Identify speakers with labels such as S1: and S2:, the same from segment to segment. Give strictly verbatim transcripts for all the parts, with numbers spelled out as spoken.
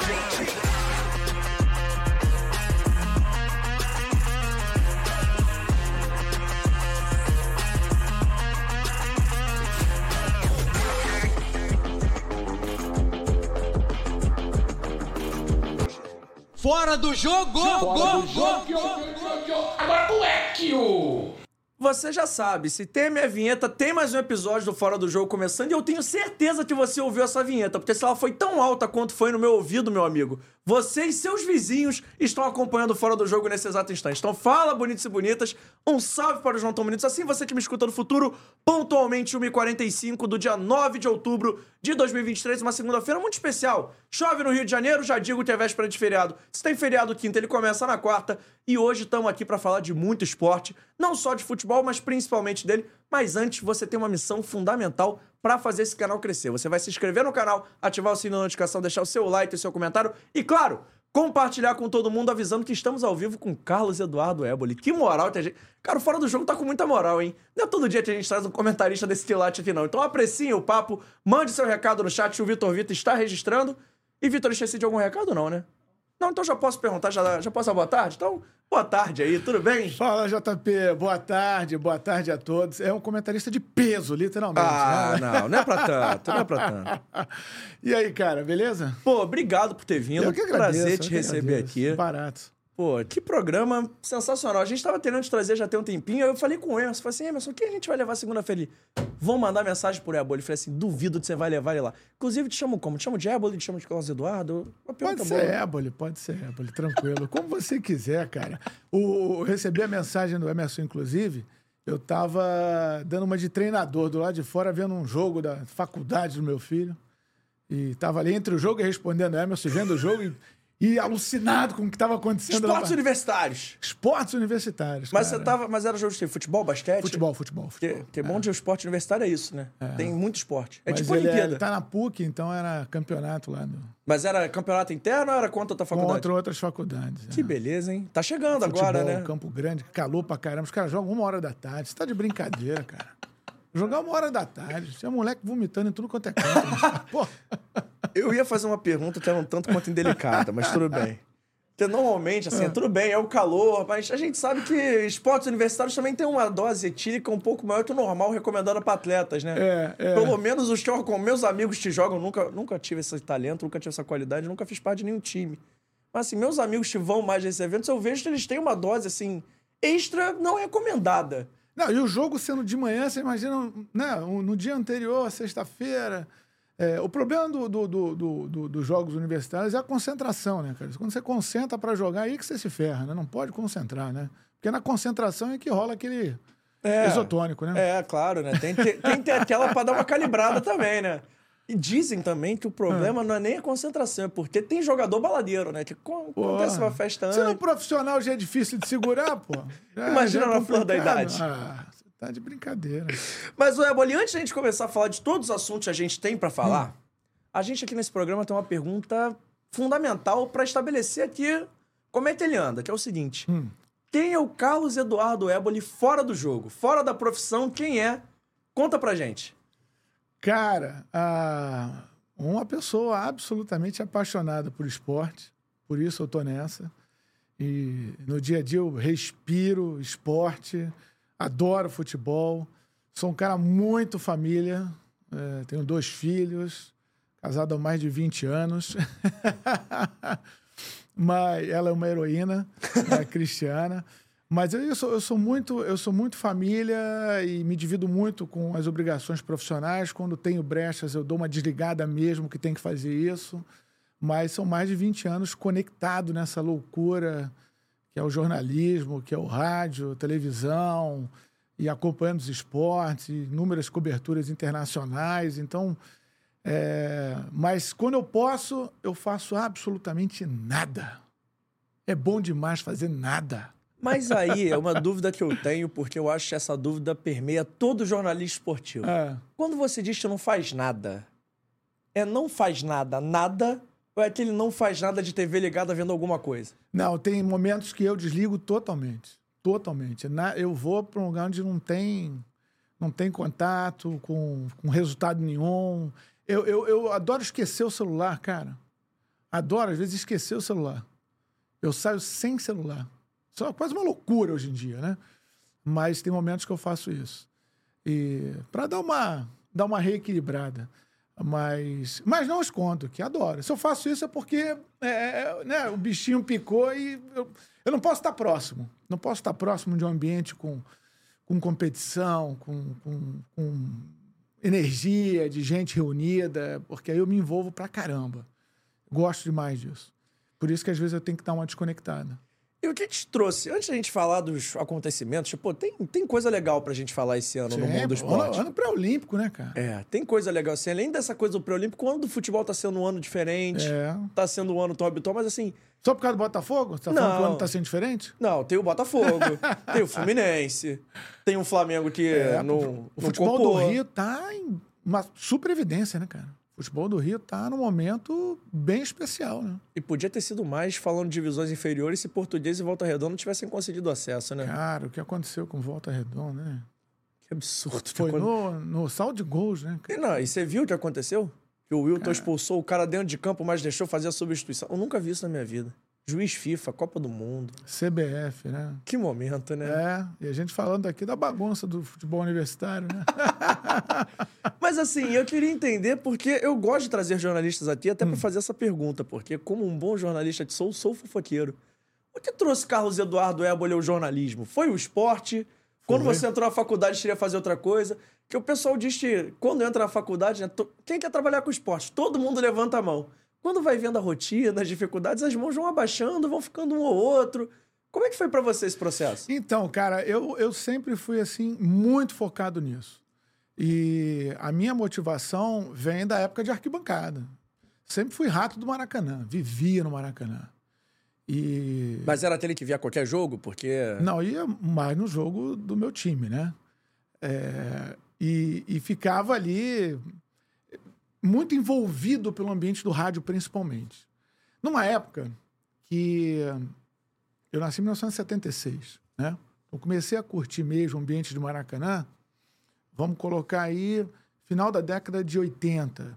S1: Fora do jogo! Fora do jogo!
S2: Agora o Equio!
S3: Você já sabe, se tem a minha vinheta, tem mais um episódio do Fora do Jogo começando e eu tenho certeza que você ouviu essa vinheta, porque se ela foi tão alta quanto foi no meu ouvido, meu amigo, você e seus vizinhos estão acompanhando o Fora do Jogo nesse exato instante. Então fala, bonitos e bonitas, um salve para os não tão bonitos, assim você que me escuta no futuro, pontualmente uma e quarenta e cinco do dia nove de outubro de dois mil e vinte e três, uma segunda-feira muito especial. Chove no Rio de Janeiro, já digo que é véspera de feriado. Se tem feriado quinta, ele começa na quarta. E hoje estamos aqui para falar de muito esporte, não só de futebol, mas principalmente dele. Mas antes, você tem uma missão fundamental para fazer esse canal crescer. Você vai se inscrever no canal, ativar o sininho da notificação, deixar o seu like, o seu comentário e, claro, compartilhar com todo mundo, avisando que estamos ao vivo com Carlos Eduardo Éboli. Que moral que a gente... Cara, o Fora do Jogo tá com muita moral, hein? Não é todo dia que a gente traz um comentarista desse quilate aqui, não. Então apreciem o papo, mande seu recado no chat, o Vitor Vitor está registrando. E, Vitor, esqueci de algum recado, não, né? Não, então já posso perguntar, já, já posso dar boa tarde? Então, boa tarde aí, tudo bem?
S4: Fala, J P, boa tarde, boa tarde a todos. É um comentarista de peso, literalmente.
S3: Ah,
S4: né?
S3: não, não é pra tanto, não é pra tanto.
S4: E aí, cara, beleza?
S3: Pô, obrigado por ter vindo.
S4: Eu que agradeço.
S3: Prazer
S4: eu
S3: te
S4: que
S3: receber
S4: agradeço.
S3: aqui.
S4: Barato.
S3: Pô, que programa sensacional. A gente tava tentando te trazer já tem um tempinho, aí eu falei com o Emerson, falei assim, Emerson, o que a gente vai levar segunda-feira ali? Vão mandar mensagem pro Éboli. Ele falei assim, duvido que você vai levar ele lá. Inclusive, te chamo como? Te chamo de Éboli, te chamo de Carlos Eduardo? Uma
S4: Pode ser
S3: boa.
S4: Éboli, pode ser Éboli, tranquilo. Como você quiser, cara. O, eu recebi a mensagem do Emerson, inclusive, eu tava dando uma de treinador do lado de fora, vendo um jogo da faculdade do meu filho, e tava ali entre o jogo e respondendo o Emerson, vendo o jogo e... E alucinado com o que estava acontecendo
S3: Esportes
S4: lá.
S3: universitários.
S4: Esportes universitários,
S3: Mas
S4: cara.
S3: você tava, mas era jogo de futebol, basquete?
S4: Futebol, futebol, futebol.
S3: Porque, porque é bom de esporte universitário é isso, né? É. Tem muito esporte. É
S4: mas
S3: tipo
S4: ele
S3: Olimpíada.
S4: É, ele tá na P U C, então era campeonato lá. No...
S3: Mas era campeonato interno ou era contra a tua faculdade?
S4: Contra outras faculdades.
S3: Que
S4: é.
S3: beleza, hein? Tá chegando
S4: Futebol,
S3: agora, né?
S4: Campo Grande, calor pra caramba. Os caras jogam uma hora da tarde. Você tá de brincadeira, cara. Jogar uma hora da tarde. Tinha moleque vomitando em tudo quanto é canto. Pô.
S3: Eu ia fazer uma pergunta que era um tanto quanto indelicada, mas tudo bem. Porque normalmente, assim, é. tudo bem, é o calor, mas a gente sabe que esportes universitários também tem uma dose etílica um pouco maior que o normal, recomendada para atletas, né?
S4: É, é.
S3: Pelo menos os que eu, como meus amigos que jogam, nunca, nunca tive esse talento, nunca tive essa qualidade, nunca fiz parte de nenhum time. Mas, assim, meus amigos que vão mais nesses eventos, eu vejo que eles têm uma dose, assim, extra não recomendada.
S4: Não, e o jogo sendo de manhã, você imagina, né? No dia anterior, sexta-feira... É, o problema do, do, do, do, do, dos jogos universitários é a concentração, né, cara? Quando você concentra para jogar, aí que você se ferra, né? Não pode concentrar, né? Porque na concentração é que rola aquele é, isotônico, né?
S3: É, claro, né? Tem que ter, tem que ter aquela para dar uma calibrada também, né? E dizem também que o problema é. não é nem a concentração, é porque tem jogador baladeiro, né? Que acontece uma festa antes.
S4: Sendo um profissional já é difícil de segurar, pô. Já,
S3: Imagina
S4: já é
S3: na flor da idade.
S4: Ah, tá de brincadeira.
S3: Mas, Éboli, antes da gente começar a falar de todos os assuntos que a gente tem pra falar, hum. a gente aqui nesse programa tem uma pergunta fundamental pra estabelecer aqui como é que ele anda, que é o seguinte.
S4: Hum.
S3: Quem é o Carlos Eduardo Éboli fora do jogo? Fora da profissão, quem é? Conta pra gente.
S4: Cara, ah, uma pessoa absolutamente apaixonada por esporte, por isso eu tô nessa. E no dia a dia eu respiro esporte... Adoro futebol, sou um cara muito família, é, tenho dois filhos, casado há mais de vinte anos. Mas ela é uma heroína, né, cristiana. Mas eu sou, eu, sou muito, eu sou muito família e me divido muito com as obrigações profissionais. Quando tenho brechas, eu dou uma desligada mesmo que tem que fazer isso. Mas são mais de vinte anos conectado nessa loucura... que é o jornalismo, que é o rádio, televisão, e acompanhando os esportes, inúmeras coberturas internacionais. Então, é... mas quando eu posso, eu faço absolutamente nada. É bom demais fazer nada.
S3: Mas aí é uma dúvida que eu tenho, porque eu acho que essa dúvida permeia todo jornalista esportivo.
S4: É.
S3: Quando você diz que não faz nada, é não faz nada, nada... Ou é aquele não faz nada de T V ligada vendo alguma coisa?
S4: Não, tem momentos que eu desligo totalmente. Totalmente. Eu vou para um lugar onde não tem, não tem contato com, com resultado nenhum. Eu, eu, eu adoro esquecer o celular, cara. Adoro, às vezes, esquecer o celular. Eu saio sem celular. Isso é quase uma loucura hoje em dia, né? Mas tem momentos que eu faço isso. E para dar uma, dar uma reequilibrada. Mas, mas não escondo, que adoro. Se eu faço isso é porque é, né, o bichinho picou e eu, eu não posso estar próximo. Não posso estar próximo de um ambiente com, com competição, com, com, com energia, de gente reunida, porque aí eu me envolvo pra caramba. Gosto demais disso. Por isso que às vezes eu tenho que dar uma desconectada.
S3: E o que te trouxe? Antes da gente falar dos acontecimentos, tipo, tem, tem coisa legal pra gente falar esse ano
S4: Sim,
S3: no mundo do esporte.
S4: Ano, ano pré-olímpico, né, cara?
S3: É, tem coisa legal. Assim, além dessa coisa do pré-olímpico, o ano do futebol tá sendo um ano diferente.
S4: É.
S3: Tá sendo um ano tão habitual, mas assim...
S4: Só por causa do Botafogo? Você tá falando
S3: Não.
S4: que o ano tá sendo diferente?
S3: Não, tem o Botafogo, tem o Fluminense, tem o Flamengo que
S4: É,
S3: não,
S4: o
S3: não
S4: futebol
S3: copou.
S4: do Rio tá em uma super evidência, né, cara? O futebol do Rio tá num momento bem especial, né?
S3: E podia ter sido mais falando de divisões inferiores se Português e Volta Redonda não tivessem concedido acesso, né?
S4: Cara, o que aconteceu com Volta Redonda, né?
S3: Que absurdo.
S4: Foi
S3: Quando-
S4: no, no saldo de gols, né?
S3: E, não, e você viu o que aconteceu? Que o Wilton expulsou o cara dentro de campo, mas deixou fazer a substituição. Eu nunca vi isso na minha vida. Juiz FIFA, Copa do Mundo.
S4: C B F, né?
S3: Que momento, né?
S4: É, e a gente falando aqui da bagunça do futebol universitário, né?
S3: Mas assim, eu queria entender porque eu gosto de trazer jornalistas aqui até pra fazer essa pergunta, porque como um bom jornalista que sou, sou fofoqueiro. O que trouxe Carlos Eduardo Éboli ao jornalismo? Foi o esporte? Quando
S4: Foi.
S3: você entrou na faculdade, queria fazer outra coisa? Que o pessoal diz que quando entra na faculdade, né, to- quem quer trabalhar com esporte? Todo mundo levanta a mão. Quando vai vendo a rotina, as dificuldades, as mãos vão abaixando, vão ficando um ou outro. Como é que foi pra você esse processo?
S4: Então, cara, eu, eu sempre fui, assim, muito focado nisso. E a minha motivação vem da época de arquibancada. Sempre fui rato do Maracanã, vivia no Maracanã. E...
S3: Mas era aquele que via qualquer jogo? Porque...
S4: Não, ia mais no jogo do meu time, né? É, e, e ficava ali muito envolvido pelo ambiente do rádio, principalmente. Numa época que eu nasci em mil novecentos e setenta e seis, né? Eu comecei a curtir mesmo o ambiente de Maracanã, vamos colocar aí, final da década de oitenta.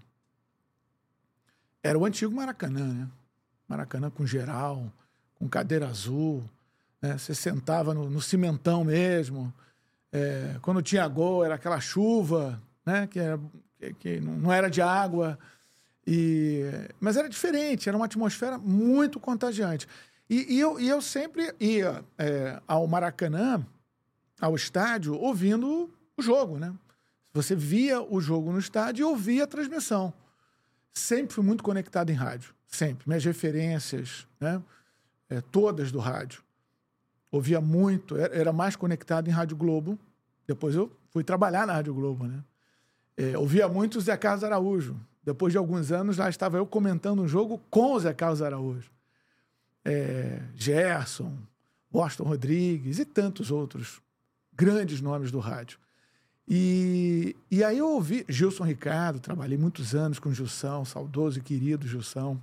S4: Era o antigo Maracanã, né? Maracanã com geral, com cadeira azul, né? Você sentava no, no cimentão mesmo. É, quando tinha gol, era aquela chuva, né? Que, era, que, que não era de água. E, mas era diferente, era uma atmosfera muito contagiante. E, e, eu, e eu sempre ia é, ao Maracanã, ao estádio, ouvindo o jogo, né? Você via o jogo no estádio e ouvia a transmissão. Sempre fui muito conectado em rádio, sempre. Minhas referências, né? É, todas do rádio. Ouvia muito, era, era mais conectado em Rádio Globo. Depois eu fui trabalhar na Rádio Globo, né? É, ouvia muito o Zé Carlos Araújo. Depois de alguns anos, lá estava eu comentando um jogo com o Zé Carlos Araújo. É, Gerson, Boston Rodrigues e tantos outros grandes nomes do rádio. E, e aí eu ouvi Gilson Ricardo, trabalhei muitos anos com o Gilson, saudoso e querido Gilson.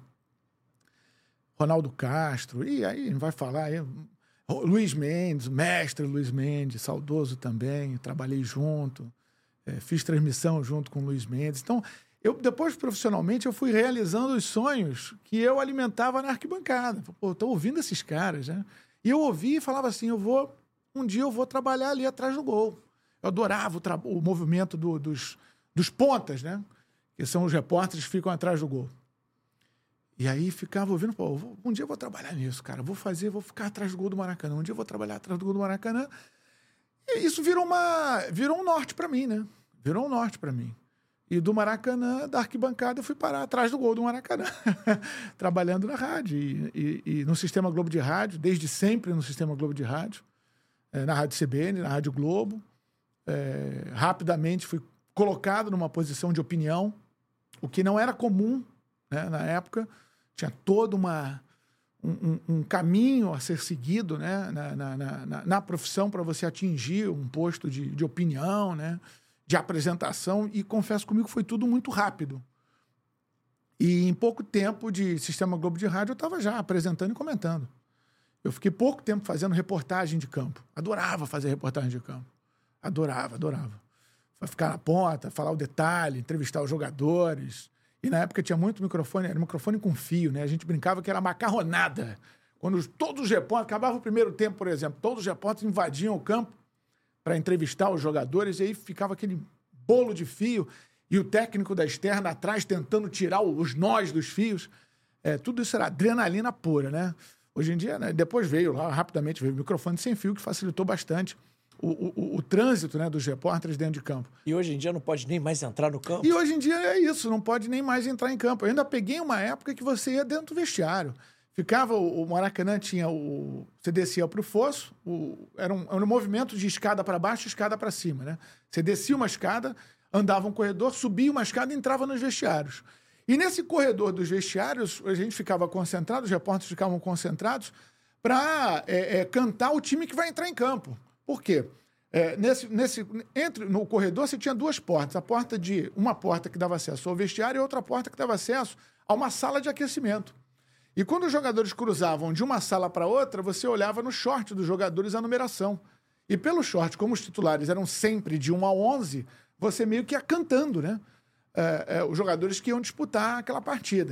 S4: Ronaldo Castro, e aí não vai falar... Aí, Luiz Mendes, o mestre Luiz Mendes, saudoso também, trabalhei junto, é, fiz transmissão junto com o Luiz Mendes. Então, eu, depois, profissionalmente, eu fui realizando os sonhos que eu alimentava na arquibancada. Pô, estou ouvindo esses caras, né? E eu ouvi e falava assim, eu vou, um dia eu vou trabalhar ali atrás do gol. Eu adorava o, tra- o movimento do, dos, dos pontas, né? Que são os repórteres que ficam atrás do gol. E aí ficava ouvindo, pô, vou, um dia eu vou trabalhar nisso, cara. Vou fazer, vou ficar atrás do gol do Maracanã. Um dia eu vou trabalhar atrás do gol do Maracanã. E isso virou, uma, virou um norte para mim, né? Virou um norte para mim. E do Maracanã, da arquibancada, eu fui parar atrás do gol do Maracanã. Trabalhando na rádio. E, e, e no Sistema Globo de Rádio, desde sempre no Sistema Globo de Rádio. É, na Rádio C B N, na Rádio Globo. É, rapidamente fui colocado numa posição de opinião, o que não era comum, né, na época. Tinha todo uma, um, um, um caminho a ser seguido, né, na, na, na, na profissão para você atingir um posto de, de opinião, né, de apresentação, e confesso comigo que foi tudo muito rápido. E em pouco tempo de Sistema Globo de Rádio eu estava já apresentando e comentando. Eu fiquei pouco tempo fazendo reportagem de campo. Adorava fazer reportagem de campo. Adorava, adorava. Ficar na ponta, falar o detalhe, entrevistar os jogadores. E na época tinha muito microfone, era microfone com fio, né? A gente brincava que era macarronada. Quando os, todos os repórteres, acabava o primeiro tempo, por exemplo, todos os repórteres invadiam o campo para entrevistar os jogadores, e aí ficava aquele bolo de fio, e o técnico da externa atrás tentando tirar os nós dos fios. É, tudo isso era adrenalina pura, né? Hoje em dia, né, depois veio lá, rapidamente veio o microfone sem fio, que facilitou bastante o, o, o, o trânsito, né, dos repórteres dentro de campo.
S3: E hoje em dia não pode nem mais entrar no campo?
S4: E hoje em dia é isso, não pode nem mais entrar em campo. Eu ainda peguei uma época que você ia dentro do vestiário. Ficava, o, o Maracanã tinha o... Você descia para o fosso, o, era, um, era um movimento de escada para baixo e escada para cima, né? Você descia uma escada, andava um corredor, subia uma escada e entrava nos vestiários. E nesse corredor dos vestiários, a gente ficava concentrado, os repórteres ficavam concentrados para é, é, cantar o time que vai entrar em campo. Por quê? É, nesse, nesse, entre, no corredor você tinha duas portas. A porta de, uma porta que dava acesso ao vestiário e outra porta que dava acesso a uma sala de aquecimento. E quando os jogadores cruzavam de uma sala para outra, você olhava no short dos jogadores a numeração. E pelo short, como os titulares eram sempre de um a onze, você meio que ia cantando, né? É, é, os jogadores que iam disputar aquela partida.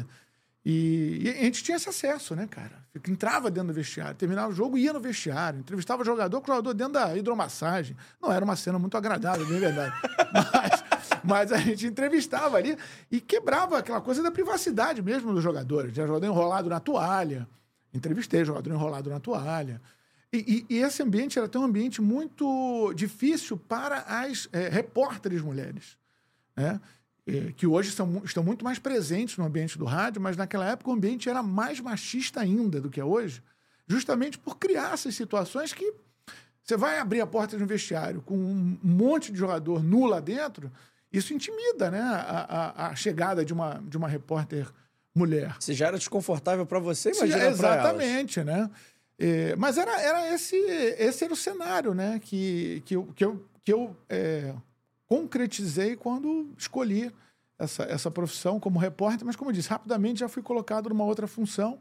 S4: E, e a gente tinha esse acesso, né, cara? Entrava dentro do vestiário, terminava o jogo, ia no vestiário, entrevistava o jogador com o jogador dentro da hidromassagem. Não era uma cena muito agradável, de verdade. mas, mas a gente entrevistava ali e quebrava aquela coisa da privacidade mesmo dos jogadores. Tinha jogador enrolado na toalha. Entrevistei jogador enrolado na toalha. E, e, e esse ambiente era até um ambiente muito difícil para as é, repórteres mulheres, né? Que hoje são, estão muito mais presentes no ambiente do rádio, mas naquela época o ambiente era mais machista ainda do que é hoje, justamente por criar essas situações que você vai abrir a porta de um vestiário com um monte de jogador nu lá dentro, isso intimida, né, a, a, a chegada de uma, de uma repórter mulher.
S3: Se já era desconfortável para você, imagina
S4: já,
S3: para
S4: exatamente, né? É, mas era, era esse, esse era o cenário, né, que, que eu, que eu, que eu é, concretizei quando escolhi essa, essa profissão como repórter, mas, como eu disse, rapidamente já fui colocado numa outra função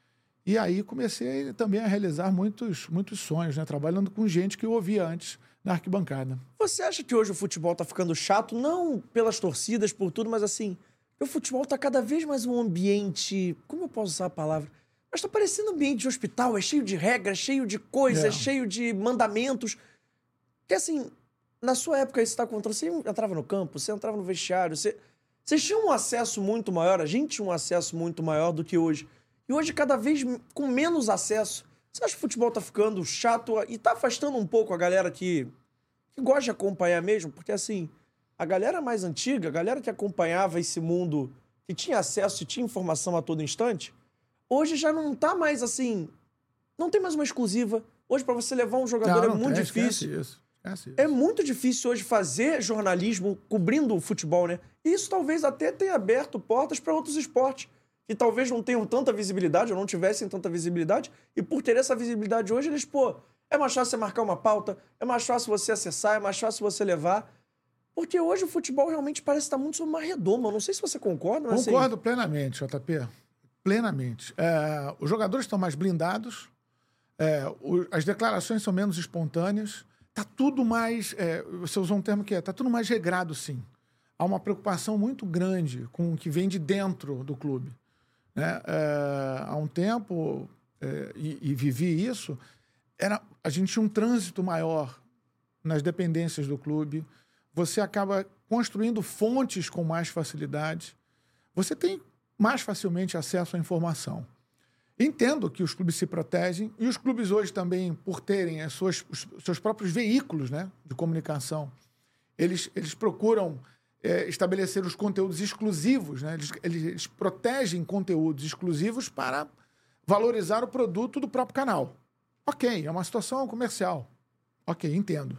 S4: e aí comecei também a realizar muitos, muitos sonhos, né? Trabalhando com gente que eu ouvia antes na arquibancada.
S3: Você acha que hoje o futebol tá ficando chato, não pelas torcidas, por tudo, mas assim, o futebol tá cada vez mais um ambiente... Como eu posso usar a palavra? Mas tá parecendo um ambiente de hospital, é cheio de regras, cheio de coisas, é. cheio de mandamentos. Porque assim... Na sua época, você está contando, você entrava no campo, você entrava no vestiário, você... vocês tinham um acesso muito maior, a gente tinha um acesso muito maior do que hoje. E hoje, cada vez com menos acesso. Você acha que o futebol está ficando chato e está afastando um pouco a galera que, que gosta de acompanhar mesmo? Porque, assim, a galera mais antiga, a galera que acompanhava esse mundo, que tinha acesso e tinha informação a todo instante, hoje já não está mais, assim... Não tem mais uma exclusiva. Hoje, para você levar um jogador
S4: não,
S3: é
S4: não
S3: muito
S4: tem,
S3: difícil.
S4: Isso. É, assim,
S3: é muito difícil hoje fazer jornalismo cobrindo o futebol, né? E isso talvez até tenha aberto portas para outros esportes que talvez não tenham tanta visibilidade ou não tivessem tanta visibilidade. E por ter essa visibilidade hoje, eles, pô, é mais fácil você marcar uma pauta, é mais fácil você acessar, é mais fácil você levar. Porque hoje o futebol realmente parece estar muito sob uma redoma. Eu não sei se você concorda, mas
S4: Concordo
S3: assim...
S4: plenamente, J P. Plenamente. É, os jogadores estão mais blindados, é, o, as declarações são menos espontâneas. Tá tudo mais, é, você usou um termo que é, tá tudo mais regrado, sim. Há uma preocupação muito grande com o que vem de dentro do clube, né? É, há um tempo, é, e, e vivi isso, era, a gente tinha um trânsito maior nas dependências do clube, você acaba construindo fontes com mais facilidade, você tem mais facilmente acesso à informação. Entendo que os clubes se protegem e os clubes hoje também, por terem as suas, os seus próprios veículos, né, de comunicação, eles, eles procuram é, estabelecer os conteúdos exclusivos, né? Eles, eles, eles protegem conteúdos exclusivos para valorizar o produto do próprio canal. Ok, é uma situação comercial. Ok, entendo.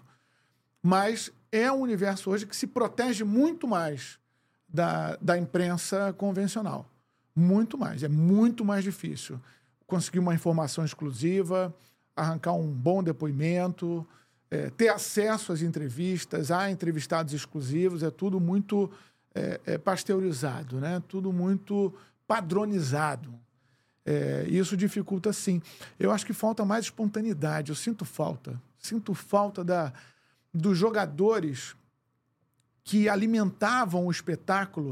S4: Mas é um universo hoje que se protege muito mais da, da imprensa convencional. Muito mais. É muito mais difícil conseguir uma informação exclusiva, arrancar um bom depoimento, é, ter acesso às entrevistas, a entrevistados exclusivos. É tudo muito é, é, pasteurizado, né? Tudo muito padronizado. É, isso dificulta, sim. Eu acho que falta mais espontaneidade. Eu sinto falta. Sinto falta da, dos jogadores que alimentavam o espetáculo,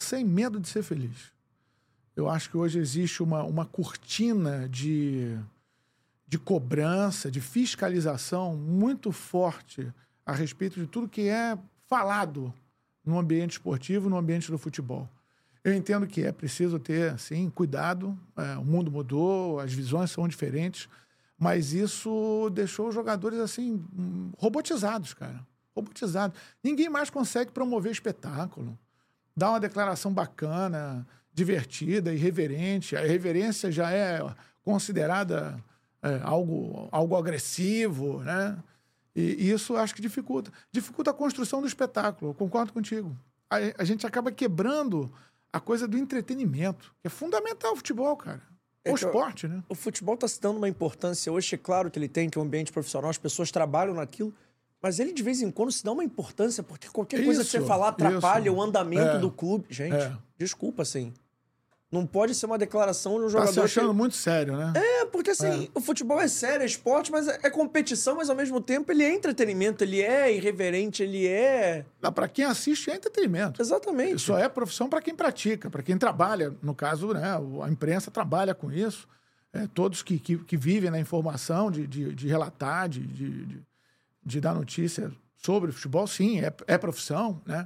S4: sem medo de ser feliz. Eu acho que hoje existe uma, uma cortina de, de cobrança, de fiscalização muito forte a respeito de tudo que é falado no ambiente esportivo, no ambiente do futebol. Eu entendo que é preciso ter, sim, cuidado. É, o mundo mudou, as visões são diferentes, mas isso deixou os jogadores, assim, robotizados, cara. Robotizados. Ninguém mais consegue promover espetáculo, dar uma declaração bacana, divertida, irreverente. A irreverência já é considerada é, algo, algo agressivo, né? E, e isso acho que dificulta. Dificulta a construção do espetáculo, eu concordo contigo. A, a gente acaba quebrando a coisa do entretenimento, que é fundamental o futebol, cara. O é esporte, né?
S3: O futebol está se dando uma importância hoje, é claro que ele tem, que é um ambiente profissional, as pessoas trabalham naquilo, mas ele de vez em quando se dá uma importância, porque qualquer isso, coisa que você falar atrapalha isso. o andamento é, do clube. Gente, é. desculpa, assim. Não pode ser uma declaração de um jogador...
S4: Tá se achando
S3: que...
S4: muito sério, né?
S3: É, porque assim,
S4: é.
S3: o futebol é sério, é esporte, mas é competição, mas ao mesmo tempo ele é entretenimento, ele é irreverente, ele é...
S4: Para quem assiste é entretenimento.
S3: Exatamente.
S4: Só é profissão para quem pratica, para quem trabalha. No caso, né, a imprensa trabalha com isso. É, todos que, que, que vivem na informação, de, de, de relatar, de, de, de dar notícia sobre o futebol, sim, é, é profissão, né?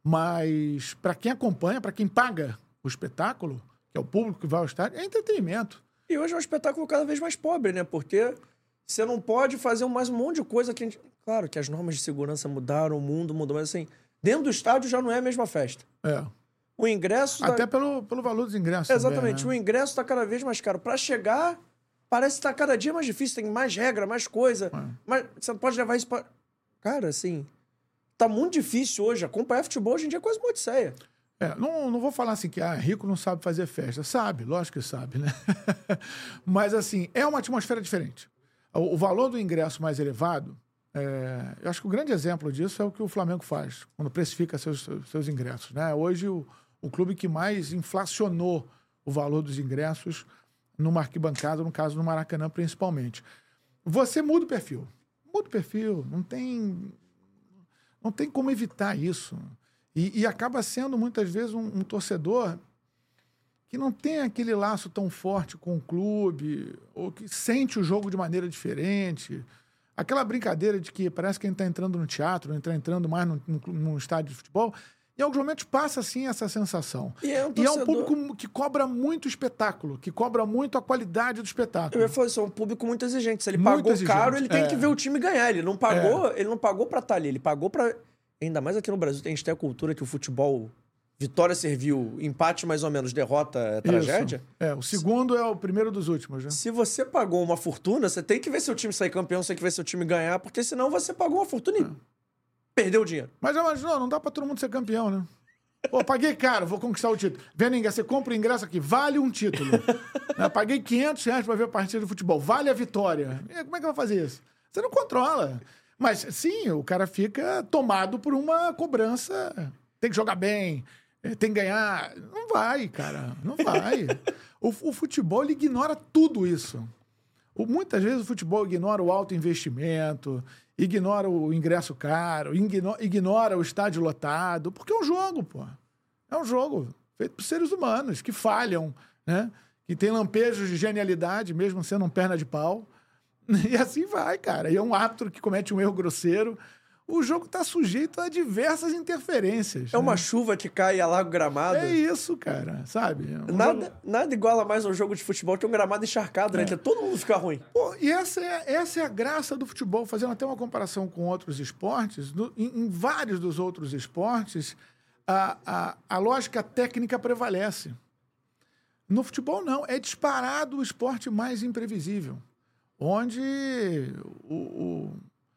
S4: Mas para quem acompanha, para quem paga o espetáculo, que é o público que vai ao estádio, é entretenimento.
S3: E hoje é um espetáculo cada vez mais pobre, né? Porque você não pode fazer mais um monte de coisa que a gente... Claro que as normas de segurança mudaram, o mundo mudou, mas assim, dentro do estádio já não é a mesma festa.
S4: É.
S3: O ingresso...
S4: Até
S3: da...
S4: pelo, pelo valor dos ingressos.
S3: Exatamente.
S4: Também, né?
S3: O ingresso tá cada vez mais caro. Para chegar, parece que tá cada dia mais difícil. Tem mais regra, mais coisa. É. Mas você não pode levar isso para... Cara, assim... Tá muito difícil hoje. Acompanhar futebol hoje em dia é quase uma odisseia.
S4: É, não, não vou falar assim que ah, rico não sabe fazer festa. Sabe, lógico que sabe, né? Mas, assim, é uma atmosfera diferente. O, o valor do ingresso mais elevado, é, eu acho que o grande exemplo disso é o que o Flamengo faz, quando precifica seus, seus ingressos, né? Hoje, o, o clube que mais inflacionou o valor dos ingressos numa arquibancada, no caso do Maracanã, principalmente. Você muda o perfil. Muda o perfil. Não tem, não tem como evitar isso. E, e acaba sendo, muitas vezes, um, um torcedor que não tem aquele laço tão forte com o clube, ou que sente o jogo de maneira diferente. Aquela brincadeira de que parece que a gente está entrando no teatro, não está entrando mais num, num, num estádio de futebol. Em alguns momentos passa, sim, essa sensação.
S3: E é um,
S4: torcedor... e é um público que cobra muito espetáculo, que cobra muito a qualidade do espetáculo.
S3: Eu ia falar isso, é um público muito exigente. Se ele muito pagou exigente. caro, ele tem é. que ver o time ganhar. Ele não pagou, é. ele não pagou para estar ali, ele pagou para... Ainda mais aqui no Brasil, a gente tem a cultura que o futebol... Vitória serviu, empate mais ou menos, derrota é tragédia.
S4: Isso. É, o segundo é o primeiro dos últimos, né?
S3: Se você pagou uma fortuna, você tem que ver seu time sair campeão, você tem que ver seu time ganhar, porque senão você pagou uma fortuna e é. perdeu o dinheiro.
S4: Mas, mas não, não dá pra todo mundo ser campeão, né? Pô, paguei caro, vou conquistar o título. Veninga, você compra o ingresso aqui, vale um título. né? Paguei quinhentos reais pra ver a partida de futebol, vale a vitória. E como é que eu vou fazer isso? Você não controla. Mas, sim, o cara fica tomado por uma cobrança. Tem que jogar bem... Tem que ganhar. Não vai, cara. Não vai. o, o futebol, ele ignora tudo isso. O, muitas vezes o futebol ignora o alto investimento, ignora o ingresso caro, ignora, ignora o estádio lotado, porque é um jogo, pô. É um jogo feito por seres humanos que falham, né? Que tem lampejos de genialidade, mesmo sendo um perna de pau. E assim vai, cara. E é um árbitro que comete um erro grosseiro. O jogo está sujeito a diversas interferências.
S3: É uma
S4: né?
S3: chuva que cai e alaga o gramado.
S4: É isso, cara, sabe? Um
S3: nada,
S4: jogo...
S3: nada iguala mais um jogo de futebol que um gramado encharcado, é. né? Que todo mundo fica ruim.
S4: Pô, e essa é, essa é a graça do futebol, fazendo até uma comparação com outros esportes. No, em, em vários dos outros esportes, a, a, a lógica técnica prevalece. No futebol, não. É disparado o esporte mais imprevisível. Onde o... o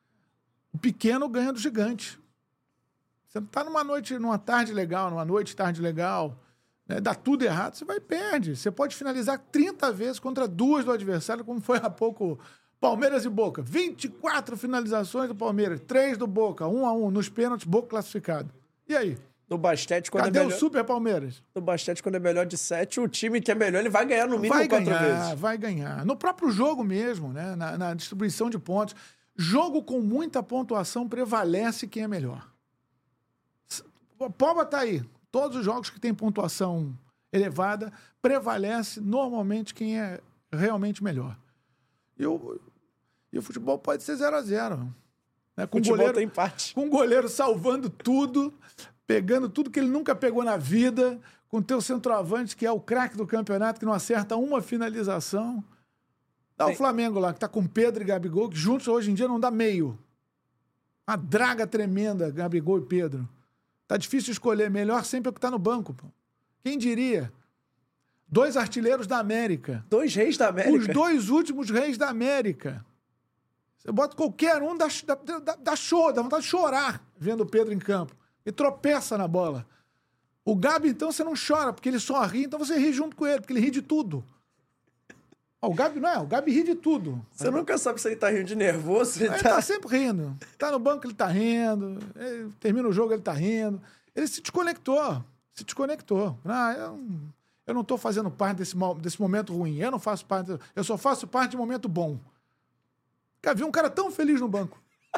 S4: O pequeno ganha do gigante. Você está numa noite, numa tarde legal, numa noite, tarde legal, né? Dá tudo errado, você vai e perde. Você pode finalizar trinta vezes contra duas do adversário, como foi há pouco Palmeiras e Boca. vinte e quatro finalizações do Palmeiras, três do Boca, um a um, nos pênaltis, Boca classificado. E aí?
S3: No basquete, quando
S4: Cadê
S3: é melhor...
S4: o Super Palmeiras?
S3: No basquete, quando é melhor de sete, o time que é melhor, ele vai ganhar no mínimo
S4: vai
S3: quatro
S4: ganhar,
S3: vezes.
S4: Vai ganhar. No próprio jogo mesmo, né? na, na distribuição de pontos. Jogo com muita pontuação prevalece quem é melhor. Pode botar aí. Todos os jogos que têm pontuação elevada, prevalece normalmente quem é realmente melhor. E o, e o futebol pode ser zero a zero. Né? Com o goleiro,
S3: tem empate.
S4: com o goleiro salvando tudo, pegando tudo que ele nunca pegou na vida, com o teu centroavante, que é o craque do campeonato, que não acerta uma finalização. Dá
S3: Tem.
S4: o Flamengo lá, que tá com Pedro e Gabigol, que juntos hoje em dia não dá meio. Uma draga tremenda, Gabigol e Pedro. Tá difícil escolher. Melhor sempre é o que tá no banco, pô. Quem diria? Dois artilheiros da América.
S3: Dois reis da América.
S4: Os dois últimos reis da América. Você bota qualquer um, dá, dá, dá, dá show, dá vontade de chorar vendo o Pedro em campo. E tropeça na bola. O Gabi, então, você não chora, porque ele só ri, então você ri junto com ele, porque ele ri de tudo. Ó, o Gabi não é, o Gabi ri de tudo.
S3: Você nunca sabe se ele tá rindo de nervoso, se ele
S4: Ele
S3: tá...
S4: tá sempre rindo. Tá no banco, ele tá rindo. Ele termina o jogo, ele tá rindo. Ele se desconectou. Se desconectou. Ah, eu, eu não tô fazendo parte desse, desse momento ruim. Eu não faço parte... Eu só faço parte de um momento bom. Cara, vi um cara tão feliz no banco.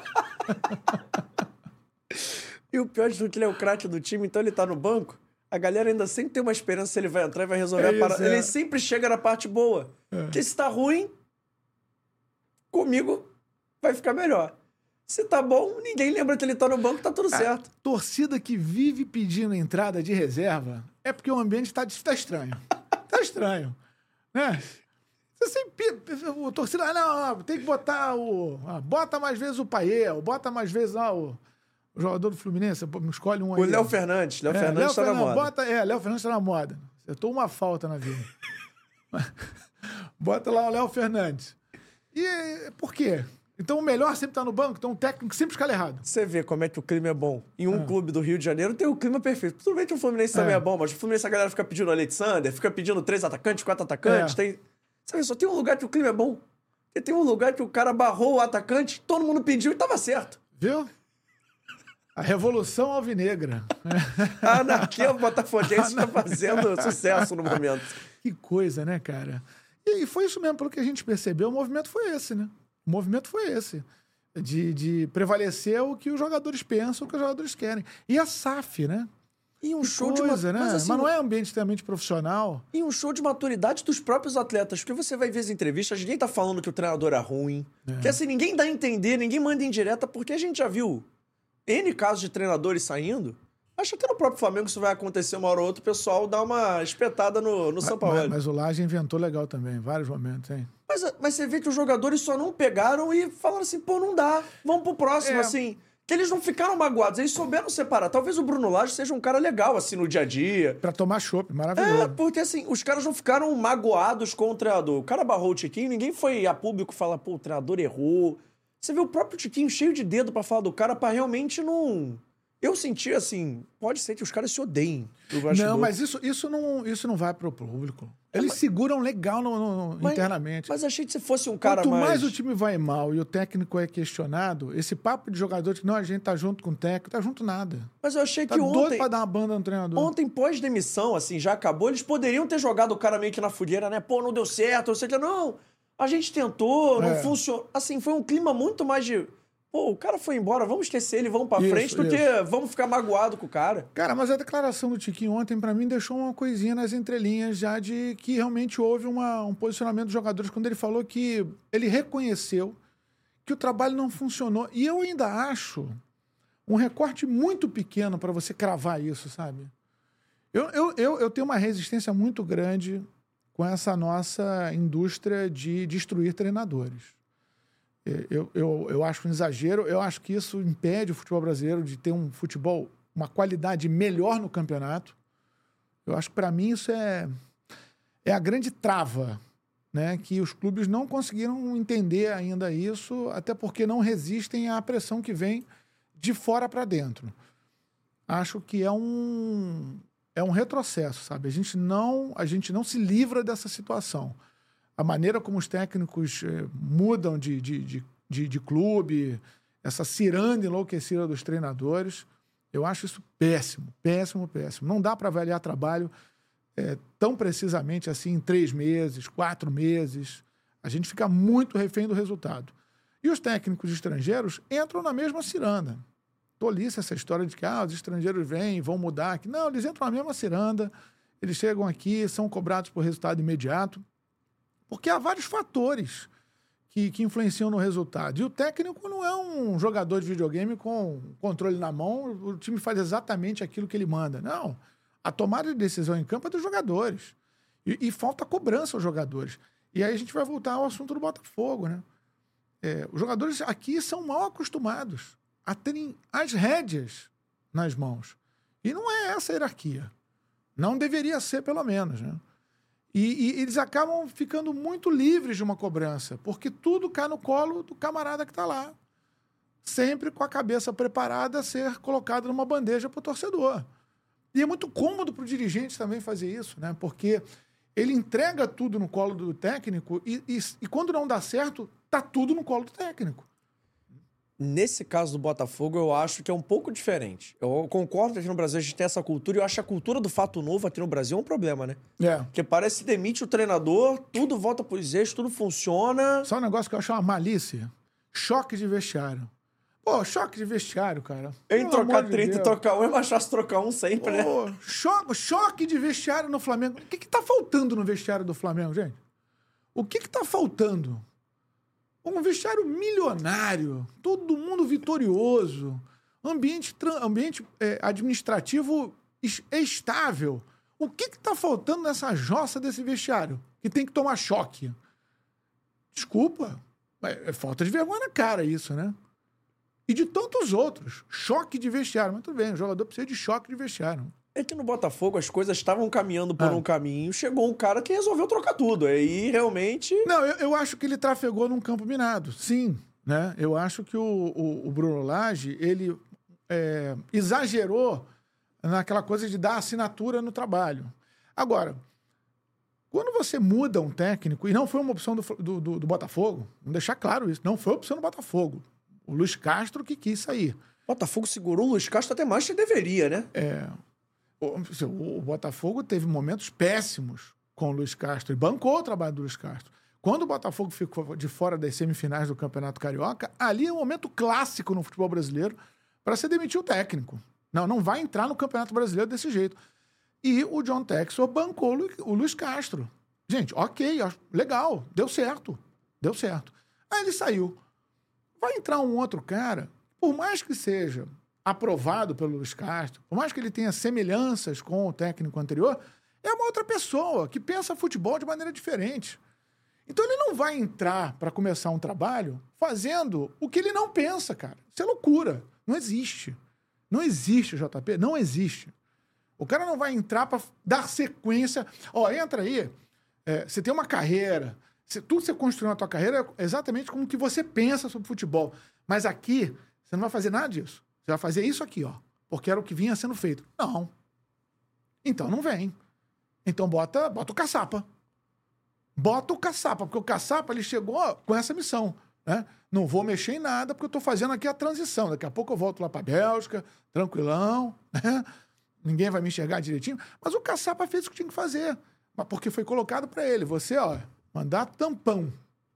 S3: E o pior de tudo é que ele é o craque do time, então ele tá no banco, a galera ainda sempre tem uma esperança se ele vai entrar e vai resolver
S4: É
S3: a parada.
S4: isso, é.
S3: Ele sempre chega na parte boa.
S4: É.
S3: Porque se tá ruim, comigo vai ficar melhor. Se tá bom, ninguém lembra que ele tá no banco, tá tudo certo.
S4: A torcida que vive pedindo entrada de reserva é porque o ambiente tá, tá estranho. Tá estranho. Né? Você sempre... O torcida... Ah, não, não, tem que botar o... Ah, bota mais vezes o Paier, bota mais vezes ah, o... O jogador do Fluminense, escolhe um aí.
S3: O Léo Fernandes. Léo
S4: é,
S3: Fernandes
S4: Léo
S3: tá na
S4: Fernandes,
S3: moda.
S4: Bota, é, Léo Fernandes tá na moda. Acertou uma falta na vida. Bota lá o Léo Fernandes. E por quê? Então o melhor sempre tá no banco, então o técnico sempre escala errado.
S3: Você vê como é que o clima é bom. Em um
S4: É.
S3: clube do Rio de Janeiro tem o clima perfeito. Tudo bem que o Fluminense
S4: É.
S3: também é bom, mas o Fluminense a galera fica pedindo Alexander, fica pedindo três atacantes, quatro atacantes.
S4: É.
S3: Tem... Sabe, só tem um lugar que o clima é bom. E tem um lugar que o cara barrou o atacante, todo mundo pediu e tava certo.
S4: Viu? A Revolução Alvinegra.
S3: A anarquia botafoguense está fazendo sucesso no momento.
S4: Que coisa, né, cara? E, e foi isso mesmo, pelo que a gente percebeu, o movimento foi esse, né? O movimento foi esse. De, de prevalecer o que os jogadores pensam, o que os jogadores querem. E a S A F, né?
S3: E um
S4: Que
S3: show
S4: coisa,
S3: de
S4: né?
S3: mas,
S4: Mas,
S3: assim,
S4: não é ambiente extremamente profissional.
S3: E um show de maturidade dos próprios atletas. Porque você vai ver as entrevistas, ninguém tá falando que o treinador é ruim.
S4: É.
S3: Que assim, ninguém dá a entender, ninguém manda em direta, porque a gente já viu N casos de treinadores saindo. Acho que até no próprio Flamengo isso vai acontecer uma hora ou outra, o pessoal dá uma espetada no, no São Paulo.
S4: Mas, mas o Laje inventou legal também, em vários momentos, hein?
S3: Mas, mas você vê que os jogadores só não pegaram e falaram assim, pô, não dá, vamos pro próximo,
S4: É.
S3: assim. Que eles não ficaram magoados, eles souberam separar. Talvez o Bruno Lage seja um cara legal, assim, no dia a dia.
S4: Pra tomar chopp,
S3: É,
S4: maravilhoso.
S3: porque assim, os caras não ficaram magoados com o treinador. O cara barrou o Tiquinho, ninguém foi a público falar, pô, o treinador errou. Você vê o próprio Tiquinho cheio de dedo pra falar do cara, pra realmente não... Eu senti, assim, pode ser que os caras se odeiem. do bastidor.
S4: Não, mas isso, isso, não, isso não vai pro público. Eles
S3: mas-
S4: seguram legal no, no-
S3: Mas-
S4: internamente.
S3: Mas achei que se fosse um cara
S4: Quanto mais...
S3: mais...
S4: o time vai mal e o técnico é questionado, esse papo de jogador que não, a gente tá junto com o técnico, tá junto nada.
S3: Mas eu achei
S4: Tá
S3: que
S4: doido
S3: ontem...
S4: pra dar uma banda no treinador.
S3: Ontem, pós-demissão, assim, já acabou, eles poderiam ter jogado o cara meio que na fogueira, né? Pô, não deu certo, não sei o que. Não, a gente tentou, não
S4: É.
S3: funcionou. Assim, foi um clima muito mais de... Pô, o cara foi embora, vamos esquecer ele, vamos pra
S4: Isso,
S3: frente, do
S4: isso.
S3: que vamos ficar magoado com o cara.
S4: Cara, mas a declaração do Tiquinho ontem, pra mim, deixou uma coisinha nas entrelinhas já de que realmente houve uma, um posicionamento dos jogadores quando ele falou que ele reconheceu que o trabalho não funcionou. E eu ainda acho um recorte muito pequeno para você cravar isso, sabe? Eu, eu, eu, eu tenho uma resistência muito grande com essa nossa indústria de destruir treinadores. Eu, eu, eu acho um exagero, eu acho que isso impede o futebol brasileiro de ter um futebol, uma qualidade melhor no campeonato. Eu acho que, para mim, isso é, é a grande trava, né? Que os clubes não conseguiram entender ainda isso, até porque não resistem à pressão que vem de fora para dentro. Acho que é um, é um retrocesso, sabe? A gente não, a gente não se livra dessa situação. A maneira como os técnicos eh, mudam de, de, de, de, de clube, essa ciranda enlouquecida dos treinadores, eu acho isso péssimo, péssimo, péssimo. Não dá para avaliar trabalho eh, tão precisamente assim em três meses, quatro meses. A gente fica muito refém do resultado. E os técnicos estrangeiros entram na mesma ciranda. tolice essa história de que ah, os estrangeiros vêm, vão mudar aqui. Não, eles entram na mesma ciranda, eles chegam aqui, são cobrados por resultado imediato, porque há vários fatores que, que influenciam no resultado. E o técnico não é um jogador de videogame com controle na mão, o time faz exatamente aquilo que ele manda. Não, a tomada de decisão em campo é dos jogadores. E, e falta cobrança aos jogadores. E aí a gente vai voltar ao assunto do Botafogo, né? É, os jogadores aqui são mal acostumados a terem as rédeas nas mãos. E não é essa a hierarquia. Não deveria ser, pelo menos, né? E, e eles acabam ficando muito livres de uma cobrança, porque tudo cai no colo do camarada que está lá. Sempre com a cabeça preparada a ser colocada numa bandeja para o torcedor. E é muito cômodo para o dirigente também fazer isso, né? Porque ele entrega tudo no colo do técnico e, e, e quando não dá certo, tá tudo no colo do técnico.
S3: Nesse caso do Botafogo, eu acho que é um pouco diferente. Eu concordo que aqui no Brasil a gente tem essa cultura e eu acho que a cultura do fato novo aqui no Brasil é um problema, né?
S4: É.
S3: Porque parece que demite o treinador, tudo volta pros eixos, tudo funciona.
S4: Só um negócio que eu acho uma malícia. Choque de vestiário. Pô, choque de vestiário, cara.
S3: Em trocar trinta e trocar um, é mais fácil trocar um sempre,
S4: Pô,
S3: né?
S4: Choque, choque de vestiário no Flamengo. O que que tá faltando no vestiário do Flamengo, gente? O que que tá faltando? Um vestiário milionário, todo mundo vitorioso, ambiente, ambiente é, administrativo estável. O que que tá faltando nessa jossa desse vestiário? Que tem que tomar choque. Desculpa, é falta de vergonha na cara isso, né? E de tantos outros. Choque de vestiário. Mas tudo bem, o jogador precisa de choque de vestiário.
S3: É que no Botafogo as coisas estavam caminhando por
S4: Ah.
S3: um caminho, chegou um cara que resolveu trocar tudo. Aí realmente.
S4: Não, eu, eu acho que ele trafegou num campo minado, sim. Né? Eu acho que o, o, o Bruno Lage, ele é, exagerou naquela coisa de dar assinatura no trabalho. Agora, quando você muda um técnico, e não foi uma opção do, do, do, do Botafogo, vamos deixar claro isso, não foi opção do Botafogo. O Luiz Castro que quis sair.
S3: Botafogo segurou o Luiz Castro até mais que deveria, né?
S4: É, o, o Botafogo teve momentos péssimos com o Luiz Castro e bancou o trabalho do Luiz Castro. Quando o Botafogo ficou de fora das semifinais do Campeonato Carioca, ali é um momento clássico no futebol brasileiro para se demitir o técnico. Não, não vai entrar no Campeonato Brasileiro desse jeito. E o John Textor bancou o, Lu, o Luiz Castro. Gente, ok, legal, deu certo, deu certo. Aí ele saiu. Vai entrar um outro cara, por mais que seja aprovado pelo Luiz Castro, por mais que ele tenha semelhanças com o técnico anterior, é uma outra pessoa que pensa futebol de maneira diferente. Então ele não vai entrar para começar um trabalho fazendo o que ele não pensa, cara. Isso é loucura. Não existe. Não existe, J P. Não existe. O cara não vai entrar para dar sequência. Ó, entra aí. É, você tem uma carreira. Você, tudo que você construiu na tua carreira é exatamente como que você pensa sobre futebol. Mas aqui, você não vai fazer nada disso. Você vai fazer isso aqui, ó. Porque era o que vinha sendo feito. Não. Então não vem. Então bota, bota o caçapa. Bota o caçapa, porque o caçapa ele chegou com essa missão, né? Não vou mexer em nada, porque eu estou fazendo aqui a transição. Daqui a pouco eu volto lá para a Bélgica, tranquilão, né? Ninguém vai me enxergar direitinho. Mas o caçapa fez o que tinha que fazer, mas porque foi colocado para ele. Você, ó, mandar tampão.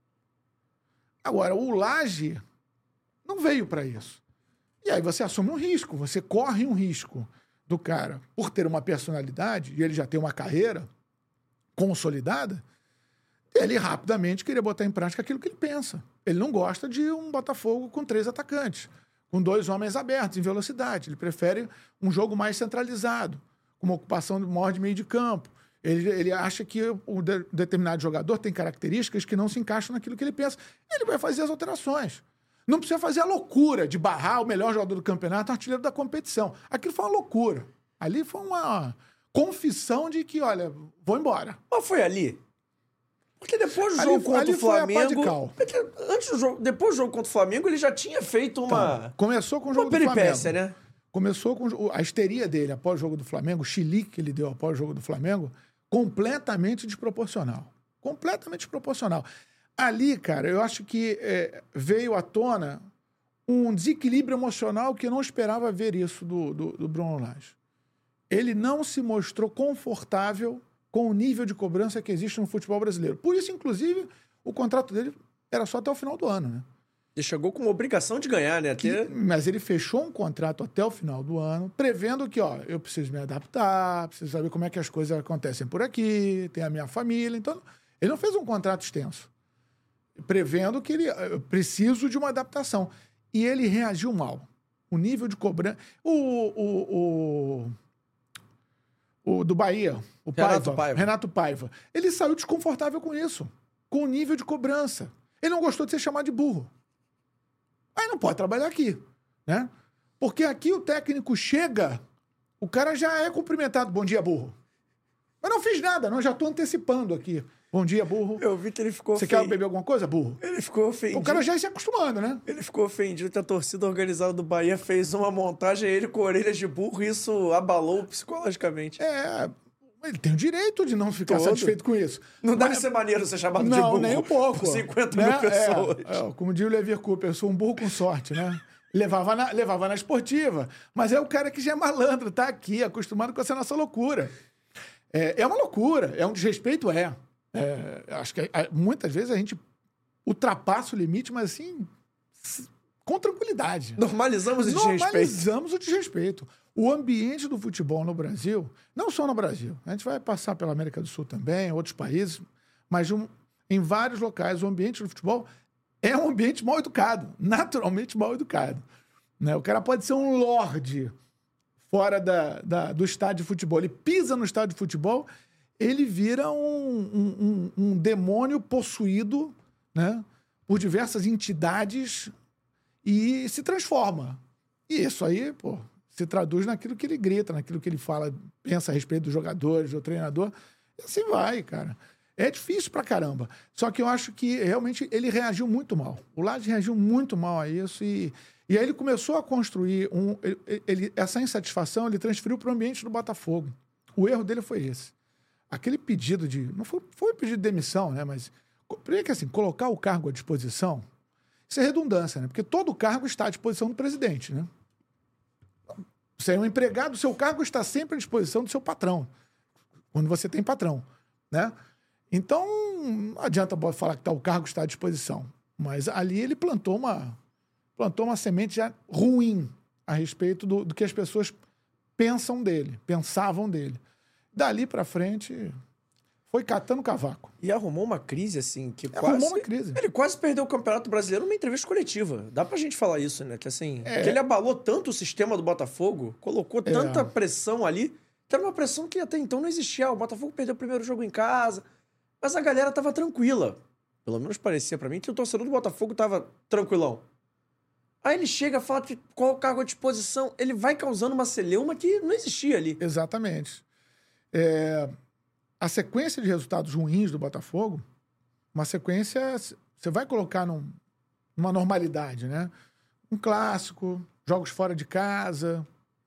S4: Agora, o Lage não veio para isso. E aí você assume um risco, você corre um risco do cara por ter uma personalidade, e ele já tem uma carreira consolidada, ele rapidamente queria botar em prática aquilo que ele pensa. Ele não gosta de um Botafogo com três atacantes, com dois homens abertos em velocidade. Ele prefere um jogo mais centralizado, com uma ocupação maior de meio de campo. Ele, ele acha que um de, determinado jogador tem características que não se encaixam naquilo que ele pensa. Ele vai fazer as alterações. Não precisa fazer a loucura de barrar o melhor jogador do campeonato, o artilheiro da competição. Aquilo foi uma loucura. Ali foi uma confissão de que, olha, vou embora.
S3: Mas foi ali? Porque depois do
S4: Ali-
S3: jogo contra
S4: ali
S3: o
S4: foi a pá de
S3: Flamengo.
S4: cal.
S3: Porque antes do jogo, depois do jogo contra o Flamengo, ele já tinha feito uma.
S4: Então, começou com o jogo
S3: uma
S4: do Flamengo.
S3: peripécia, né?
S4: Começou com o- a histeria dele após o jogo do Flamengo, o chilique que ele deu após o jogo do Flamengo, completamente desproporcional. Completamente desproporcional. Ali, cara, eu acho que é, veio à tona um desequilíbrio emocional que eu não esperava ver isso do, do, do Bruno Lage. Ele não se mostrou confortável com o nível de cobrança que existe no futebol brasileiro. Por isso, inclusive, o contrato dele era só até o final do ano, né?
S3: Ele chegou com uma obrigação de ganhar, né?
S4: Que,
S3: Até...
S4: mas ele fechou um contrato até o final do ano, prevendo que, ó, eu preciso me adaptar, preciso saber como é que as coisas acontecem por aqui, tem a minha família. Então, ele não fez um contrato extenso, prevendo que ele eu preciso de uma adaptação. E ele reagiu mal. O nível de cobrança... O, o, o, o do Bahia, o
S3: Renato
S4: Paiva,
S3: Paiva.
S4: Renato Paiva, ele saiu desconfortável com isso, com o nível de cobrança. Ele não gostou de ser chamado de burro. Aí não pode trabalhar aqui, né? Porque aqui o técnico chega, o cara já é cumprimentado. Bom dia, burro. Mas não fiz nada, não, já estou antecipando aqui. Bom dia, burro.
S3: Eu vi que ele ficou
S4: Você
S3: ofendido.
S4: quer beber alguma coisa, burro?
S3: Ele ficou ofendido.
S4: O cara já ia se acostumando, né?
S3: Ele ficou ofendido que a torcida organizada do Bahia fez uma montagem, ele com orelhas de burro, e isso abalou psicologicamente.
S4: É, ele tem o direito de não ficar
S3: Todo.
S4: satisfeito com isso.
S3: Não deve
S4: Mas-
S3: ser maneiro ser chamado de
S4: Não,
S3: burro.
S4: nem um pouco.
S3: Por cinquenta
S4: né?
S3: mil pessoas.
S4: É, é, como diz o Levi Cooper, eu sou um burro com sorte, né? Levava na, levava na esportiva. Mas é o cara que já é malandro, tá aqui, acostumado com essa nossa loucura. É, é uma loucura, é um desrespeito, é. É, acho que é, muitas vezes a gente ultrapassa o limite, mas assim, s- com tranquilidade.
S3: Normalizamos o desrespeito.
S4: Normalizamos o desrespeito. O ambiente do futebol no Brasil, não só no Brasil, a gente vai passar pela América do Sul também, outros países, mas um- em vários locais o ambiente do futebol é um ambiente mal educado, naturalmente mal educado. Né? O cara pode ser um lorde fora da, da- do estádio de futebol. Ele pisa no estádio de futebol, ele vira um, um- um- um demônio possuído, né, por diversas entidades e se transforma. E isso aí, pô, se traduz naquilo que ele grita, naquilo que ele fala, pensa a respeito dos jogadores, do treinador. E assim vai, cara. É difícil pra caramba. Só que eu acho que realmente ele reagiu muito mal. O Lage reagiu muito mal a isso e, e aí ele começou a construir um, ele, ele- essa insatisfação, ele transferiu para o ambiente do Botafogo. O erro dele foi esse. Aquele pedido de... Não foi, foi um pedido de demissão, né? Mas, primeiro que assim, colocar o cargo à disposição, isso é redundância, né? Porque todo cargo está à disposição do presidente, né? Você é um empregado, o seu cargo está sempre à disposição do seu patrão, quando você tem patrão, né? Então, não adianta falar que tá, o cargo está à disposição. Mas ali ele plantou uma, plantou uma semente já ruim a respeito do, do que as pessoas pensam dele, pensavam dele. Dali para frente, foi catando cavaco.
S3: E arrumou uma crise, assim, que
S4: Arrumou
S3: quase...
S4: uma crise.
S3: Ele quase perdeu o Campeonato Brasileiro numa entrevista coletiva. Dá pra gente falar isso, né? Que assim,
S4: É.
S3: que ele abalou tanto o sistema do Botafogo, colocou
S4: É.
S3: tanta pressão ali, que era uma pressão que até então não existia. O Botafogo perdeu o primeiro jogo em casa, mas a galera tava tranquila. Pelo menos parecia pra mim que o torcedor do Botafogo tava tranquilão. Aí ele chega, fala que qual o cargo à disposição, ele vai causando uma celeuma que não existia ali.
S4: Exatamente. É, a sequência de resultados ruins do Botafogo, uma sequência, você vai colocar num, numa normalidade, né? Um clássico, jogos fora de casa.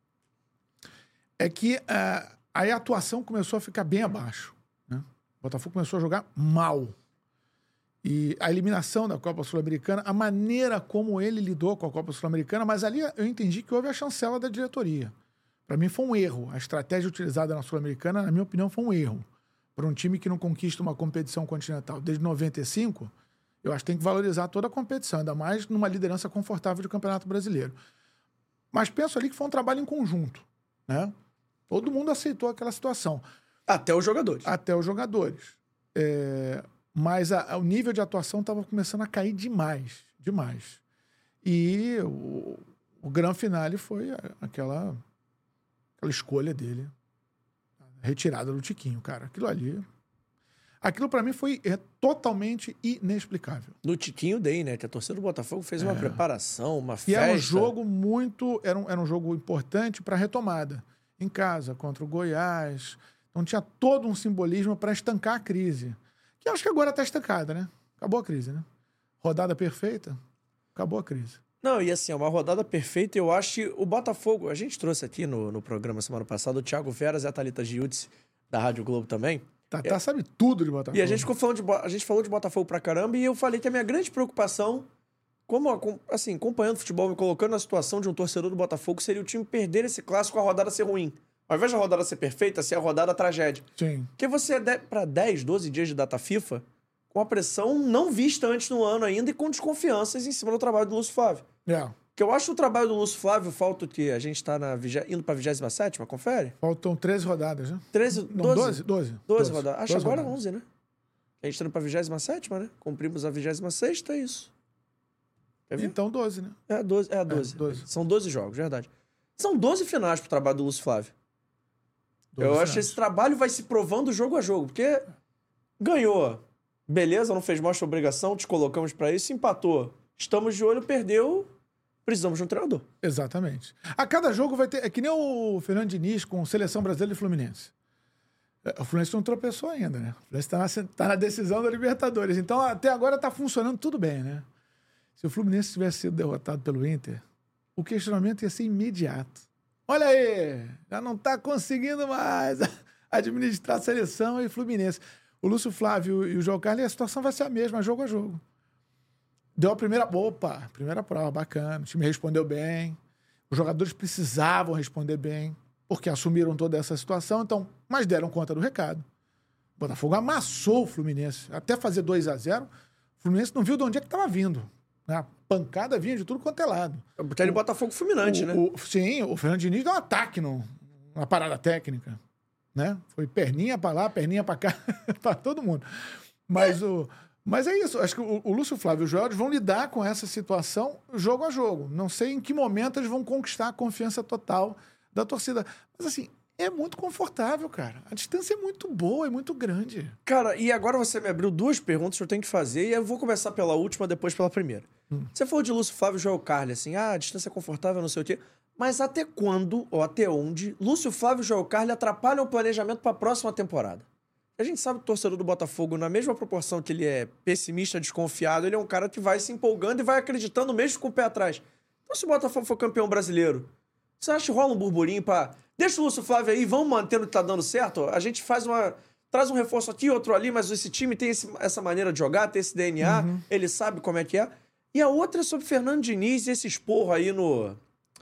S4: É que ah, aí a atuação começou a ficar bem abaixo, né? O Botafogo começou a jogar mal. E a eliminação da Copa Sul-Americana, a maneira como ele lidou com a Copa Sul-Americana, mas ali eu entendi que houve a chancela da diretoria. Para mim foi um erro. A estratégia utilizada na Sul-Americana, na minha opinião, foi um erro. Para um time que não conquista uma competição continental desde noventa e cinco, eu acho que tem que valorizar toda a competição, ainda mais numa liderança confortável do Campeonato Brasileiro. Mas penso ali que foi um trabalho em conjunto, né? Todo mundo aceitou aquela situação.
S3: Até os jogadores.
S4: Até os jogadores. É, mas a- a- o nível de atuação estava começando a cair demais, demais. E o, o grande finale foi a- aquela, aquela escolha dele, a retirada do Tiquinho, cara. Aquilo ali... Aquilo para mim foi é, totalmente inexplicável.
S3: No Tiquinho Day, né? Que a torcida do Botafogo fez uma preparação, uma
S4: E
S3: festa.
S4: era um jogo muito... Era um, era um jogo importante para retomada. Em casa, contra o Goiás. Então tinha todo um simbolismo para estancar a crise. Que eu acho que agora está estancada, né? Acabou a crise, né? Rodada perfeita, acabou a crise.
S3: Não, e assim, é uma rodada perfeita. Eu acho que o Botafogo... A gente trouxe aqui no, no programa semana passada o Thiago Veras e a Thalita Giudice, da Rádio Globo também.
S4: Tatá sabe tudo de Botafogo.
S3: E a gente ficou falando de... Bo- A gente falou de Botafogo pra caramba e eu falei que a minha grande preocupação, como acom- assim, acompanhando o futebol, me colocando na situação de um torcedor do Botafogo, seria o time perder esse clássico, a rodada ser ruim. Ao invés da rodada ser perfeita, ser a rodada tragédia.
S4: Sim.
S3: Porque você é de... para dez, doze dias de data FIFA, com a pressão não vista antes no ano ainda e com desconfianças em cima do trabalho do Lúcio Flávio.
S4: É.
S3: Porque eu acho o trabalho do Lúcio Flávio, falta que a gente tá na vigé... indo pra vigésima sétima, confere?
S4: Faltam treze rodadas, né?
S3: treze,
S4: Não,
S3: doze?
S4: doze.
S3: doze rodadas. Acho
S4: doze
S3: agora
S4: rodadas.
S3: onze, né? A gente tá indo pra vigésima sétima, né? Cumprimos a vigésima sexta, é isso. Quer ver?
S4: Então doze, né?
S3: É, doze, é, doze.
S4: É, doze.
S3: São doze jogos, verdade. São doze finais pro trabalho do Lúcio Flávio.
S4: doze
S3: Eu
S4: finais.
S3: acho que esse trabalho vai se provando jogo a jogo, porque ganhou, beleza, não fez mais sua obrigação, te colocamos pra isso, empatou. Estamos de olho, perdeu, precisamos de um treinador.
S4: Exatamente. A cada jogo vai ter... É que nem o Fernando Diniz com Seleção Brasileira e Fluminense. É, o Fluminense não tropeçou ainda, né? O Fluminense tá na, tá na decisão da Libertadores. Então, até agora tá funcionando tudo bem, né? Se o Fluminense tivesse sido derrotado pelo Inter, o questionamento ia ser imediato. Olha aí, já não tá conseguindo mais administrar a seleção e Fluminense. O Lúcio Flávio e o João Carlos, a situação vai ser a mesma, jogo a jogo. Deu a primeira... Opa, primeira prova, bacana. O time respondeu bem. Os jogadores precisavam responder bem, porque assumiram toda essa situação, então, mas deram conta do recado. O Botafogo amassou o Fluminense. Até fazer dois a zero, o Fluminense não viu de onde é que estava vindo. A pancada vinha de tudo quanto é lado.
S3: Porque ele Botafogo fulminante,
S4: o,
S3: né?
S4: O, sim, o Fernando Diniz deu um ataque no, na parada técnica. Né? Foi perninha pra lá, perninha pra cá, pra todo mundo. Mas, é. O, mas é isso. Acho que o, o Lúcio Flávio e o Jorge vão lidar com essa situação jogo a jogo. Não sei em que momento eles vão conquistar a confiança total da torcida. Mas assim, é muito confortável, cara. A distância é muito boa, é muito grande.
S3: Cara, e agora você me abriu duas perguntas que eu tenho que fazer, e eu vou começar pela última, depois pela primeira. Hum. Você falou de Lúcio Flávio e Joel Carli, assim, ah, a distância é confortável, não sei o quê. Mas até quando, ou até onde, Lúcio Flávio e Joel Carli atrapalham o planejamento para a próxima temporada? A gente sabe que o torcedor do Botafogo, na mesma proporção que ele é pessimista, desconfiado, ele é um cara que vai se empolgando e vai acreditando mesmo com o pé atrás. Então, se o Botafogo for campeão brasileiro, você acha que rola um burburinho pra... Deixa o Lúcio Flávio aí, vamos mantendo o que tá dando certo? A gente faz uma... Traz um reforço aqui, outro ali, mas esse time tem esse, essa maneira de jogar, tem esse D N A, uhum. Ele sabe como é que é. E a outra é sobre Fernando Diniz e esse esporro aí no...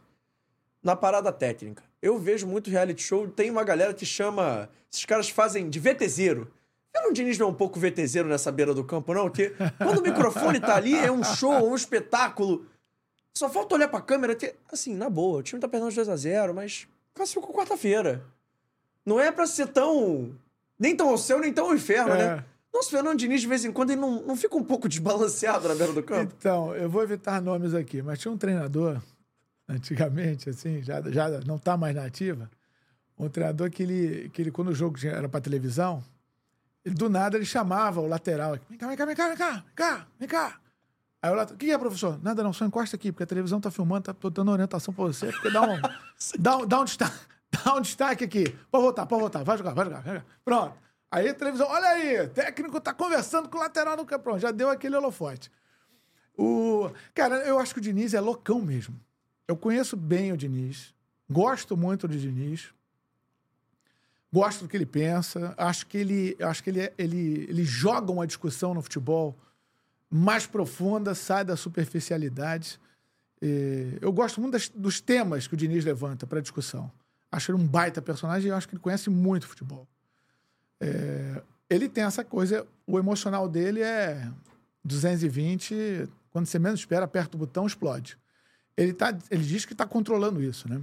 S3: na parada técnica. Eu vejo muito reality show, tem uma galera que chama... Esses caras fazem de VTZero. Fernando Diniz não é um pouco VTZero nessa beira do campo, não? Porque quando o microfone tá ali, é um show, um espetáculo. Só falta olhar pra câmera que, assim, na boa, o time tá perdendo de dois a zero, mas classificou quarta-feira. Não é pra ser tão... nem tão ao céu, nem tão ao inferno, é. Né? Nossa, Fernando Diniz, de vez em quando, ele não, não fica um pouco desbalanceado na beira do campo?
S4: Então, eu vou evitar nomes aqui, mas tinha um treinador, antigamente, assim, já, já não tá mais na ativa, um treinador que ele, que ele quando o jogo era pra televisão, ele, do nada ele chamava o lateral. Vem cá, vem cá, vem cá, vem cá, vem cá, vem cá. Aí o lateral, o que é, professor? Nada não, só encosta aqui, porque a televisão tá filmando, tá, tô dando orientação pra você, porque dá um, dá, um, dá, um destaque, dá um destaque aqui. Pode voltar, pode voltar, vai jogar, vai jogar, vai jogar. Pronto. Aí a televisão, olha aí, o técnico tá conversando com o lateral no campo. Pronto, já deu aquele holofote. O... Cara, eu acho que o Diniz é loucão mesmo. Eu conheço bem o Diniz, gosto muito do Diniz, gosto do que ele pensa, acho que ele, acho que ele, é, ele, ele joga uma discussão no futebol mais profunda, sai da superficialidade. E eu gosto muito das, dos temas que o Diniz levanta para discussão. Acho ele um baita personagem e acho que ele conhece muito futebol. É, ele tem essa coisa, o emocional dele é duzentos e vinte, quando você menos espera, aperta o botão, explode. Ele, tá, ele diz que está controlando isso, né?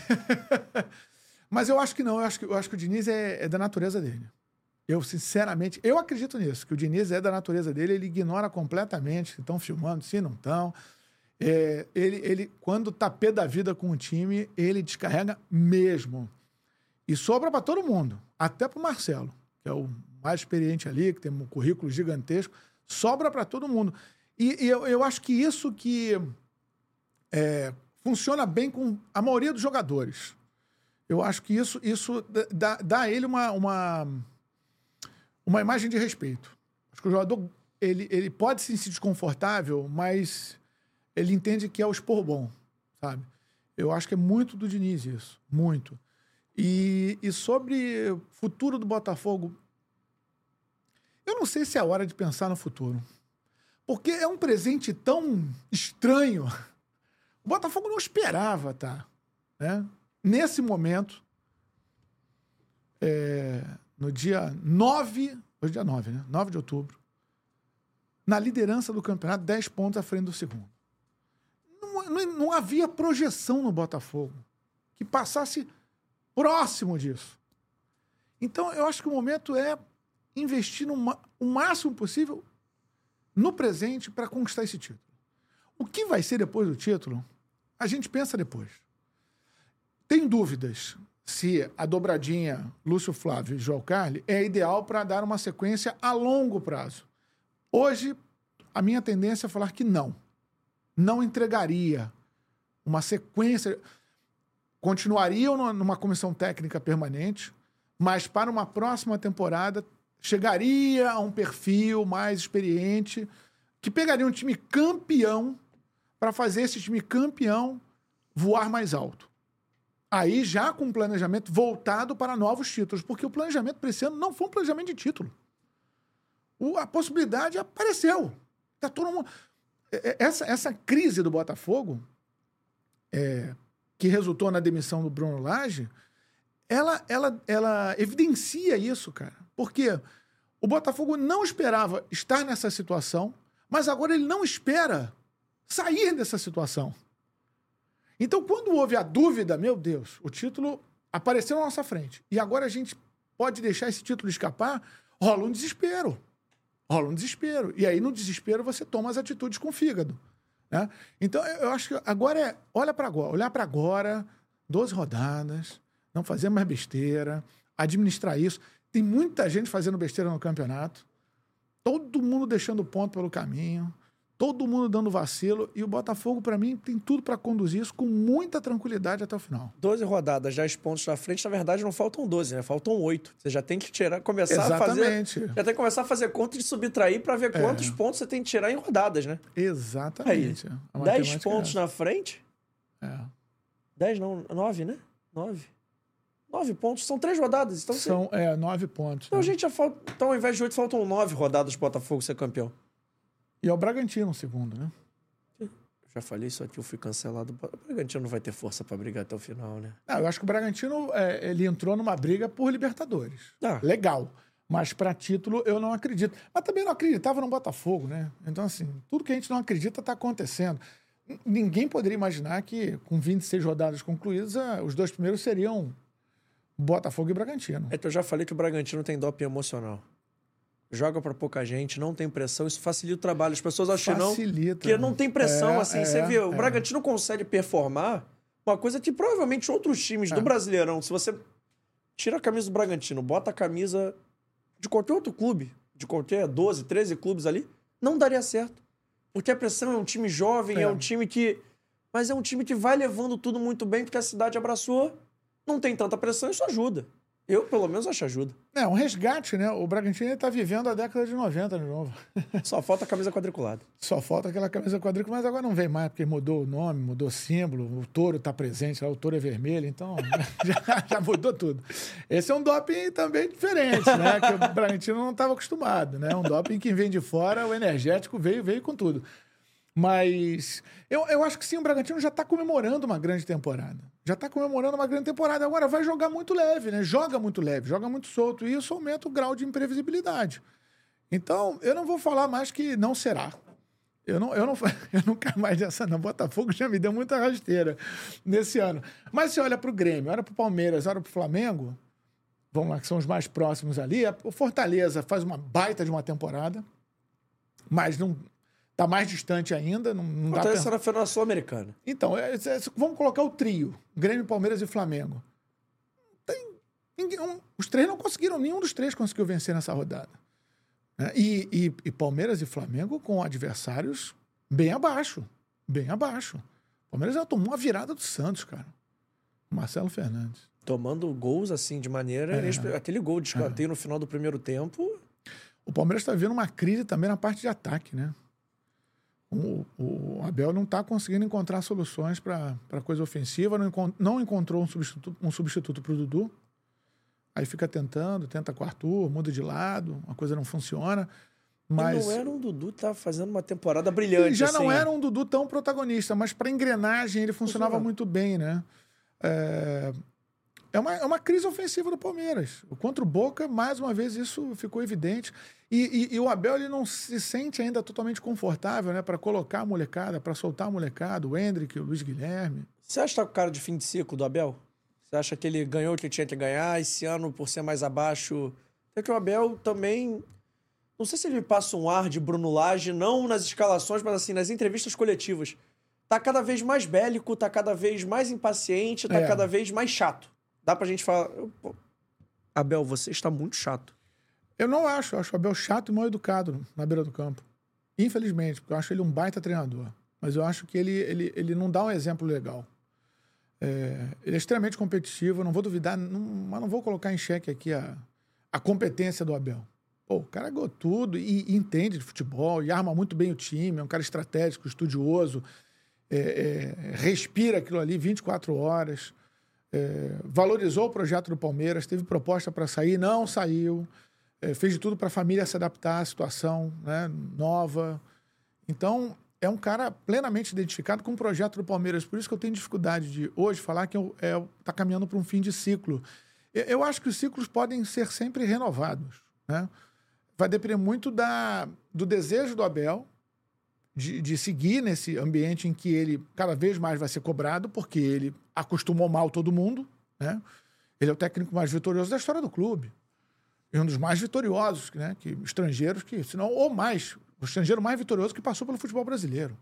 S4: Mas eu acho que não, eu acho que, eu acho que o Diniz é, é da natureza dele. Eu, sinceramente, eu acredito nisso, que o Diniz é da natureza dele, ele ignora completamente se estão filmando, se não estão. É, ele, ele, quando tá pé da vida com o time, ele descarrega mesmo. E sobra para todo mundo, até para o Marcelo, que é o mais experiente ali, que tem um currículo gigantesco, sobra para todo mundo. E, e eu, eu acho que isso que é, funciona bem com a maioria dos jogadores. Eu acho que isso, isso dá, dá a ele uma, uma, uma imagem de respeito. Acho que o jogador ele, ele pode se sentir desconfortável, mas ele entende que é o esporro bom, sabe? Eu acho que é muito do Diniz isso, muito. E, e sobre o futuro do Botafogo, eu não sei se é a hora de pensar no futuro. Porque é um presente tão estranho. O Botafogo não esperava, tá? Né? Nesse momento, é, no dia nove, hoje é dia nove, né? nove de outubro, na liderança do campeonato, dez pontos à frente do segundo. Não, não, não havia projeção no Botafogo que passasse próximo disso. Então, eu acho que o momento é investir no, o máximo possível no presente para conquistar esse título. O que vai ser depois do título, a gente pensa depois. Tem dúvidas se a dobradinha Lúcio Flávio e João Carli é ideal para dar uma sequência a longo prazo. Hoje, a minha tendência é falar que não. Não entregaria uma sequência. Continuariam numa comissão técnica permanente, mas para uma próxima temporada chegaria a um perfil mais experiente que pegaria um time campeão para fazer esse time campeão voar mais alto. Aí já com um planejamento voltado para novos títulos, porque o planejamento para esse ano não foi um planejamento de título. O, a possibilidade apareceu. Tá todo mundo... essa, essa crise do Botafogo, é, que resultou na demissão do Bruno Lage, ela, ela, ela evidencia isso, cara. Porque o Botafogo não esperava estar nessa situação, mas agora ele não espera sair dessa situação. Então, quando houve a dúvida, meu Deus, o título apareceu na nossa frente, e agora a gente pode deixar esse título escapar, rola um desespero. Rola um desespero. E aí, no desespero, você toma as atitudes com o fígado. Né? Então, eu acho que agora é... Olha para agora. Olhar para agora, doze rodadas, não fazer mais besteira, administrar isso. Tem muita gente fazendo besteira no campeonato. Todo mundo deixando ponto pelo caminho. Todo mundo dando vacilo. E o Botafogo, para mim, tem tudo para conduzir isso com muita tranquilidade até o final.
S3: doze rodadas, dez pontos na frente. Na verdade, não faltam doze, né? Faltam oito. Você já tem que tirar, começar
S4: Exatamente.
S3: a fazer... Já tem que começar a fazer conta de subtrair para ver quantos é. pontos você tem que tirar em rodadas, né?
S4: Exatamente.
S3: Aí, dez pontos é na frente?
S4: É.
S3: dez não, nove, né? nove. nove pontos. São três rodadas. Então
S4: São,
S3: você...
S4: é, nove pontos.
S3: Então,
S4: né?
S3: a gente já falta... Então, ao invés de oito, faltam nove rodadas pro Botafogo ser campeão.
S4: E é o Bragantino, segundo, né?
S3: Eu já falei isso aqui, eu fui cancelado. O Bragantino não vai ter força para brigar até o final, né?
S4: Não, eu acho que o Bragantino é, ele entrou numa briga por Libertadores.
S3: Ah.
S4: Legal. Mas para título eu não acredito. Mas também não acreditava no Botafogo, né? Então, assim, tudo que a gente não acredita está acontecendo. N- ninguém poderia imaginar que, com vinte e seis rodadas concluídas, ah, os dois primeiros seriam Botafogo e Bragantino.
S3: É que eu já falei que o Bragantino tem doping emocional. Joga pra pouca gente, não tem pressão, isso facilita o trabalho. As pessoas acham
S4: Facilita,
S3: que não tem pressão,
S4: é,
S3: assim.
S4: é,
S3: você vê, o
S4: é.
S3: Bragantino consegue performar uma coisa que provavelmente outros times
S4: É.
S3: do Brasileirão, se você tira a camisa do Bragantino, bota a camisa de qualquer outro clube, de qualquer doze, treze clubes ali, não daria certo. Porque a pressão é um time jovem, é,
S4: É.
S3: um time que... Mas é um time que vai levando tudo muito bem, porque a cidade abraçou, não tem tanta pressão, isso ajuda. Eu, pelo menos, acho ajuda.
S4: É, um resgate, né? O Bragantino está vivendo a década de noventa de novo.
S3: Só falta a camisa quadriculada.
S4: Só falta aquela camisa quadrícula, mas agora não vem mais, porque mudou o nome, mudou o símbolo, o touro está presente, lá, o touro é vermelho, então já, já mudou tudo. Esse é um doping também diferente, né? Que o Bragantino não estava acostumado, né? Um doping que vem de fora, o energético veio, veio com tudo. Mas eu, eu acho que sim, o Bragantino já está comemorando uma grande temporada. Já está comemorando uma grande temporada. Agora vai jogar muito leve, né? Joga muito leve, joga muito solto. E isso aumenta o grau de imprevisibilidade. Então, eu não vou falar mais que não será. Eu não, eu não, eu não quero mais dessa, não. Botafogo já me deu muita rasteira nesse ano. Mas você olha para o Grêmio, olha para o Palmeiras, olha para o Flamengo, vamos lá, que são os mais próximos ali. O Fortaleza faz uma baita de uma temporada, mas não... Está mais distante ainda. Não, não dá
S3: Fortaleza
S4: pra...
S3: na final sul-americana.
S4: Então, é, é, vamos colocar o trio. Grêmio, Palmeiras e Flamengo. Tem, ninguém, um, os três não conseguiram, nenhum dos três conseguiu vencer nessa rodada. Né? E, e, e Palmeiras e Flamengo com adversários bem abaixo. Bem abaixo. O Palmeiras já tomou uma virada do Santos, cara. O Marcelo Fernandes.
S3: Tomando gols assim de maneira...
S4: É.
S3: Aquele gol de escanteio é. no final do primeiro tempo...
S4: O Palmeiras está vivendo uma crise também na parte de ataque, né? O, o Abel não está conseguindo encontrar soluções para a coisa ofensiva, não, encont não encontrou um substituto, um substituto para o Dudu. Aí fica tentando, tenta com o Arthur, muda de lado, a coisa não funciona. Mas...
S3: E não era um Dudu que estava fazendo uma temporada brilhante.
S4: E já
S3: assim.
S4: não era um Dudu tão protagonista, mas para engrenagem ele funcionava
S3: Funcionava.
S4: muito bem, né? É... é uma, é uma crise ofensiva do Palmeiras. Contra o Boca, mais uma vez, isso ficou evidente. E, e, e o Abel ele não se sente ainda totalmente confortável, né, para colocar a molecada, para soltar a molecada, o Hendrick, o Luiz Guilherme.
S3: Você acha que tá com cara de fim de ciclo do Abel? Você acha que ele ganhou o que tinha que ganhar? Esse ano, por ser mais abaixo... É que o Abel também... Não sei se ele passa um ar de Bruno Lage, não nas escalações, mas assim, nas entrevistas coletivas. Tá cada vez mais bélico, tá cada vez mais impaciente, tá
S4: É.
S3: cada vez mais chato. Dá pra gente falar... Pô, Abel, você está muito chato.
S4: Eu não acho. Eu acho o Abel chato e mal educado na beira do campo. Infelizmente, porque eu acho ele um baita treinador. Mas eu acho que ele, ele, ele não dá um exemplo legal. É, ele é extremamente competitivo, eu não vou duvidar, não, mas não vou colocar em xeque aqui a, a competência do Abel. Pô, o cara ganhou tudo e, e entende de futebol, e arma muito bem o time, é um cara estratégico, estudioso, é, é, respira aquilo ali vinte e quatro horas, é, valorizou o projeto do Palmeiras, teve proposta para sair, não saiu, é, fez de tudo para a família se adaptar à situação, né, nova. Então, é um cara plenamente identificado com o projeto do Palmeiras. Por isso que eu tenho dificuldade de, hoje, falar que está é, tá caminhando para um fim de ciclo. Eu, eu acho que os ciclos podem ser sempre renovados, né? Vai depender muito da, do desejo do Abel de, de seguir nesse ambiente em que ele cada vez mais vai ser cobrado, porque ele acostumou mal todo mundo, né? Ele é o técnico mais vitorioso da história do clube. E um dos mais vitoriosos, né? Que, estrangeiros, que, se não, ou mais... O estrangeiro mais vitorioso que passou pelo futebol brasileiro.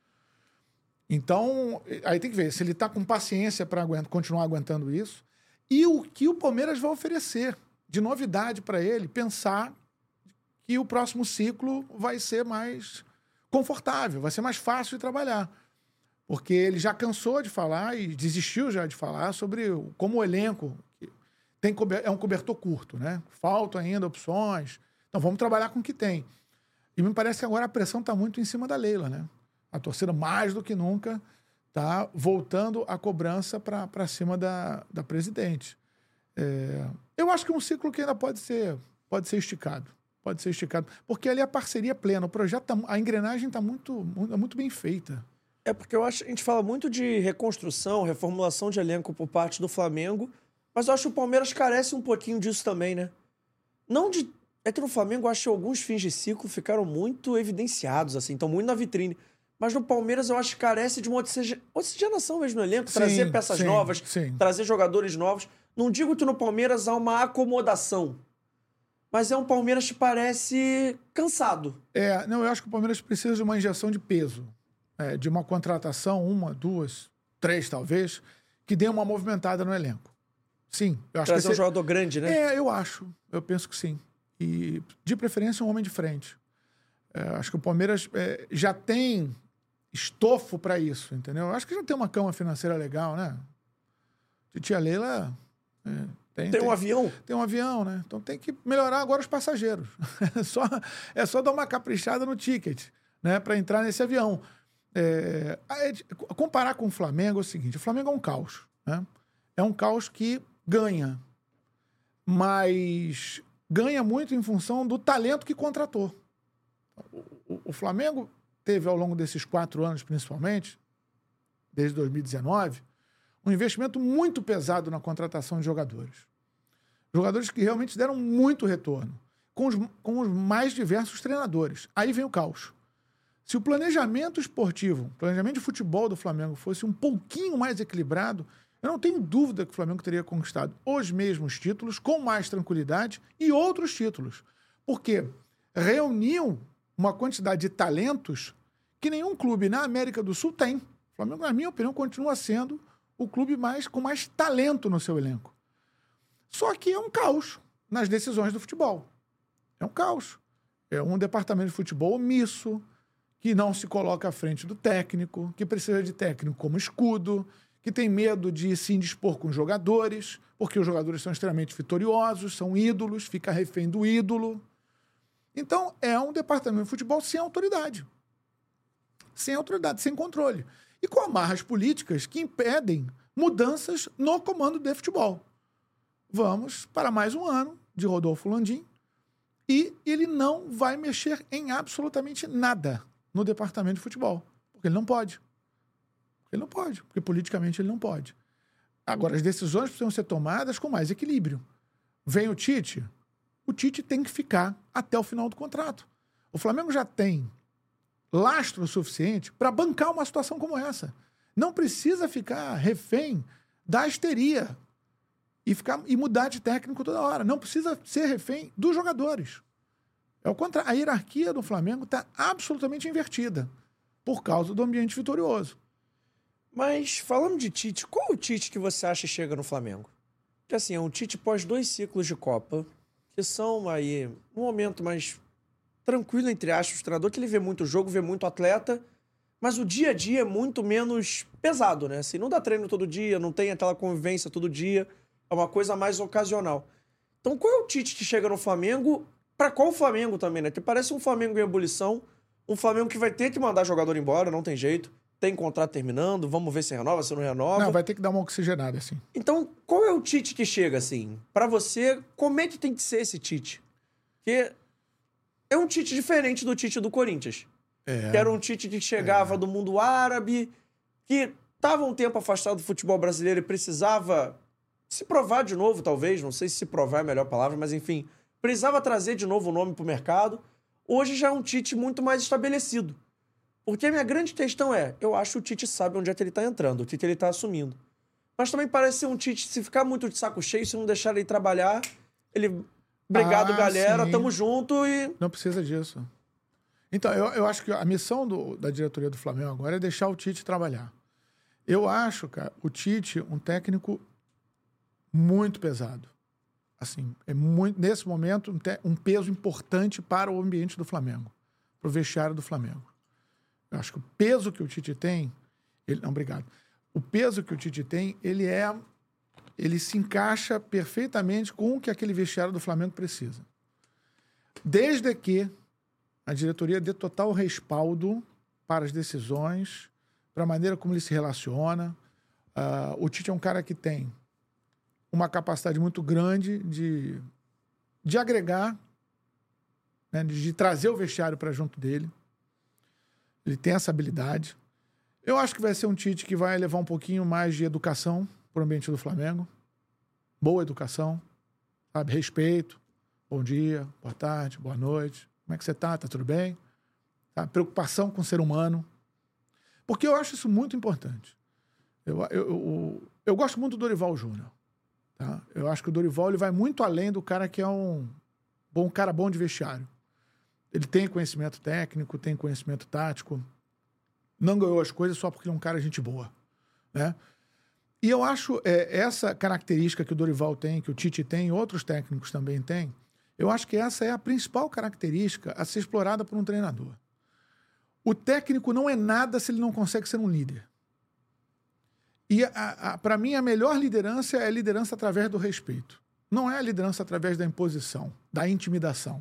S4: Então, aí tem que ver se ele está com paciência para aguentar, continuar aguentando isso. E o que o Palmeiras vai oferecer de novidade para ele, pensar que o próximo ciclo vai ser mais confortável, vai ser mais fácil de trabalhar. Porque ele já cansou de falar e desistiu já de falar sobre como o elenco tem, é um cobertor curto, né? Faltam ainda opções. Então, vamos trabalhar com o que tem. E me parece que agora a pressão está muito em cima da Leila, né? A torcida, mais do que nunca, está voltando a cobrança para cima da, da presidente. É, eu acho que é um ciclo que ainda pode ser, pode ser esticado. Pode ser esticado. Porque ali é a parceria plena. O projeto, tá, a engrenagem está muito, muito, muito bem feita.
S3: É porque eu acho, a gente fala muito de reconstrução, reformulação de elenco por parte do Flamengo, mas eu acho que o Palmeiras carece um pouquinho disso também, né? Não de... É que no Flamengo, eu acho que alguns fins de ciclo ficaram muito evidenciados, assim, estão muito na vitrine. Mas no Palmeiras, eu acho que carece de uma oxigenação mesmo no elenco, sim, trazer peças
S4: sim,
S3: novas,
S4: sim.
S3: trazer jogadores novos. Não digo que no Palmeiras há uma acomodação, mas é um Palmeiras que parece cansado.
S4: É, não, eu acho que o Palmeiras precisa de uma injeção de peso, é, de uma contratação, uma, duas, três talvez, que dê uma movimentada no elenco. Sim. Eu acho
S3: trazer
S4: que
S3: um jogador grande, né?
S4: É, eu acho. Eu penso que sim. E, de preferência, um homem de frente. É, acho que o Palmeiras é, já tem estofo para isso, entendeu? Acho que já tem uma cama financeira legal, né? Titia Leila... É, tem,
S3: tem,
S4: tem
S3: um avião?
S4: Tem um avião, né? Então tem que melhorar agora os passageiros. É só, é só dar uma caprichada no ticket, né? Para entrar nesse avião. É, comparar com o Flamengo é o seguinte, o Flamengo é um caos, né? É um caos que ganha, mas... ganha muito em função do talento que contratou. O, o, o Flamengo teve, ao longo desses quatro anos, principalmente, desde dois mil e dezenove, um investimento muito pesado na contratação de jogadores. Jogadores que realmente deram muito retorno, com os, com os mais diversos treinadores. Aí vem o caos. Se o planejamento esportivo, o planejamento de futebol do Flamengo fosse um pouquinho mais equilibrado, eu não tenho dúvida que o Flamengo teria conquistado os mesmos títulos, com mais tranquilidade, e outros títulos. Porque reuniam uma quantidade de talentos que nenhum clube na América do Sul tem. O Flamengo, na minha opinião, continua sendo o clube mais, com mais talento no seu elenco. Só que é um caos nas decisões do futebol. É um caos. É um departamento de futebol omisso, que não se coloca à frente do técnico, que precisa de técnico como escudo, que tem medo de se indispor com os jogadores, porque os jogadores são extremamente vitoriosos, são ídolos, fica refém do ídolo. Então, é um departamento de futebol sem autoridade. Sem autoridade, sem controle. E com amarras políticas que impedem mudanças no comando de futebol. Vamos para mais um ano de Rodolfo Landim e ele não vai mexer em absolutamente nada no departamento de futebol, porque ele não pode. Ele não pode, porque politicamente ele não pode. Agora, as decisões precisam ser tomadas com mais equilíbrio. Vem o Tite, o Tite tem que ficar até o final do contrato. O Flamengo já tem lastro suficiente para bancar uma situação como essa. Não precisa ficar refém da histeria e, ficar, e mudar de técnico toda hora. Não precisa ser refém dos jogadores. É o contrário. A hierarquia do Flamengo está absolutamente invertida por causa do ambiente vitorioso.
S3: Mas, falando de Tite, qual é o Tite que você acha que chega no Flamengo? Porque, assim, é um Tite pós dois ciclos de Copa, que são aí um momento mais tranquilo, entre aspas, o treinador, que ele vê muito jogo, vê muito atleta, mas o dia a dia é muito menos pesado, né? Assim, não dá treino todo dia, não tem aquela convivência todo dia, é uma coisa mais ocasional. Então, qual é o Tite que chega no Flamengo? Pra qual Flamengo também, né? Porque parece um Flamengo em ebulição, um Flamengo que vai ter que mandar jogador embora, não tem jeito. Tem contrato terminando, vamos ver se renova, se não renova.
S4: Não, vai ter que dar uma oxigenada, assim.
S3: Então, qual é o Tite que chega, assim? Pra você, como é que tem que ser esse Tite? Porque é um Tite diferente do Tite do Corinthians.
S4: É.
S3: Que era um Tite que chegava é. do mundo árabe, que estava um tempo afastado do futebol brasileiro e precisava se provar de novo, talvez. Não sei se se provar é a melhor palavra, mas enfim. Precisava trazer de novo o nome pro mercado. Hoje já é um Tite muito mais estabelecido. Porque a minha grande questão é, eu acho que o Tite sabe onde é que ele tá entrando, o Tite ele tá assumindo. Mas também parece ser um Tite, se ficar muito de saco cheio, se não deixar ele trabalhar, ele... Obrigado,
S4: ah,
S3: galera,
S4: sim.
S3: Tamo junto e...
S4: Não precisa disso. Então, eu, eu acho que a missão do, da diretoria do Flamengo agora é deixar o Tite trabalhar. Eu acho, cara, o Tite um técnico muito pesado. Assim, é muito, nesse momento, um, te, um peso importante para o ambiente do Flamengo, para o vestiário do Flamengo. Eu acho que o peso que o Tite tem... Ele, não, obrigado. O peso que o Tite tem, ele é... Ele se encaixa perfeitamente com o que aquele vestiário do Flamengo precisa. Desde que a diretoria dê total respaldo para as decisões, para a maneira como ele se relaciona. Uh, o Tite é um cara que tem uma capacidade muito grande de, de agregar, né, de, de trazer o vestiário para junto dele. Ele tem essa habilidade. Eu acho que vai ser um Tite que vai levar um pouquinho mais de educação para o ambiente do Flamengo. Boa educação, sabe? Respeito. Bom dia, boa tarde, boa noite. Como é que você tá? Tá tudo bem? Tá? Preocupação com o ser humano. Porque eu acho isso muito importante. Eu, eu, eu, eu gosto muito do Dorival Júnior. Tá? Eu acho que o Dorival ele vai muito além do cara que é um bom cara bom de vestiário. Ele tem conhecimento técnico, tem conhecimento tático. Não ganhou as coisas só porque ele é um cara gente boa, né? E eu acho é, essa característica que o Dorival tem, que o Tite tem, e outros técnicos também têm, eu acho que essa é a principal característica a ser explorada por um treinador. O técnico não é nada se ele não consegue ser um líder. E, para mim, a melhor liderança é a liderança através do respeito. Não é a liderança através da imposição, da intimidação.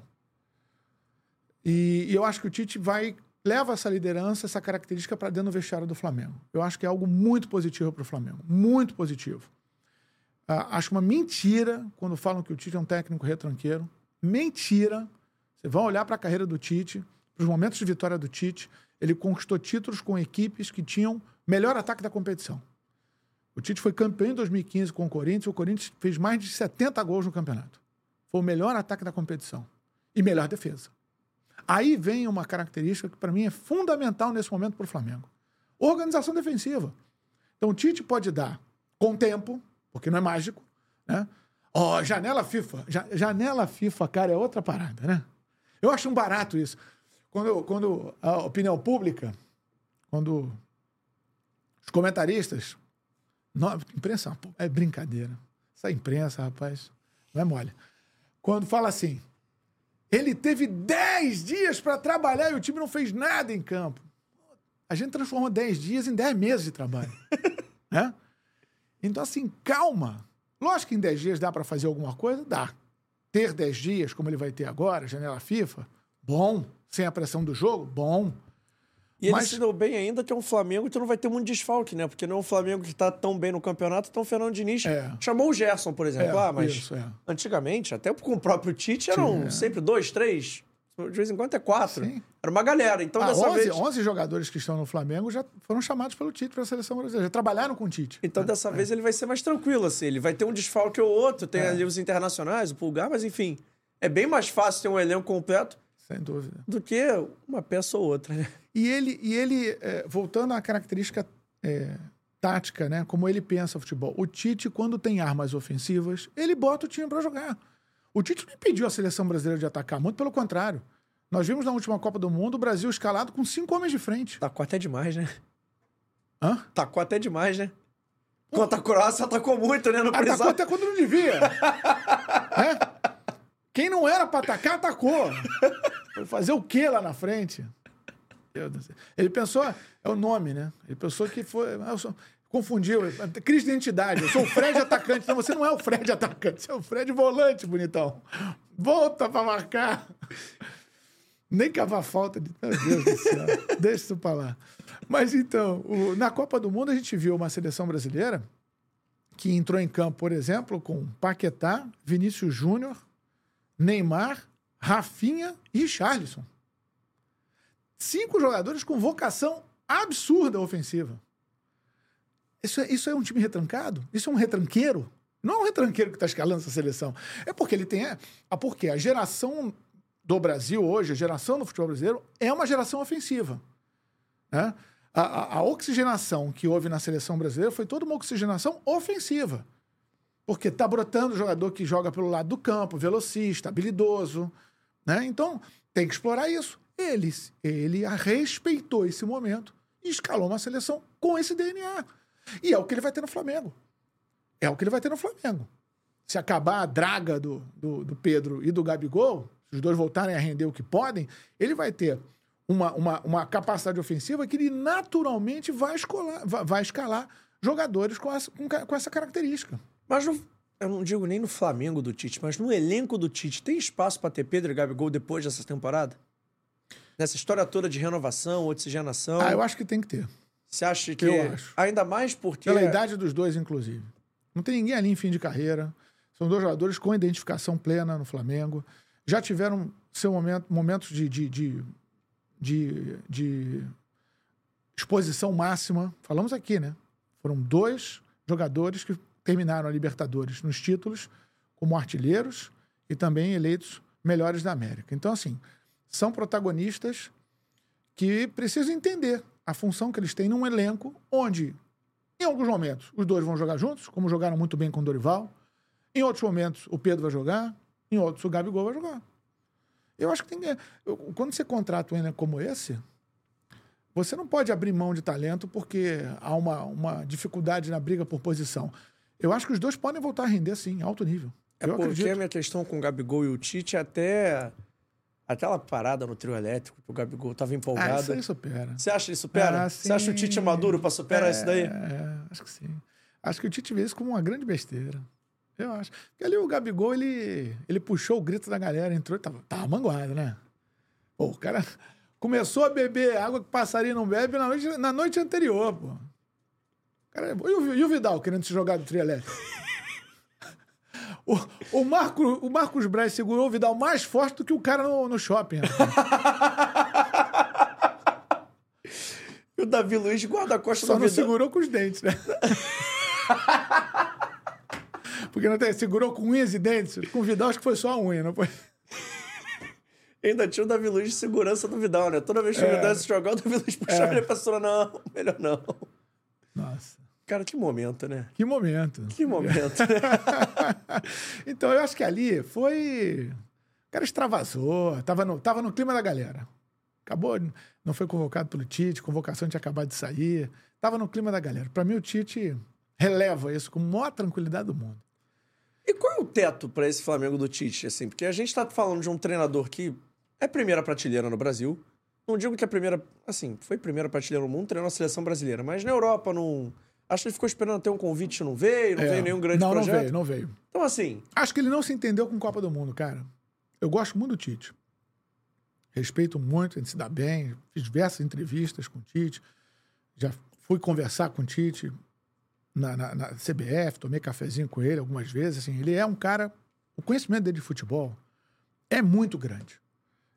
S4: E, e eu acho que o Tite vai... leva essa liderança, essa característica para dentro do vestiário do Flamengo. Eu acho que é algo muito positivo para o Flamengo. Muito positivo. Uh, acho uma mentira quando falam que o Tite é um técnico retranqueiro. Mentira. Você vai olhar para a carreira do Tite, para os momentos de vitória do Tite, ele conquistou títulos com equipes que tinham melhor ataque da competição. O Tite foi campeão em dois mil e quinze com o Corinthians, o Corinthians fez mais de setenta gols no campeonato. Foi o melhor ataque da competição. E melhor defesa. Aí vem uma característica que, para mim, é fundamental nesse momento para o Flamengo. Organização defensiva. Então, o Tite pode dar com tempo, porque não é mágico, né? Ó, oh, janela FIFA. Ja, janela FIFA, cara, é outra parada, né? Eu acho um barato isso. Quando, quando a opinião pública, quando os comentaristas... Não, imprensa é brincadeira. Essa imprensa, rapaz, não é mole. Quando fala assim... Ele teve dez dias para trabalhar e o time não fez nada em campo. A gente transformou dez dias em dez meses de trabalho. Né? Então, assim, calma. Lógico que em dez dias dá para fazer alguma coisa? Dá. Ter dez dias, como ele vai ter agora, janela FIFA, bom. Sem a pressão do jogo, bom.
S3: E
S4: Mas...
S3: ele se deu bem ainda que é um Flamengo que não vai ter muito desfalque, né? Porque não é um Flamengo que tá tão bem no campeonato, então o Fernando Diniz é. chamou o Gerson, por exemplo.
S4: É,
S3: ah, mas
S4: isso, é.
S3: antigamente, até com o próprio Tite, eram
S4: Sim, é.
S3: sempre dois, três, De vez em quando é quatro.
S4: Sim.
S3: Era uma galera. Então,
S4: Ah,
S3: dessa
S4: onze,
S3: vez...
S4: onze jogadores que estão no Flamengo já foram chamados pelo Tite para a seleção brasileira. Já trabalharam com o Tite.
S3: Então,
S4: é,
S3: dessa
S4: é.
S3: vez, ele vai ser mais tranquilo, assim. Ele vai ter um desfalque ou outro. Tem
S4: É.
S3: ali os internacionais, o Pulgar, mas enfim. É bem mais fácil ter um elenco completo
S4: Sem dúvida.
S3: do que uma peça ou outra, né?
S4: E ele, e ele é, voltando à característica é, tática, né? Como ele pensa o futebol. O Tite, quando tem armas ofensivas, ele bota o time para jogar. O Tite não impediu a seleção brasileira de atacar, muito pelo contrário. Nós vimos na última Copa do Mundo o Brasil escalado com cinco homens de frente.
S3: Tacou até demais, né?
S4: Hã?
S3: Tacou até demais, né? Contra a Croácia, atacou muito, né? No
S4: Atacou
S3: precisava...
S4: até quando não devia. É? Quem não era pra atacar, atacou. Foi fazer o quê lá na frente? Meu Deus do céu. Ele pensou, é o nome, né? Ele pensou que foi... Eu sou, confundiu, crise de identidade. Eu sou o Fred atacante. Não, você não é o Fred atacante, você é o Fred volante, bonitão. Volta pra marcar. Nem cavar falta. De... Meu Deus do céu. Deixa isso pra lá. Mas então, o... na Copa do Mundo a gente viu uma seleção brasileira que entrou em campo, por exemplo, com Paquetá, Vinícius Júnior, Neymar, Rafinha e Richarlison. Cinco jogadores com vocação absurda ofensiva. Isso é, isso é um time retrancado? Isso é um retranqueiro? Não é um retranqueiro que está escalando essa seleção. É porque ele tem... A, porque a geração do Brasil hoje, a geração do futebol brasileiro, é uma geração ofensiva. Né? A, a, a oxigenação que houve na seleção brasileira foi toda uma oxigenação ofensiva. Porque está brotando jogador que joga pelo lado do campo, velocista, habilidoso. Né? Então, tem que explorar isso. Ele, ele respeitou esse momento e escalou uma seleção com esse D N A. E é o que ele vai ter no Flamengo. É o que ele vai ter no Flamengo. Se acabar a draga do, do, do Pedro e do Gabigol, se os dois voltarem a render o que podem, ele vai ter uma, uma, uma capacidade ofensiva que ele naturalmente vai, escolar, vai, vai escalar jogadores com essa, com, com essa característica.
S3: Mas no, eu não digo nem no Flamengo do Tite, mas no elenco do Tite, tem espaço para ter Pedro e Gabigol depois dessa temporada? Nessa história toda de renovação, oxigenação?
S4: Ah, eu acho que tem que ter.
S3: Você acha que...
S4: Eu acho.
S3: Ainda mais porque...
S4: Pela idade dos dois, inclusive. Não tem ninguém ali em fim de carreira. São dois jogadores com identificação plena no Flamengo. Já tiveram seu momento, momentos de, de, de, de, de exposição máxima. Falamos aqui, né? Foram dois jogadores que terminaram a Libertadores nos títulos como artilheiros e também eleitos melhores da América. Então, assim, são protagonistas que precisam entender a função que eles têm num elenco onde, em alguns momentos, os dois vão jogar juntos, como jogaram muito bem com o Dorival. Em outros momentos, o Pedro vai jogar. Em outros, o Gabigol vai jogar. Eu acho que tem que... Eu, quando você contrata um elenco como esse, você não pode abrir mão de talento porque há uma, uma dificuldade na briga por posição. Eu acho que os dois podem voltar a render, sim, alto nível.
S3: É
S4: eu
S3: porque
S4: acredito.
S3: a minha questão com o Gabigol e o Tite é até... Aquela parada no trio elétrico, que o Gabigol tava empolgado.
S4: Ah, isso aí supera.
S3: Você acha que ele supera?
S4: Ah,
S3: Você acha o Tite maduro para superar
S4: é,
S3: isso daí?
S4: É, acho que sim. Acho que o Tite vê isso como uma grande besteira. Eu acho. Porque ali o Gabigol, ele, ele puxou o grito da galera, entrou e tava, tava manguado, né? Pô, o cara começou a beber água que passarinho não bebe na noite, na noite anterior, pô. O cara, e, o, e o Vidal querendo se jogar do trio elétrico? O, o, Marco, o Marcos Braz segurou o Vidal mais forte do que o cara no, no shopping.
S3: E o Davi Luiz guarda-costas
S4: Só
S3: do
S4: não
S3: Vidal.
S4: segurou com os dentes, né? Porque não tem, segurou com unhas e dentes. Com o Vidal acho que foi só a unha, não foi?
S3: Ainda tinha o Davi Luiz de segurança do Vidal, né? Toda vez que
S4: É.
S3: o Vidal se jogar, o Davi Luiz puxava
S4: É.
S3: ele pra cima. Não, melhor não.
S4: Nossa.
S3: Cara, que momento, né?
S4: Que momento.
S3: Que momento.
S4: Então, eu acho que ali foi... O cara extravasou, tava no, tava no clima da galera. Acabou, não foi convocado pelo Tite, convocação tinha acabado de sair. Tava no clima da galera. Pra mim, o Tite releva isso com a maior tranquilidade do mundo.
S3: E qual é o teto pra esse Flamengo do Tite, assim? Porque a gente tá falando de um treinador que é primeira prateleira no Brasil. Não digo que é primeira... Assim, foi primeira prateleira no mundo, treinou a seleção brasileira. Mas na Europa, não... Acho que ele ficou esperando ter um convite, não veio, não
S4: É.
S3: veio nenhum grande
S4: não,
S3: projeto.
S4: Não veio, não veio.
S3: Então, assim...
S4: Acho que ele não se entendeu com Copa do Mundo, cara. Eu gosto muito do Tite. Respeito muito, a gente se dá bem. Fiz diversas entrevistas com o Tite. Já fui conversar com o Tite na, na, na C B F, tomei cafezinho com ele algumas vezes. Assim, ele é um cara... O conhecimento dele de futebol é muito grande.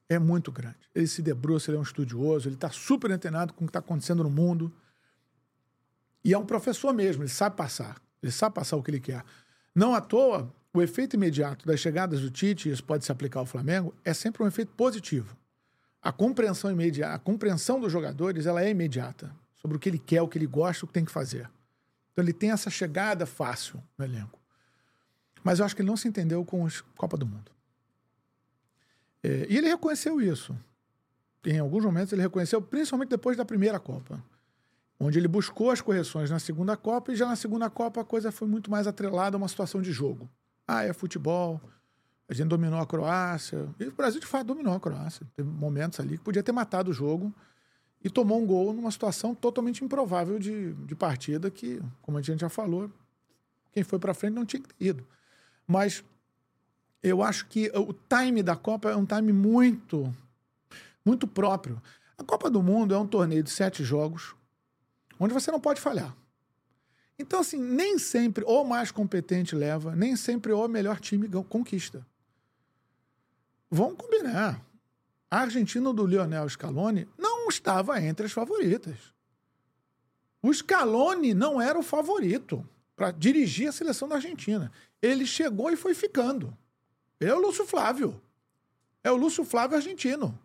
S4: É muito grande. Ele se debruça, ele é um estudioso, ele está super antenado com o que está acontecendo no mundo. E é um professor mesmo, ele sabe passar. Ele sabe passar o que ele quer. Não à toa, o efeito imediato das chegadas do Tite, isso pode se aplicar ao Flamengo, é sempre um efeito positivo. A compreensão imediata, a compreensão dos jogadores, ela é imediata. Sobre o que ele quer, o que ele gosta, o que tem que fazer. Então ele tem essa chegada fácil no elenco. Mas eu acho que ele não se entendeu com a Copa do Mundo. É, e ele reconheceu isso. Em alguns momentos ele reconheceu, principalmente depois da primeira Copa, onde ele buscou as correções na segunda Copa, e já na segunda Copa a coisa foi muito mais atrelada a uma situação de jogo. Ah, é futebol, a gente dominou a Croácia, e o Brasil de fato dominou a Croácia. Teve momentos ali que podia ter matado o jogo e tomou um gol numa situação totalmente improvável de, de partida que, como a gente já falou, quem foi para frente não tinha que ter ido. Mas eu acho que o time da Copa é um time muito, muito próprio. A Copa do Mundo é um torneio de sete jogos, onde você não pode falhar. Então, assim, nem sempre o mais competente leva, nem sempre o melhor time conquista. Vamos combinar. A Argentina do Lionel Scaloni não estava entre as favoritas. O Scaloni não era o favorito para dirigir a seleção da Argentina. Ele chegou e foi ficando. É o Lúcio Flávio. É o Lúcio Flávio argentino.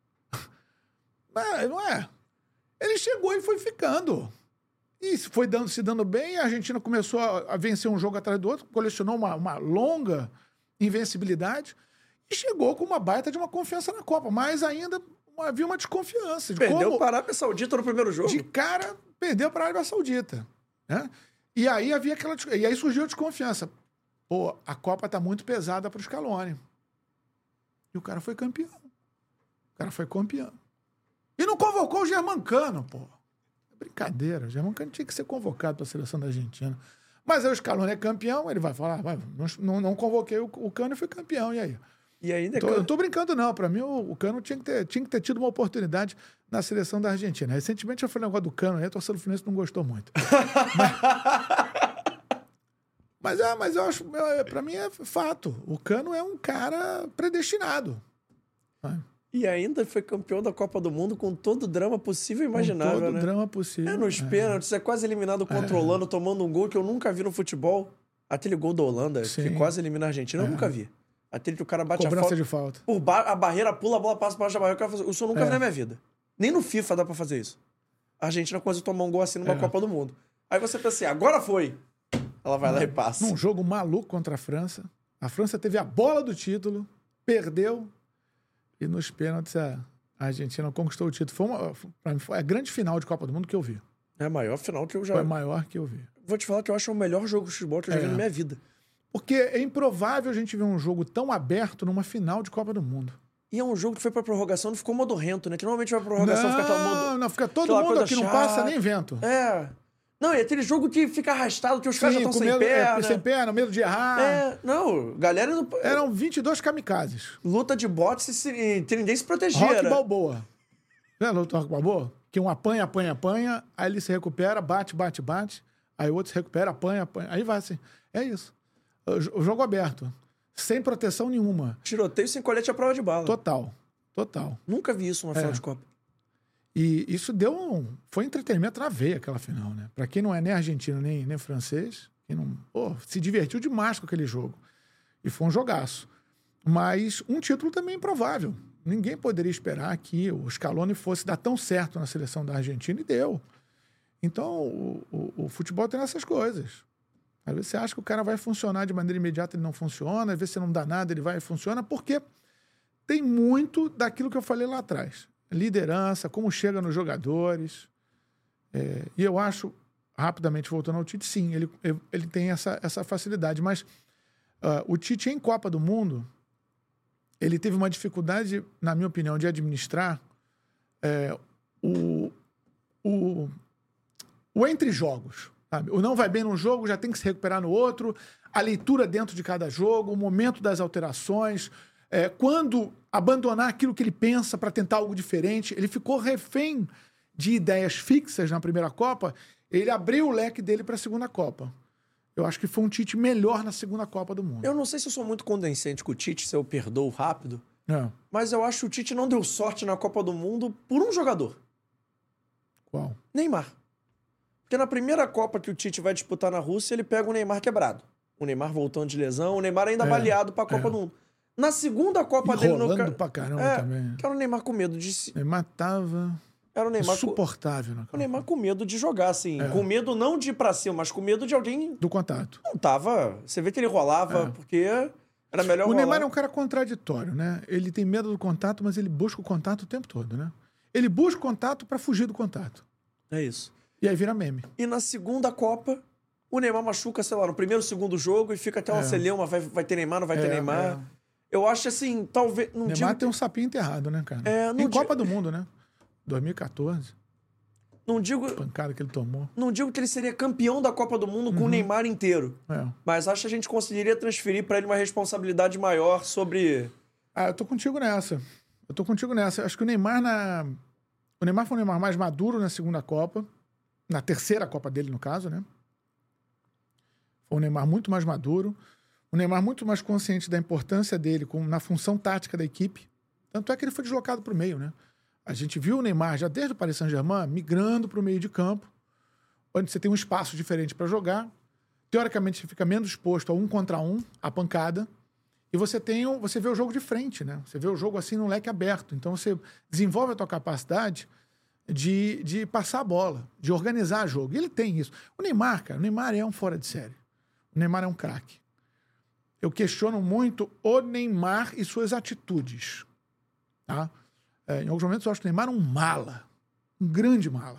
S4: Não é? Ele chegou e foi ficando. E foi dando, se dando bem, a Argentina começou a, a vencer um jogo atrás do outro, colecionou uma, uma longa invencibilidade e chegou com uma baita de uma confiança na Copa. Mas ainda havia uma desconfiança. De
S3: Perdeu
S4: como,
S3: para a Arábia Saudita no primeiro jogo.
S4: De cara, perdeu para a Arábia Saudita. Né? E aí havia aquela. E aí surgiu a desconfiança. Pô, a Copa tá muito pesada para o Scaloni. E o cara foi campeão. O cara foi campeão. E não convocou o Germancano, pô. Brincadeira, o Germancano tinha que ser convocado para a seleção da Argentina. Mas aí o Scaloni é campeão, ele vai falar, vai, não, não convoquei o, o Cano e fui campeão, e aí?
S3: E ainda
S4: tô, eu não tô brincando, não. Para mim, o, o Cano tinha que, ter, tinha que ter tido uma oportunidade na seleção da Argentina. Recentemente eu falei um negócio do Cano, aí a torcida do Fluminense não gostou muito. mas, mas, é, mas eu acho, para mim é fato. O Cano é um cara predestinado. Vai.
S3: E ainda foi campeão da Copa do Mundo com todo o drama possível e imaginável,
S4: com todo
S3: né?
S4: drama possível.
S3: É, nos é. pênaltis, é quase eliminado controlando, é. tomando um gol que eu nunca vi no futebol. Aquele gol da Holanda, Sim. que quase elimina a Argentina, eu é. nunca vi. Aquele que o cara bate
S4: Cobrança
S3: a falta.
S4: de falta.
S3: Por ba a barreira pula, a bola passa por baixo da barreira. Faz... Isso eu nunca é. vi na minha vida. Nem no FIFA dá pra fazer isso. A Argentina quase tomou um gol assim numa é. Copa do Mundo. Aí você pensa assim, agora foi. Ela vai
S4: Não,
S3: lá e passa.
S4: Num jogo maluco contra a França. A França teve a bola do título, perdeu, e nos pênaltis a Argentina conquistou o título. Foi, uma, pra mim, foi a grande final de Copa do Mundo que eu vi.
S3: É a maior final que eu já...
S4: Foi a maior que eu vi.
S3: Vou te falar que eu acho o melhor jogo de futebol que eu já é. vi na minha vida.
S4: Porque é improvável a gente ver um jogo tão aberto numa final de Copa do Mundo.
S3: E é um jogo que foi pra prorrogação, não ficou modorrento, né? Que normalmente vai pra prorrogação,
S4: não,
S3: fica aquela modo...
S4: Não, fica todo mundo aqui, chata. Não passa nem vento.
S3: É. Não, e aquele jogo que fica arrastado, que os Sim, caras já estão sem
S4: medo,
S3: perna.
S4: É, sem perna, medo de errar.
S3: É, não, galera... Não...
S4: Eram vinte e dois kamikazes.
S3: Luta de botes e ninguém se protegia,
S4: Rock
S3: né?
S4: Balboa. Não é luta do Rock Balboa? Que um apanha, apanha, apanha, aí ele se recupera, bate, bate, bate, aí o outro se recupera, apanha, apanha, aí vai assim. É isso. O jogo aberto. Sem proteção nenhuma.
S3: Tiroteio sem colete à prova de bala.
S4: Total. Total.
S3: Nunca vi isso numa é. final de Copa.
S4: E isso deu um... Foi entretenimento na veia, aquela final, né? Pra quem não é nem argentino, nem, nem francês, quem não... Pô, se divertiu demais com aquele jogo. E foi um jogaço. Mas um título também improvável. Ninguém poderia esperar que o Scaloni fosse dar tão certo na seleção da Argentina, e deu. Então, o, o, o futebol tem essas coisas. Às vezes você acha que o cara vai funcionar de maneira imediata, ele não funciona. Às vezes você não dá nada, ele vai e funciona, porque tem muito daquilo que eu falei lá atrás. Liderança, como chega nos jogadores. É, e eu acho, rapidamente voltando ao Tite, sim, ele, ele tem essa, essa facilidade. Mas uh, o Tite, em Copa do Mundo, ele teve uma dificuldade, na minha opinião, de administrar é, o, o, o entre jogos. Sabe? O não vai bem num jogo, já tem que se recuperar no outro. A leitura dentro de cada jogo, o momento das alterações... É, quando abandonar aquilo que ele pensa para tentar algo diferente, ele ficou refém de ideias fixas na primeira Copa, ele abriu o leque dele para a segunda Copa. Eu acho que foi um Tite melhor na segunda Copa do Mundo.
S3: Eu não sei se eu sou muito condescendente com o Tite, se eu perdoo rápido,
S4: É.
S3: Mas eu acho que o Tite não deu sorte na Copa do Mundo por um jogador.
S4: Qual?
S3: Neymar. Porque na primeira Copa que o Tite vai disputar na Rússia, ele pega o Neymar quebrado. O Neymar voltando de lesão, o Neymar ainda
S4: É,
S3: baleado pra Copa
S4: é.
S3: do Mundo. Na segunda Copa
S4: E
S3: dele no...
S4: rolando
S3: ca-
S4: pra caramba
S3: é,
S4: também.
S3: que era o Neymar com medo de... se-
S4: Neymar tava
S3: Era o Neymar com...
S4: insuportável. Na
S3: O Neymar com medo de jogar, assim.
S4: É.
S3: Com medo não de ir pra cima, mas com medo de alguém...
S4: Do contato.
S3: Não tava... Você vê que ele rolava,
S4: É.
S3: porque era melhor
S4: O
S3: rolar.
S4: Neymar é um cara contraditório, né? Ele tem medo do contato, mas ele busca o contato o tempo todo, né? Ele busca o contato pra fugir do contato.
S3: É isso.
S4: E aí vira meme.
S3: E na segunda Copa, o Neymar machuca, sei lá, no primeiro, segundo jogo e fica até uma
S4: É.
S3: celeuma, vai, vai ter Neymar, não vai ter
S4: É,
S3: Neymar.
S4: é.
S3: Eu acho assim, talvez... Não
S4: Neymar
S3: digo,
S4: tem um sapinho enterrado, né, cara?
S3: É, não
S4: em
S3: digo-
S4: Copa do Mundo, né? dois mil e quatorze,
S3: não, digo,
S4: pancada que ele tomou.
S3: não digo que ele seria campeão da Copa do Mundo
S4: Uhum.
S3: com o Neymar inteiro.
S4: É.
S3: Mas acho que a gente conseguiria transferir pra ele uma responsabilidade maior sobre...
S4: Ah, eu tô contigo nessa. Eu tô contigo nessa. Acho que o Neymar na... O Neymar foi o Neymar mais maduro na segunda Copa. Na terceira Copa dele, no caso, né? Foi um Neymar muito mais maduro. Um Neymar muito mais consciente da importância dele com, na função tática da equipe. Tanto é que ele foi deslocado para o meio, né? A gente viu o Neymar já desde o Paris Saint-Germain migrando para o meio de campo, onde você tem um espaço diferente para jogar. Teoricamente, você fica menos exposto a um contra um, a pancada. E você tem um, você vê o jogo de frente, né? Você vê o jogo assim no leque aberto. Então você desenvolve a tua capacidade de, de passar a bola, de organizar o jogo. E ele tem isso. O Neymar, cara, o Neymar é um fora de série. O Neymar é um craque. Eu questiono muito o Neymar e suas atitudes. Tá? É, em alguns momentos eu acho o Neymar um mala. Um grande mala.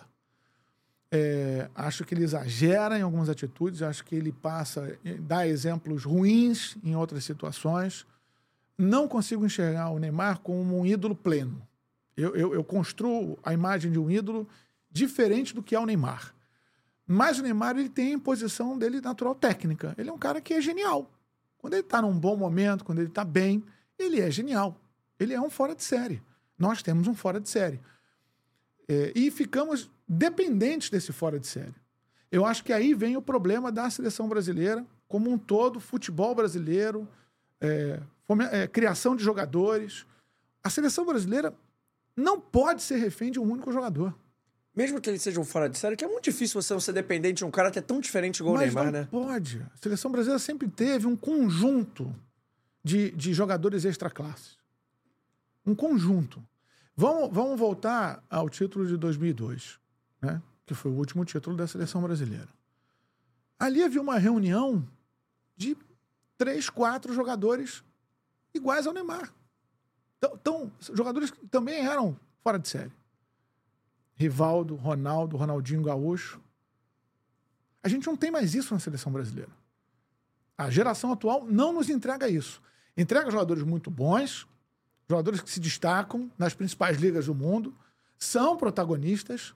S4: É, acho que ele exagera em algumas atitudes, acho que ele passa, dá exemplos ruins em outras situações. Não consigo enxergar o Neymar como um ídolo pleno. Eu, eu, eu construo a imagem de um ídolo diferente do que é o Neymar. Mas o Neymar ele tem a posição dele natural técnica. Ele é um cara que é genial. Quando ele está num bom momento, quando ele está bem, ele é genial. Ele é um fora de série. Nós temos um fora de série. É, e ficamos dependentes desse fora de série. Eu acho que aí vem o problema da seleção brasileira, como um todo, futebol brasileiro, é, fome- é, criação de jogadores. A seleção brasileira não pode ser refém de um único jogador.
S3: Mesmo que ele seja um fora de série, que é muito difícil você não ser dependente de um cara que é tão diferente igual o
S4: Mas
S3: Neymar,
S4: não
S3: né?
S4: pode. A seleção brasileira sempre teve um conjunto de, de jogadores extra-classes. Um conjunto. Vamos, vamos voltar ao título de dois mil e dois, né? Que foi o último título da seleção brasileira. Ali havia uma reunião de três, quatro jogadores iguais ao Neymar. Então, então, jogadores que também eram fora de série. Rivaldo, Ronaldo, Ronaldinho Gaúcho. A gente não tem mais isso na seleção brasileira. A geração atual não nos entrega isso. Entrega jogadores muito bons, jogadores que se destacam nas principais ligas do mundo, são protagonistas,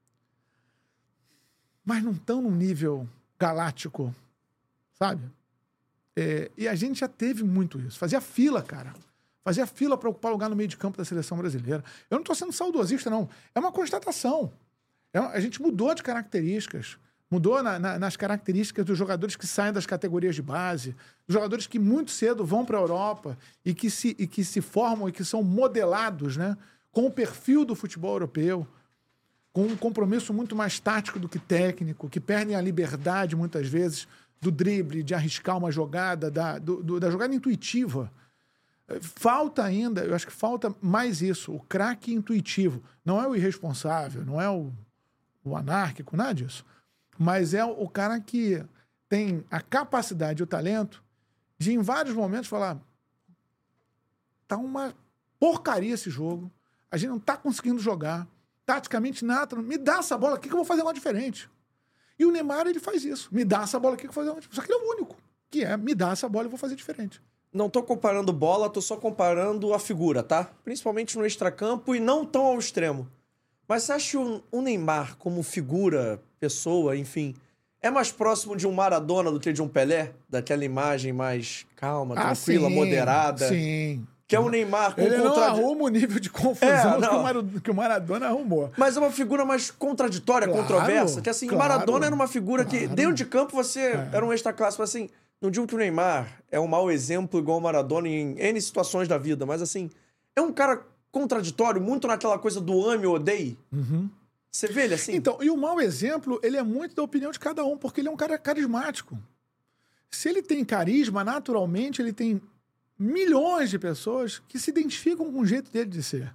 S4: mas não estão num nível galáctico, sabe? É, e a gente já teve muito isso. Fazia fila, cara. Fazia fila para ocupar lugar no meio de campo da seleção brasileira. Eu não estou sendo saudosista, não. É uma constatação. É uma- a gente mudou de características. Mudou na- na- nas características dos jogadores que saem das categorias de base, dos jogadores que muito cedo vão para a Europa e que, se, e que se formam e que são modelados, né, com o perfil do futebol europeu, com um compromisso muito mais tático do que técnico, que perdem a liberdade, muitas vezes, do drible, de arriscar uma jogada, da, do- do- da jogada intuitiva. Falta ainda, eu acho que falta mais isso, o craque intuitivo. Não é o irresponsável, não é o, o anárquico, nada disso. Mas é o cara que tem a capacidade e o talento de, em vários momentos, falar: tá uma porcaria esse jogo, a gente não tá conseguindo jogar, taticamente nada, me dá essa bola aqui que eu vou fazer lá diferente. E o Neymar, ele faz isso, me dá essa bola aqui que eu vou fazer lá diferente. Só que ele é o único, que é, me dá essa bola e eu vou fazer diferente.
S3: Não tô comparando bola, tô só comparando a figura, tá? Principalmente no extracampo e não tão ao extremo. Mas você acha que o o Neymar, como figura, pessoa, enfim, é mais próximo de um Maradona do que de um Pelé? Daquela imagem mais calma, tranquila,
S4: sim,
S3: moderada?
S4: Sim.
S3: Que é o Neymar com
S4: Ele não
S3: contradi-
S4: arruma o nível de confusão
S3: É,
S4: que,
S3: não.
S4: o Mara- que o Maradona arrumou.
S3: Mas é uma figura mais contraditória,
S4: Claro,
S3: controversa. Que assim, o
S4: claro,
S3: Maradona era uma figura que,
S4: claro.
S3: dentro de campo, você era um extra-classe. Mas assim, não digo que o Neymar é um mau exemplo igual o Maradona em N situações da vida, mas assim, é um cara contraditório, muito naquela coisa do ame ou odeie.
S4: Uhum.
S3: Você vê ele assim?
S4: Então, e o mau exemplo, ele é muito da opinião de cada um, porque ele é um cara carismático. Se ele tem carisma, naturalmente, ele tem milhões de pessoas que se identificam com o jeito dele de ser.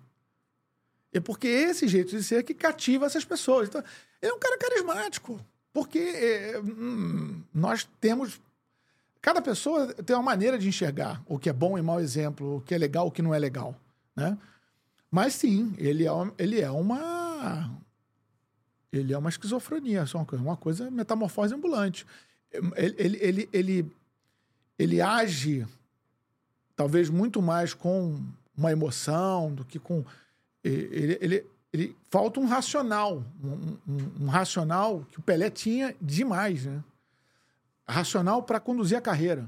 S4: É porque esse jeito de ser que cativa essas pessoas. Então, ele é um cara carismático. Porque é, hum, nós temos... Cada pessoa tem uma maneira de enxergar o que é bom e mau exemplo, o que é legal e o que não é legal, né? Mas sim, ele é, ele é uma... Ele é uma esquizofrenia, só uma coisa, uma coisa metamorfose ambulante. Ele, ele, ele, ele, ele age, talvez, muito mais com uma emoção do que com... Ele, ele, ele, falta um racional, um, um, um racional que o Pelé tinha demais, né? Racional para conduzir a carreira.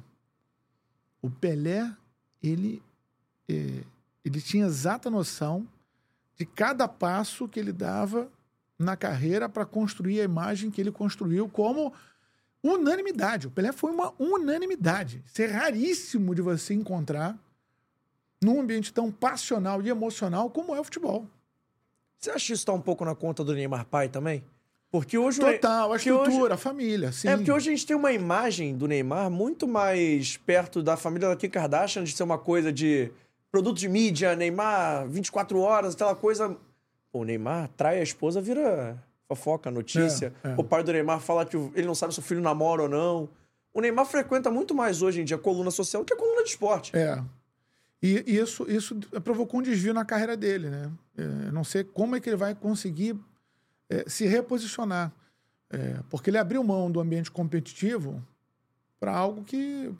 S4: O Pelé, ele, é, ele tinha exata noção de cada passo que ele dava na carreira para construir a imagem que ele construiu como unanimidade. O Pelé foi uma unanimidade. Isso é raríssimo de você encontrar num ambiente tão passional e emocional como é o futebol.
S3: Você acha que isso está um pouco na conta do Neymar pai também? Porque hoje...
S4: Total, a estrutura,
S3: hoje,
S4: a família, sim.
S3: É porque hoje a gente tem uma imagem do Neymar muito mais perto da família da Kim Kardashian, de ser uma coisa de produto de mídia, Neymar, vinte e quatro horas, aquela coisa... Pô, o Neymar trai a esposa, vira fofoca, notícia.
S4: É, é.
S3: O pai do Neymar fala que ele não sabe se o filho namora ou não. O Neymar frequenta muito mais hoje em dia a coluna social do que a coluna de esporte.
S4: É. E isso, isso provocou um desvio na carreira dele, né? É, eu não sei como é que ele vai conseguir é, se reposicionar. É, porque ele abriu mão do ambiente competitivo para algo que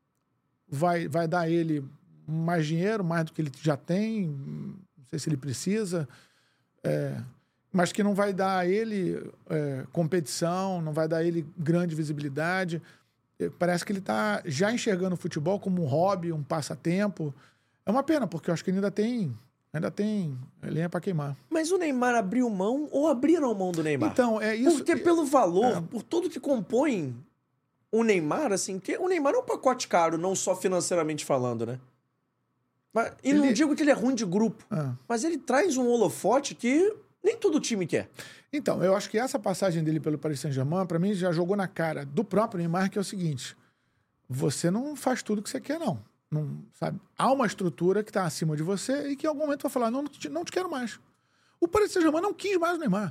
S4: vai, vai dar a ele mais dinheiro, mais do que ele já tem, não sei se ele precisa, é, mas que não vai dar a ele é, competição, não vai dar a ele grande visibilidade. É, parece que ele está já enxergando o futebol como um hobby, um passatempo. É uma pena, porque eu acho que ele ainda tem, ainda tem lenha para queimar.
S3: Mas o Neymar abriu mão ou abriram mão do Neymar?
S4: Então, é isso...
S3: Porque pelo valor,
S4: é.
S3: por tudo que compõe o Neymar, assim, que o Neymar é um pacote caro, não só financeiramente falando, né? Mas, e
S4: Ele-
S3: não digo que ele é ruim de grupo,
S4: Ah.
S3: mas ele traz um holofote que nem todo time quer.
S4: Então, eu acho que essa passagem dele pelo Paris Saint-Germain, para mim, já jogou na cara do próprio Neymar, que é o seguinte: você não faz tudo que você quer, não. não sabe? Há uma estrutura que está acima de você e que em algum momento vai falar, não, não te, não te quero mais. O Paris Saint-Germain não quis mais o Neymar.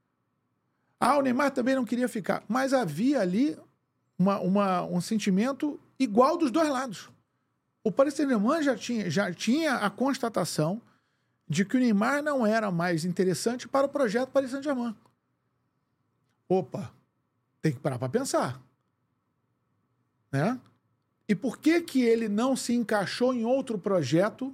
S4: Ah, o Neymar também não queria ficar. Mas havia ali uma, uma, um sentimento igual dos dois lados. O Paris Saint-Germain já tinha, já tinha a constatação de que o Neymar não era mais interessante para o projeto Paris Saint-Germain. Opa, tem que parar para pensar. Né? E por que que ele não se encaixou em outro projeto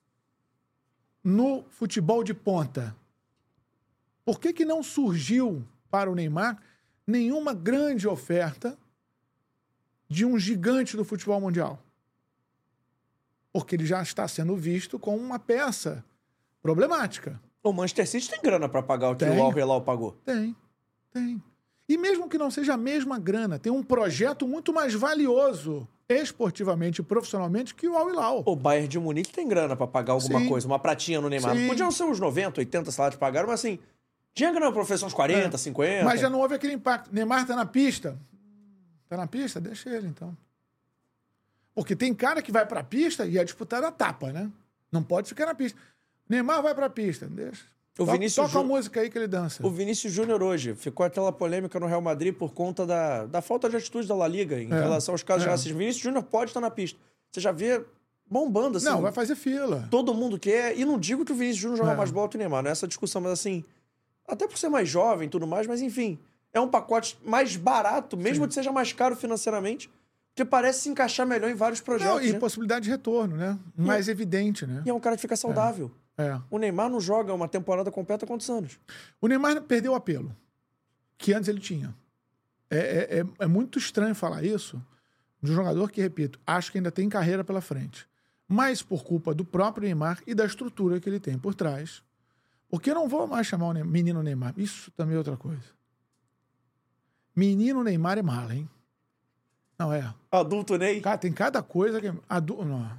S4: no futebol de ponta? Por que que não surgiu para o Neymar nenhuma grande oferta de um gigante do futebol mundial? Porque ele já está sendo visto como uma peça problemática.
S3: O Manchester City tem grana pra pagar o que
S4: Tem.
S3: o Al Hilal pagou.
S4: Tem, tem. E mesmo que não seja a mesma grana, tem um projeto muito mais valioso esportivamente e profissionalmente que o Al Hilal.
S3: O Bayern de Munique tem grana pra pagar alguma
S4: Sim.
S3: coisa, uma pratinha no Neymar.
S4: Sim.
S3: Podiam ser uns noventa, oitenta salários pagaram, mas assim, tinha grana pra oferecer uns quarenta,
S4: É.
S3: cinquenta.
S4: Mas já não houve aquele impacto. Neymar tá na pista. Tá na pista? Deixa ele, então. Porque tem cara que vai pra pista e é disputada a tapa, né? Não pode ficar na pista. Neymar vai pra pista. Deixa.
S3: O
S4: To-
S3: Vinícius
S4: Toca a
S3: Ju-
S4: música aí que ele dança.
S3: O Vinícius Júnior hoje ficou aquela polêmica no Real Madrid por conta da, da falta de atitude da La Liga em
S4: É,
S3: relação aos casos
S4: é.
S3: de racismo. Vinícius Júnior pode estar na pista. Você já vê bombando assim.
S4: Não, vai fazer fila.
S3: Todo mundo quer. E não digo que o Vinícius Júnior joga
S4: É.
S3: mais bola que o Neymar, não é essa discussão, mas assim, até por ser mais jovem e tudo mais, mas enfim, é um pacote mais barato, mesmo que seja mais caro financeiramente, que parece se encaixar melhor em vários projetos.
S4: Não, e
S3: né?
S4: possibilidade de retorno, né? Mais evidente, né?
S3: E é um cara que fica saudável.
S4: É.
S3: O Neymar não joga uma temporada completa há quantos anos?
S4: O Neymar perdeu o apelo que antes ele tinha. É, é, é- é muito estranho falar isso de um jogador que, repito, acho que ainda tem carreira pela frente. Mas por culpa do próprio Neymar e da estrutura que ele tem por trás. Porque eu não vou mais chamar o Neymar, menino Neymar. Isso também é outra coisa. Menino Neymar é mala, hein? Não é.
S3: Adulto Ney?
S4: Cara, tem cada coisa que... é Adu... Não.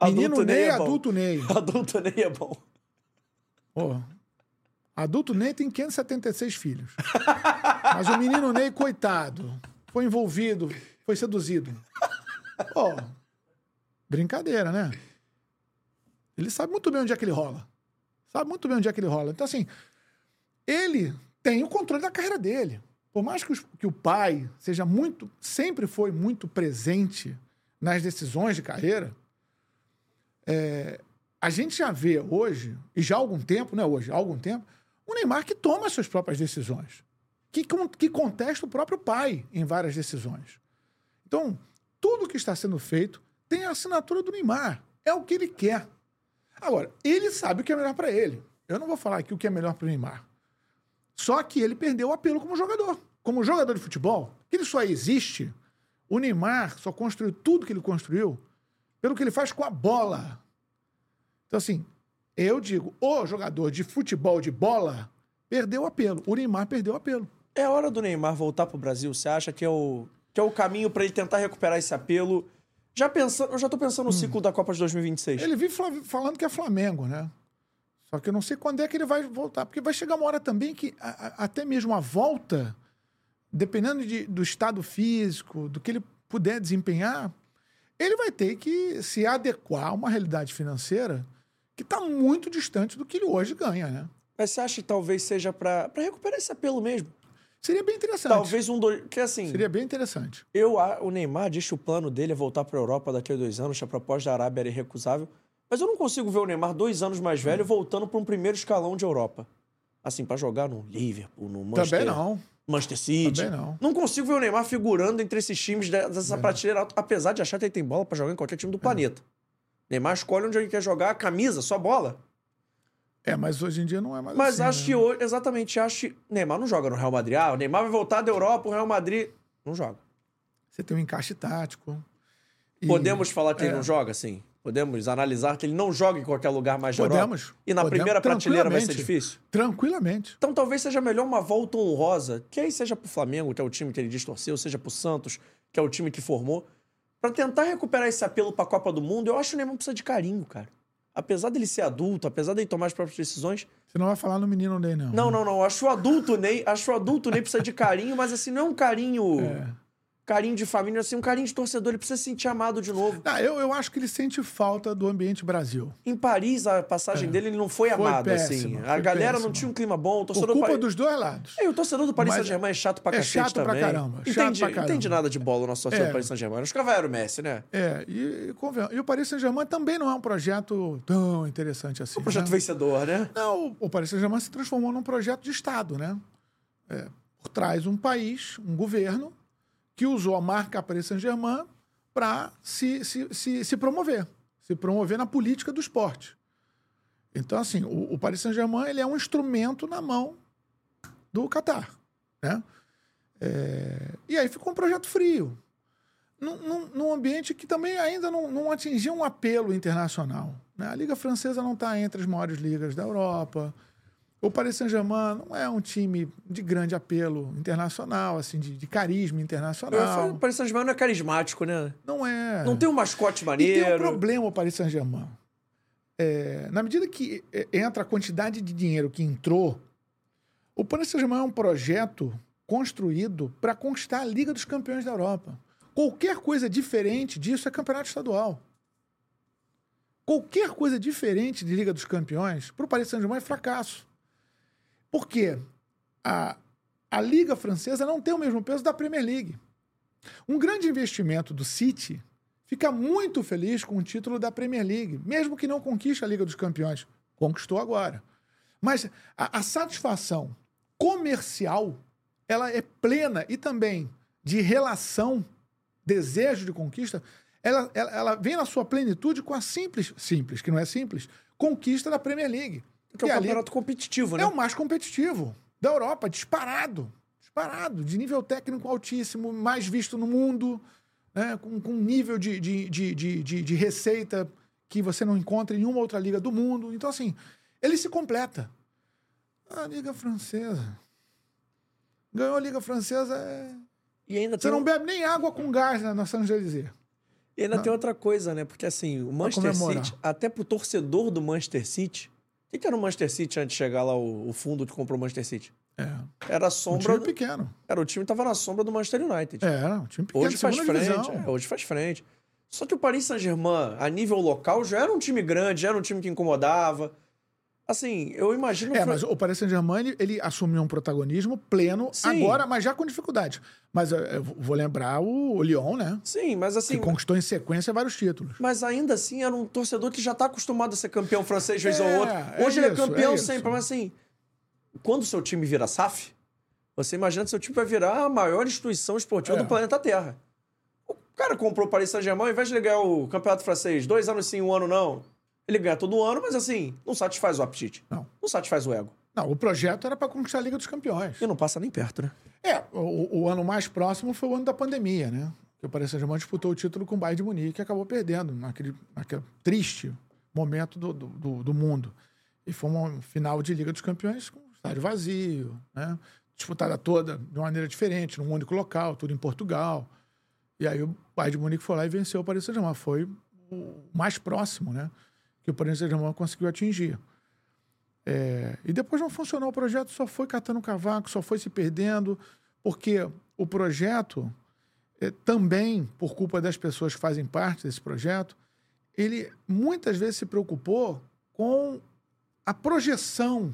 S4: Menino
S3: Adulto
S4: Ney,
S3: Ney é bom.
S4: adulto Ney.
S3: Adulto Ney é bom.
S4: Pô, adulto Ney tem quinhentos e setenta e seis filhos. Mas o menino Ney, coitado, foi envolvido, foi seduzido. Pô, brincadeira, né? Ele sabe muito bem onde é que ele rola. Sabe muito bem onde é que ele rola. Então, assim, ele tem o controle da carreira dele. Por mais que, os, que o pai seja muito, sempre foi muito presente nas decisões de carreira, é, a gente já vê hoje, e já há algum tempo, não é hoje, há algum tempo, o Neymar que toma as suas próprias decisões, que, que contesta o próprio pai em várias decisões. Então, tudo que está sendo feito tem a assinatura do Neymar. É o que ele quer. Agora, ele sabe o que é melhor para ele. Eu não vou falar aqui o que é melhor para o Neymar. Só que ele perdeu o apelo como jogador. Como jogador de futebol, que ele só existe. O Neymar só construiu tudo que ele construiu pelo que ele faz com a bola. Então, assim, eu digo, o jogador de futebol de bola perdeu o apelo. O Neymar perdeu o apelo.
S3: É hora do Neymar voltar pro Brasil? Você acha que é o, que é o caminho para ele tentar recuperar esse apelo? Já pensando, eu já tô pensando no hum. ciclo da Copa de dois mil e vinte e seis.
S4: Ele vive falando que é Flamengo, né? Só que eu não sei quando é que ele vai voltar. Porque vai chegar uma hora também que a, a, até mesmo a volta, dependendo de, do estado físico, do que ele puder desempenhar, ele vai ter que se adequar a uma realidade financeira que está muito distante do que ele hoje ganha, né?
S3: Mas você acha que talvez seja para recuperar esse apelo mesmo?
S4: Seria bem interessante.
S3: Talvez um... Do... Que assim...
S4: Seria bem interessante.
S3: Eu, o Neymar diz que o plano dele é voltar para a Europa daqui a dois anos, que a proposta da Arábia era irrecusável. Mas eu não consigo ver o Neymar dois anos mais velho voltando para um primeiro escalão de Europa. Assim, para jogar no Liverpool, no Manchester...
S4: Também não.
S3: Manchester City.
S4: Também não.
S3: Não consigo ver o Neymar figurando entre esses times dessa é. prateleira alta, apesar de achar que ele tem bola para jogar em qualquer time do é. planeta. Neymar escolhe onde ele quer jogar, camisa, só bola.
S4: É, mas hoje em dia não é mais
S3: Mas
S4: assim,
S3: acho
S4: né?
S3: que hoje, exatamente, acho que Neymar não joga no Real Madrid. Ah, o Neymar vai voltar da Europa, o Real Madrid não joga.
S4: Você tem um encaixe tático.
S3: E... Podemos falar que é. ele não joga, sim? Podemos analisar que ele não joga em qualquer lugar mais da
S4: Podemos.
S3: Europa? E na
S4: Podemos.
S3: primeira prateleira vai ser difícil?
S4: Tranquilamente.
S3: Então talvez seja melhor uma volta honrosa, que aí seja pro Flamengo, que é o time que ele distorceu, seja pro Santos, que é o time que formou, pra tentar recuperar esse apelo pra Copa do Mundo. Eu acho que o Neymar precisa de carinho, cara. Apesar dele ser adulto, apesar dele tomar as próprias decisões...
S4: Você não vai falar no menino Ney, não.
S3: Não,
S4: né?
S3: não, não. Acho o adulto Ney, acho o adulto Ney precisa de carinho, mas assim, não é um carinho... É. Carinho de família, assim, um carinho de torcedor. Ele precisa se sentir amado de novo.
S4: Ah, eu, eu acho que ele sente falta do ambiente Brasil.
S3: Em Paris, a passagem é. dele, ele não foi, foi amado,
S4: péssimo,
S3: assim.
S4: foi
S3: A galera
S4: péssimo.
S3: não tinha um clima bom. O torcedor
S4: Por culpa
S3: do
S4: dos dois lados.
S3: É, o torcedor do Paris Saint-Germain é chato pra
S4: é
S3: cacete
S4: chato
S3: também.
S4: Pra caramba.
S3: Entende,
S4: chato pra caramba.
S3: Entende nada de bola o nosso torcedor
S4: é.
S3: do Paris Saint-Germain. Os caras o Messi, né?
S4: É, e, e o Paris Saint-Germain também não é um projeto tão interessante assim.
S3: Um projeto
S4: né?
S3: vencedor, né?
S4: Não, o Paris Saint-Germain se transformou num projeto de Estado, né? É, por trás um país, um governo, que usou a marca Paris Saint-Germain para se, se, se, se promover, se promover na política do esporte. Então, assim, o, o Paris Saint-Germain ele é um instrumento na mão do Qatar, né? É, e aí ficou um projeto frio, num, num, num ambiente que também ainda não, não atingia um apelo internacional, né? A Liga Francesa não está entre as maiores ligas da Europa. O Paris Saint-Germain não é um time de grande apelo internacional, assim, de, de carisma internacional.
S3: O Paris Saint-Germain não é carismático, né?
S4: Não é.
S3: Não tem um mascote maneiro.
S4: E tem um problema o Paris Saint-Germain. É, na medida que entra a quantidade de dinheiro que entrou, o Paris Saint-Germain é um projeto construído para conquistar a Liga dos Campeões da Europa. Qualquer coisa diferente disso é campeonato estadual. Qualquer coisa diferente de Liga dos Campeões, para o Paris Saint-Germain é fracasso. Porque a, a Liga Francesa não tem o mesmo peso da Premier League. Um grande investimento do City fica muito feliz com o título da Premier League, mesmo que não conquiste a Liga dos Campeões. Conquistou agora. Mas a, a satisfação comercial, ela é plena e também de relação, desejo de conquista, ela, ela, ela vem na sua plenitude com a simples, simples, que não é simples, conquista da Premier League.
S3: Que é um campeonato competitivo, né?
S4: É o mais competitivo da Europa, disparado. Disparado, de nível técnico altíssimo, mais visto no mundo, né? com, com um nível de, de, de, de, de, de receita que você não encontra em nenhuma outra liga do mundo. Então, assim, ele se completa. A Liga Francesa. Ganhou a Liga Francesa. É...
S3: E ainda
S4: você
S3: tem
S4: não
S3: um...
S4: bebe nem água com gás na Saint-Élysées.
S3: E ainda
S4: Não.
S3: tem outra coisa, né? Porque assim, o Manchester
S4: comemorar.
S3: City, até pro torcedor do Manchester City, o que, que era o Manchester City antes de chegar lá, o, o fundo que comprou o Manchester City?
S4: É.
S3: Era a
S4: Um
S3: sombra.
S4: time
S3: do-
S4: pequeno.
S3: Era o time que tava na sombra do Manchester United.
S4: É, era um time pequeno.
S3: Hoje faz
S4: segunda
S3: frente,
S4: divisão.
S3: é, hoje faz frente. Só que o Paris Saint-Germain, a nível local, já era um time grande, já era um time que incomodava. Assim, eu imagino...
S4: É,
S3: foi-
S4: mas o Paris Saint-Germain, ele, ele assumiu um protagonismo pleno
S3: Sim.
S4: agora, mas já com dificuldade. Mas eu, eu vou lembrar o, o Lyon, né?
S3: Sim, mas
S4: Que
S3: assim...
S4: conquistou em sequência vários títulos.
S3: Mas ainda assim, era um torcedor que já tá acostumado a ser campeão francês vez
S4: É,
S3: ou outra.
S4: é
S3: Hoje ele é
S4: isso,
S3: campeão
S4: é isso.
S3: sempre, mas assim... Quando o seu time vira S A F, você imagina que seu time vai virar a maior instituição esportiva
S4: É.
S3: do planeta Terra. O cara comprou o Paris Saint-Germain, ao invés de ele ganhar o campeonato francês, dois anos sim, um ano não, ele ganha todo ano, mas assim, não satisfaz o apetite.
S4: Não.
S3: Não satisfaz o ego.
S4: Não, o projeto era para conquistar a Liga dos Campeões.
S3: E não passa nem perto, né?
S4: É, o, o ano mais próximo foi o ano da pandemia, né? Que o Paris Saint-Germain disputou o título com o Bayern de Munique e acabou perdendo naquele, naquele triste momento do, do, do, do mundo. E foi uma final de Liga dos Campeões com estádio vazio, né? Disputada toda de uma maneira diferente, num único local, tudo em Portugal. E aí o Bayern de Munique foi lá e venceu o Paris Saint-Germain. Foi o mais próximo, né? Que o Paris Saint-Germain conseguiu atingir. É, e depois não funcionou o projeto, só foi catando cavaco, só foi se perdendo, porque o projeto, é, também, por culpa das pessoas que fazem parte desse projeto, ele muitas vezes se preocupou com a projeção,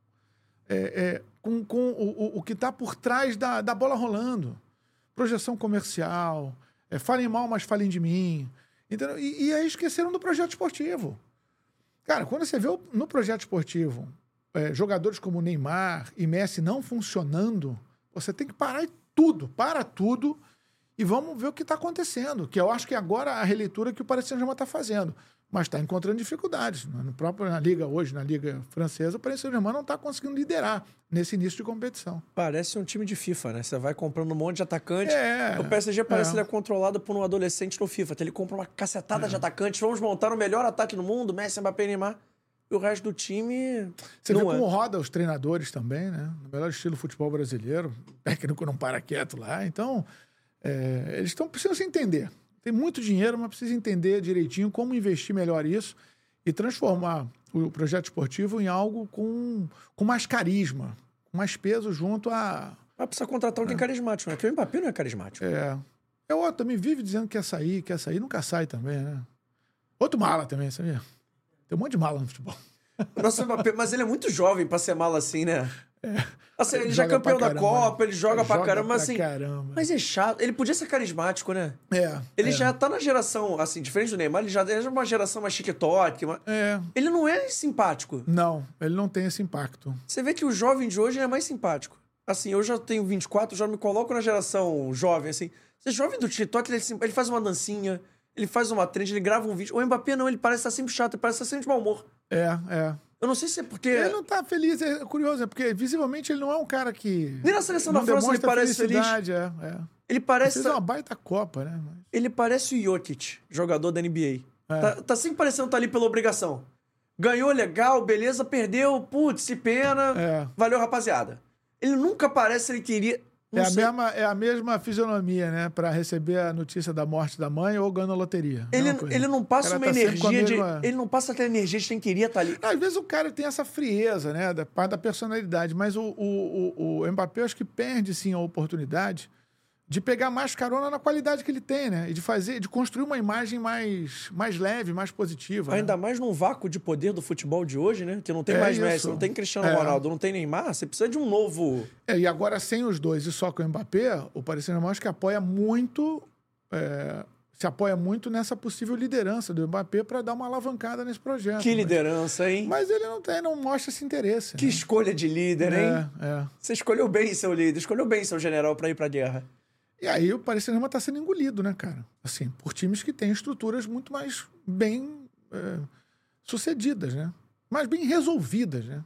S4: é, é, com, com o, o- o que está por trás da, da bola rolando. Projeção comercial, é, falem mal, mas falem de mim. Entendeu? E, e aí esqueceram do projeto esportivo. Cara, quando você vê o- no projeto esportivo é, jogadores como Neymar e Messi não funcionando, você tem que parar tudo, para tudo e vamos ver o que está acontecendo. Que eu acho que agora a releitura que o Paris Saint-Germain está fazendo. Mas está encontrando dificuldades. No próprio, na Liga hoje, na Liga Francesa, o Paris Saint-Germain não está conseguindo liderar nesse início de competição.
S3: Parece um time de FIFA, né? Você vai comprando um monte de atacante.
S4: É,
S3: O P S G parece
S4: é.
S3: que ele é controlado por um adolescente no FIFA. Então ele compra uma cacetada de atacantes. Vamos montar o melhor ataque do mundo, Messi, Mbappé e Neymar. E o resto do time...
S4: Você
S3: não
S4: vê
S3: é.
S4: como roda os treinadores também, né? No melhor estilo futebol brasileiro. O técnico não para quieto lá. Então, é, eles estão precisam se entender. Tem muito dinheiro, mas precisa entender direitinho como investir melhor isso e transformar o projeto esportivo em algo com, com mais carisma, com mais peso junto a...
S3: Mas precisa contratar alguém carismático, né? Porque o Mbappé não é carismático.
S4: É, é outro também vive dizendo que quer sair, quer sair, nunca sai também, né? Outro mala também, sabia? Tem um monte de mala no futebol.
S3: Nossa, o Mbappé, mas ele é muito jovem pra ser mala assim, né? Assim, ele já é
S4: Joga
S3: campeão
S4: pra
S3: da
S4: caramba,
S3: Copa, ele joga, pra caramba, mas assim...
S4: caramba.
S3: Mas é chato. Ele podia ser carismático, né?
S4: É,
S3: Ele
S4: é,
S3: já tá na geração, assim, diferente do Neymar, ele já é uma geração mais TikTok. Uma...
S4: é.
S3: Ele não é simpático.
S4: Não, ele não tem esse impacto.
S3: Você vê que o jovem de hoje é mais simpático. Assim, eu já tenho vinte e quatro, já me coloco na geração jovem, assim. Você é jovem do TikTok, ele, é sim- ele faz uma dancinha, ele faz uma trend, ele grava um vídeo. O Mbappé não, ele parece estar sempre chato, ele parece estar sempre de mau humor.
S4: É, é.
S3: Eu não sei se é porque...
S4: Ele não tá feliz, é curioso, é porque visivelmente ele não é um cara que.
S3: Nem na seleção
S4: não
S3: da França ele
S4: demonstra
S3: parece
S4: felicidade, É, é.
S3: Ele
S4: Ele
S3: parece...
S4: fez uma baita Copa, né? Mas-
S3: Ele parece o Jokic, jogador da N B A.
S4: É.
S3: Tá, tá sempre parecendo estar ali pela obrigação. Ganhou, legal, beleza, perdeu, putz, se pena.
S4: É.
S3: Valeu, rapaziada. Ele nunca parece que ele queria...
S4: É
S3: não
S4: a,
S3: sei.
S4: mesma, é a mesma fisionomia, né? Pra receber a notícia da morte da mãe ou ganhando a loteria.
S3: Ele,
S4: Mesma coisa.
S3: ele não passa
S4: Ela
S3: uma
S4: tá sempre com a
S3: energia de...
S4: mesma-
S3: Ele não passa aquela energia de quem queria estar ali.
S4: Às vezes o cara tem essa frieza, né? Da parte da personalidade, mas o, o, o, o Mbappé eu acho que perde sim a oportunidade de pegar mais carona na qualidade que ele tem, né? E de fazer, de construir uma imagem mais, mais leve, mais positiva.
S3: Ainda
S4: né?
S3: mais num vácuo de poder do futebol de hoje, né? Que não tem
S4: É
S3: mais
S4: isso.
S3: Messi, não tem Cristiano
S4: É.
S3: Ronaldo, não tem Neymar. Você precisa de um novo...
S4: É, e agora, sem os dois e só com o Mbappé, o Paris Saint-Germain acho que apoia muito, é, se apoia muito nessa possível liderança do Mbappé para dar uma alavancada nesse projeto.
S3: Que
S4: Mas-
S3: liderança, hein?
S4: Mas ele não tem, não mostra esse interesse.
S3: Que
S4: né?
S3: escolha de líder, hein?
S4: É, é.
S3: Você escolheu bem seu líder, escolheu bem seu general pra ir pra guerra.
S4: E aí o Paris Saint-Germain está sendo engolido, né, cara? Assim, por times que têm estruturas muito mais bem é, sucedidas, né? Mais bem resolvidas, né?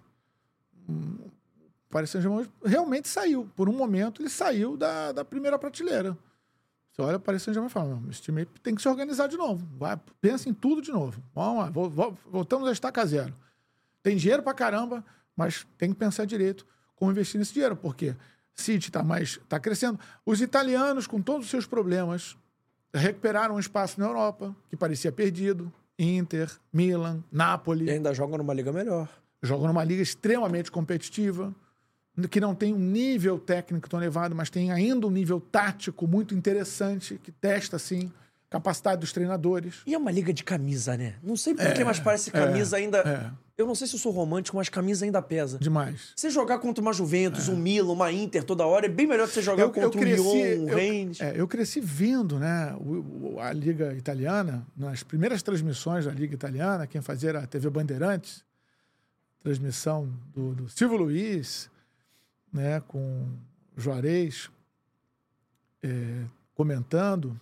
S4: Hum, O Paris Saint-Germain realmente saiu. Por um momento, ele saiu da, da primeira prateleira. Você olha o Paris Saint-Germain e fala, não, esse time aí tem que se organizar de novo. Vai, pensa em tudo de novo. Vamos lá, vo- vo- voltamos a estaca zero. Tem dinheiro pra caramba, mas tem que pensar direito como investir nesse dinheiro, porque City está mais tá crescendo. Os italianos, com todos os seus problemas, recuperaram um espaço na Europa, que parecia perdido. Inter, Milan, Napoli.
S3: E ainda jogam numa liga melhor.
S4: Jogam numa liga extremamente competitiva, que não tem um nível técnico tão elevado, mas tem ainda um nível tático muito interessante, que testa, assim, capacidade dos treinadores.
S3: E é uma liga de camisa, né? Não sei porquê, é, mas parece que camisa é, ainda... É. Eu não sei se eu sou romântico, mas camisa ainda pesa.
S4: Demais.
S3: Você jogar contra uma Juventus, é. um Milan, uma Inter toda hora, é bem melhor que você jogar
S4: eu,
S3: contra
S4: eu cresci,
S3: um Lyon, um
S4: eu,
S3: Rennes.
S4: É, eu cresci vendo, né, o, a Liga Italiana, nas primeiras transmissões da Liga Italiana, quem fazia era a T V Bandeirantes, transmissão do, do Silvio Luiz, né, com Juarez é, comentando,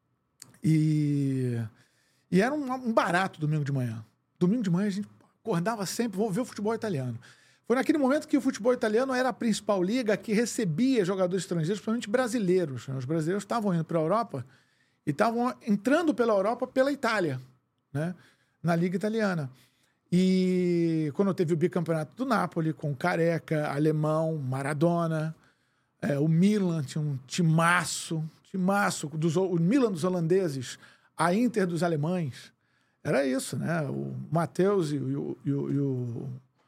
S4: e, e era um, um barato domingo de manhã. Domingo de manhã a gente acordava sempre, vou ver o futebol italiano. Foi naquele momento que o futebol italiano era a principal liga que recebia jogadores estrangeiros, principalmente brasileiros. Os brasileiros estavam indo para a Europa e estavam entrando pela Europa pela Itália, né, na Liga Italiana. E quando teve o bicampeonato do Napoli, com Careca, Alemão, Maradona, é, o Milan tinha um timaço, timaço, dos, o Milan dos holandeses, a Inter dos alemães. Era isso, né? O Matheus e o, e, o, e o...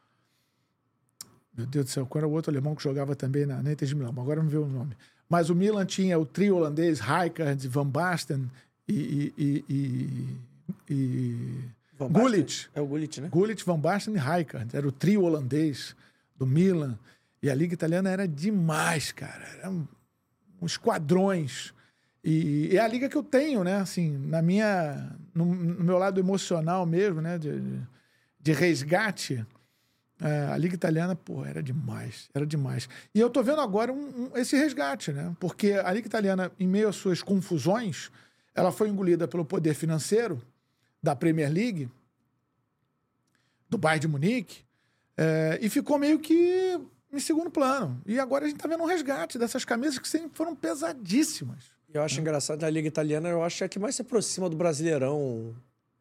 S4: Meu Deus do céu, qual era o outro alemão que jogava também na, na Inter de Milão? Agora não veio o nome. Mas o Milan tinha o trio holandês, Rijkaard, Van Basten e... e, e, e...
S3: Van
S4: Gullit.
S3: É o Gullit, né?
S4: Gullit, Van Basten e Rijkaard. Era o trio holandês do Milan. E a Liga Italiana era demais, cara. Eram uns esquadrões. E é a liga que eu tenho, né? Assim, na minha, no, no meu lado emocional mesmo, né? De, de resgate. É, a Liga Italiana, pô, era demais. Era demais. E eu tô vendo agora um, um, esse resgate, né? Porque a Liga Italiana, em meio às suas confusões, ela foi engolida pelo poder financeiro da Premier League, do Bayern de Munique, é, e ficou meio que em segundo plano. E agora a gente tá vendo um resgate dessas camisas que sempre foram pesadíssimas.
S3: Eu acho engraçado a Liga Italiana, eu acho que é a que mais se aproxima do Brasileirão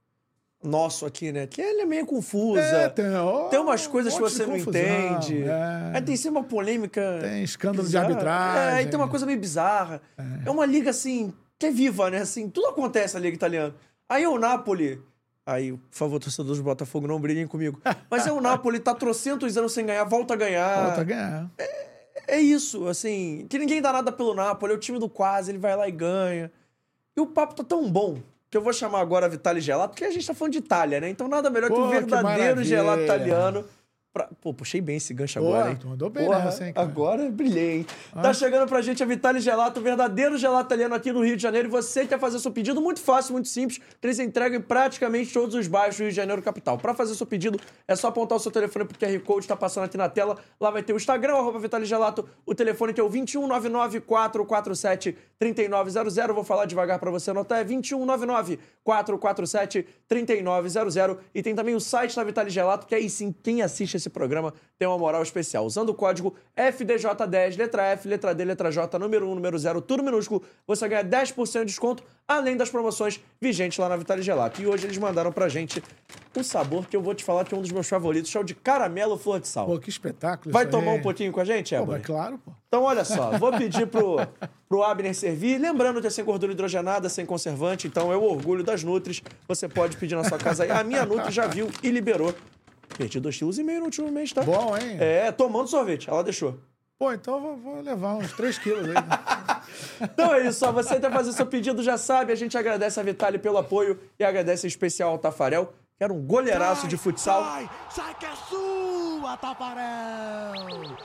S3: nosso aqui, né? Que ele é meio confusa. É, tem, oh, tem umas coisas um que você não entende. É. Aí tem sempre uma polêmica.
S4: Tem escândalo
S3: bizarra.
S4: de arbitragem.
S3: É, aí tem uma coisa meio bizarra. É. é uma liga, assim, que é viva, né? Assim, tudo acontece na Liga Italiana. Aí o Napoli... Aí, por favor, torcedores do Botafogo, não briguem comigo. Mas é o Napoli, tá trocentos anos sem ganhar, volta a ganhar.
S4: Volta a ganhar.
S3: É... É isso, assim, que ninguém dá nada pelo Napoli, é o time do quase, ele vai lá e ganha. E o papo tá tão bom que eu vou chamar agora Vitaly Gelato, porque a gente tá falando de Itália, né? Então nada melhor Pô, que o verdadeiro que gelato italiano. Pra... Pô, puxei bem esse gancho
S4: Pô,
S3: agora, hein?
S4: Tu mandou bem
S3: Porra,
S4: nessa, hein, cara?
S3: Agora brilhei, hein?
S4: Ah.
S3: Tá chegando pra gente a Vitaly Gelato, o verdadeiro gelato italiano aqui no Rio de Janeiro. E você quer fazer seu pedido muito fácil, muito simples. Eles entregam em praticamente todos os bairros do Rio de Janeiro capital. Pra fazer seu pedido, é só apontar o seu telefone pro Q R Code, tá passando aqui na tela. Lá vai ter o Instagram, arroba Vitaly Gelato, o telefone que é o vinte e um, nove nove, quatro quatro sete, três nove zero zero. Vou falar devagar pra você anotar. É vinte e um, nove nove, quatro quatro sete, três nove zero zero. E tem também o site da Vitaly Gelato, que aí sim, quem assiste esse programa tem uma moral especial. Usando o código F D J dez, letra F, letra D, letra J, número um, número zero, tudo minúsculo, você ganha dez por cento de desconto, além das promoções vigentes lá na Vitaly Gelato. E hoje eles mandaram pra gente um sabor que eu vou te falar que é um dos meus favoritos, que é o de caramelo flor de sal.
S4: Pô, que espetáculo.
S3: Vai
S4: isso
S3: tomar
S4: aí.
S3: um pouquinho com a gente, Ébora?
S4: Pô, claro, pô.
S3: Então, olha só, vou pedir pro, pro Abner servir. Lembrando que é sem gordura hidrogenada, sem conservante, então é o orgulho das Nutris. Você pode pedir na sua casa aí. A minha Nutri já viu e liberou. Perdi dois quilos e meio no último mês, tá?
S4: Bom, hein?
S3: É, tomando sorvete. Ela deixou.
S4: Pô, então eu vou, vou levar uns três quilos aí. Né?
S3: Então é isso, ó. Você até fazer seu pedido, já sabe. A gente agradece a Vitaly pelo apoio e agradece em especial ao Tafarel, que era um goleiraço sai, de futsal.
S1: Sai, sai que é sua, Tafarel!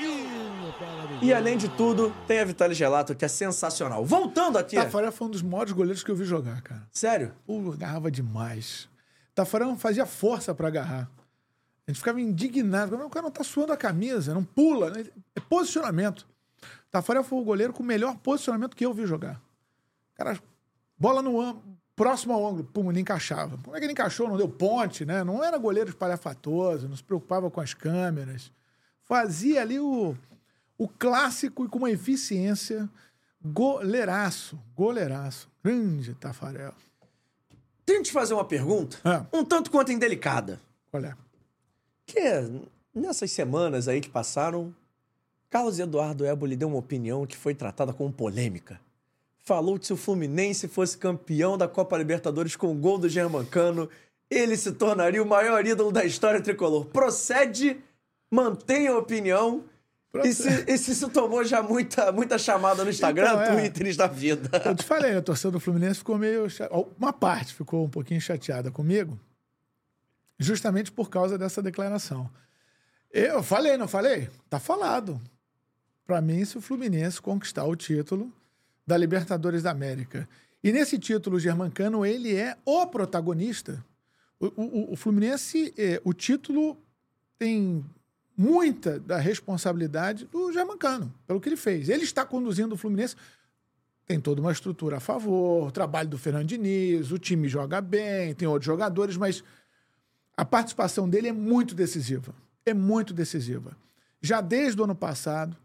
S3: E além de tudo, tem a Vitaly Gelato, que é sensacional. Voltando aqui...
S4: Tafarel foi um dos maiores goleiros que eu vi jogar, cara.
S3: Sério?
S4: Pô, agarrava demais. Tafarel não fazia força pra agarrar. A gente ficava indignado. O cara não tá suando a camisa, não pula. Né? É posicionamento. Tafarel foi o goleiro com o melhor posicionamento que eu vi jogar. Cara, bola no ângulo, próximo ao ângulo, pum, ele encaixava. Como é que ele encaixou? Não deu ponte, né? Não era goleiro espalhafatoso, não se preocupava com as câmeras. Fazia ali o, o clássico e com uma eficiência. Goleiraço, goleiraço. Grande Tafarel.
S3: Tenho que te fazer uma pergunta,
S4: é.
S3: um tanto quanto indelicada.
S4: Qual é?
S3: Que nessas semanas aí que passaram, Carlos Eduardo Éboli deu uma opinião que foi tratada como polêmica. falou que se o Fluminense fosse campeão da Copa Libertadores com o gol do Germancano, ele se tornaria o maior ídolo da história tricolor. Procede, mantenha a opinião. E se, e se isso tomou já muita, muita chamada no Instagram,
S4: Então, é.
S3: Twitter da vida.
S4: Eu te falei, a torcida do Fluminense ficou meio... cha- Uma parte ficou um pouquinho chateada comigo, justamente por causa dessa declaração. Eu falei, não falei? Tá falado. Pra mim, se o Fluminense conquistar o título da Libertadores da América. E nesse título, o Germancano, ele é o protagonista. O, o, o Fluminense, é, o título tem muita da responsabilidade do Germancano, pelo que ele fez. Ele está conduzindo o Fluminense, tem toda uma estrutura a favor, o trabalho do Fernando Diniz, o time joga bem, tem outros jogadores, mas a participação dele é muito decisiva. É muito decisiva. Já desde o ano passado,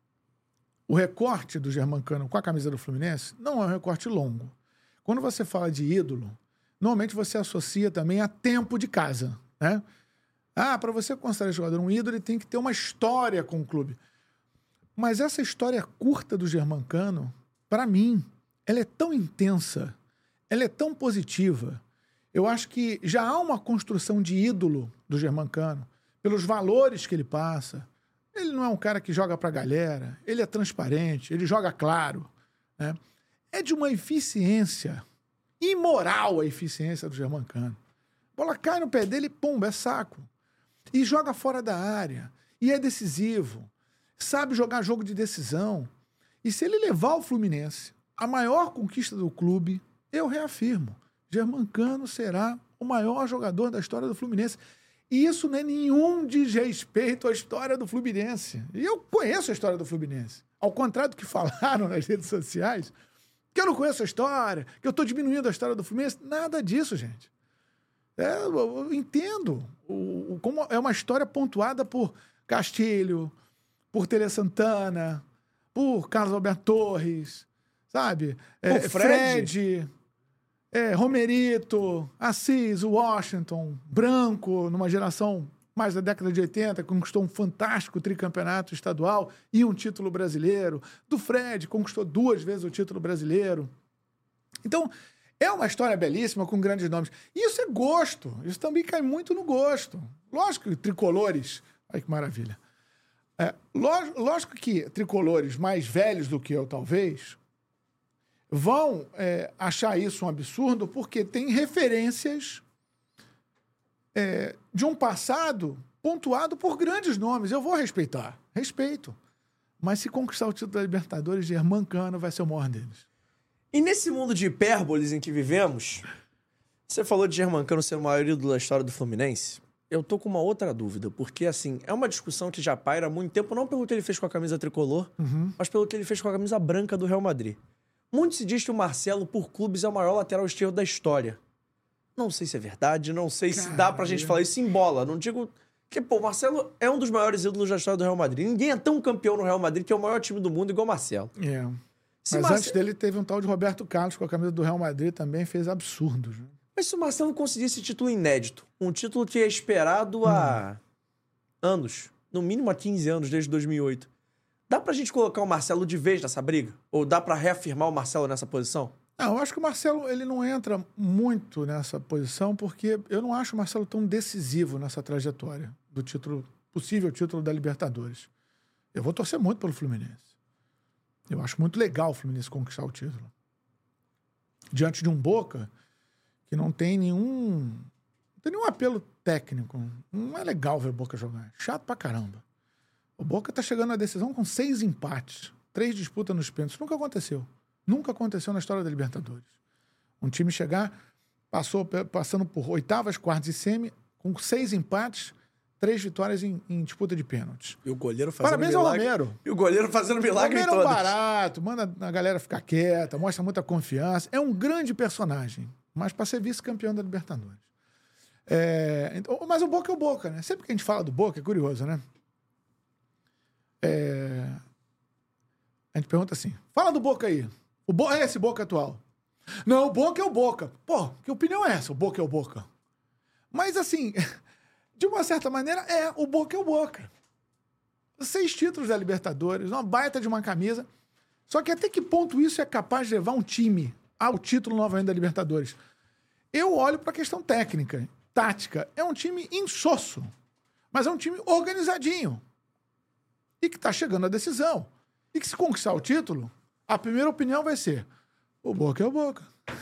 S4: o recorte do Germancano com a camisa do Fluminense não é um recorte longo. Quando você fala de ídolo, normalmente você associa também a tempo de casa, né? Ah, para você considerar esse jogador um ídolo, ele tem que ter uma história com o clube. Mas essa história curta do Germancano, para mim, ela é tão intensa, ela é tão positiva. Eu acho que já há uma construção de ídolo do Germancano, pelos valores que ele passa. Ele não é um cara que joga pra galera, ele é transparente, ele joga claro, né? É de uma eficiência, imoral a eficiência do Germancano. A bola cai no pé dele, pum, é saco. E joga fora da área, e é decisivo, sabe jogar jogo de decisão. E se ele levar o Fluminense à maior conquista do clube, eu reafirmo, Germancano será o maior jogador da história do Fluminense. E isso não é nenhum desrespeito à história do Fluminense. E eu conheço a história do Fluminense. Ao contrário do que falaram nas redes sociais, que eu não conheço a história, que eu estou diminuindo a história do Fluminense. Nada disso, gente. É, eu, eu entendo o, o, como é uma história pontuada por Castilho, por Tele Santana, por Carlos Alberto Torres, sabe? É,
S3: Por Fred.
S4: Fred, é, Romerito, Assis, Washington, Branco, numa geração mais da década de oitenta, conquistou um fantástico tricampeonato estadual e um título brasileiro. Do Fred, conquistou duas vezes o título brasileiro. Então, é uma história belíssima, com grandes nomes. E isso é gosto. Isso também cai muito no gosto. Lógico que tricolores... Olha que maravilha. É, lógico, lógico que tricolores mais velhos do que eu, talvez, vão é, achar isso um absurdo porque tem referências é, de um passado pontuado por grandes nomes. Eu vou respeitar. Respeito. Mas se conquistar o título da Libertadores, Germancano vai ser o maior deles.
S3: E nesse mundo de hipérboles em que vivemos, você falou de Germancano ser o maior ídolo da história do Fluminense. Eu tô com uma outra dúvida, porque, assim, é uma discussão que já paira há muito tempo, não pelo que ele fez com a camisa tricolor,
S4: Uhum.
S3: mas pelo que ele fez com a camisa branca do Real Madrid. Muito se diz que o Marcelo, por clubes, é o maior lateral esquerdo da história. Não sei se é verdade, não sei se dá pra gente falar isso em bola. Não digo... Porque, pô, o Marcelo é um dos maiores ídolos da história do Real Madrid. Ninguém é tão campeão no Real Madrid, que é o maior time do mundo, igual o Marcelo.
S4: É.
S3: Se
S4: Mas
S3: Marce-
S4: antes dele teve um tal de Roberto Carlos com a camisa do Real Madrid, também fez absurdos. Né?
S3: Mas se o Marcelo conseguir esse título inédito, um título que é esperado há anos, no mínimo há quinze anos, desde dois mil e oito, dá pra gente colocar o Marcelo de vez nessa briga? Ou dá pra reafirmar o Marcelo nessa posição?
S4: Não, eu acho que o Marcelo ele não entra muito nessa posição, porque eu não acho o Marcelo tão decisivo nessa trajetória do título, possível título da Libertadores. Eu vou torcer muito pelo Fluminense. Eu acho muito legal o Fluminense conquistar o título. Diante de um Boca que não tem nenhum, não tem nenhum apelo técnico. Não é legal ver o Boca jogar. É chato pra caramba. O Boca tá chegando na decisão com seis empates. Três disputas nos pênaltis. Nunca aconteceu. Nunca aconteceu na história da Libertadores. Um time chegar, passou, passando por oitavas, quartas e semi, com seis empates, três vitórias em, em disputa de pênaltis.
S3: E o goleiro fazendo
S4: Parabéns ao
S3: milagre.
S4: Romero.
S3: E o goleiro fazendo
S4: O
S3: milagre em
S4: Romero é um
S3: todas.
S4: barato, manda a galera ficar quieta, mostra muita confiança. É um grande personagem, mas para ser vice-campeão da Libertadores. É, então, mas o Boca é o Boca, né? Sempre que a gente fala do Boca, é curioso, né? É, a gente pergunta assim, fala do Boca aí. O Bo... É esse Boca atual. Não, o Boca é o Boca. Pô, que opinião é essa? O Boca é o Boca. Mas assim, de uma certa maneira, é, o Boca é o Boca. Seis títulos da Libertadores, uma baita de uma camisa. Só que até que ponto isso é capaz de levar um time ao título novamente da Libertadores? Eu olho para a questão técnica, tática. É um time insosso, mas é um time organizadinho. E que está chegando à decisão. E que se conquistar o título, a primeira opinião vai ser: o Boca é o Boca.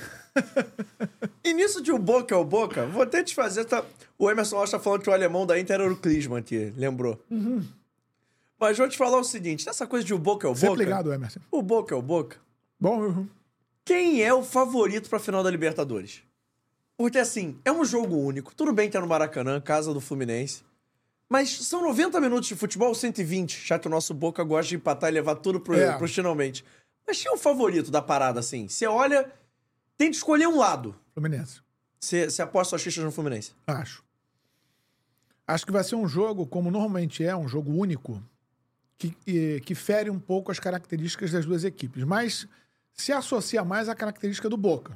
S3: E nisso de o Boca é o Boca, vou até te fazer... Tá... O Emerson Rocha tá falando que o alemão da Inter era o Klinsmann aqui, lembrou?
S4: Uhum.
S3: Mas vou te falar o seguinte, nessa coisa de o Boca é o
S4: Sempre
S3: Boca...
S4: ligado, Emerson.
S3: O Boca é o Boca.
S4: Bom, uhum.
S3: Quem é o favorito pra final da Libertadores? Porque, assim, é um jogo único. Tudo bem que é no Maracanã, casa do Fluminense. Mas são noventa minutos de futebol, cento e vinte. Já que o nosso Boca gosta de empatar e levar tudo pro,
S4: É.
S3: pro finalmente. Mas quem é o favorito da parada, assim? Você olha, tem de escolher um lado.
S4: Fluminense.
S3: Você você aposta suas fichas no Fluminense?
S4: Acho. Acho que vai ser um jogo, como normalmente é, um jogo único, que, que, que fere um pouco as características das duas equipes, mas se associa mais à característica do Boca.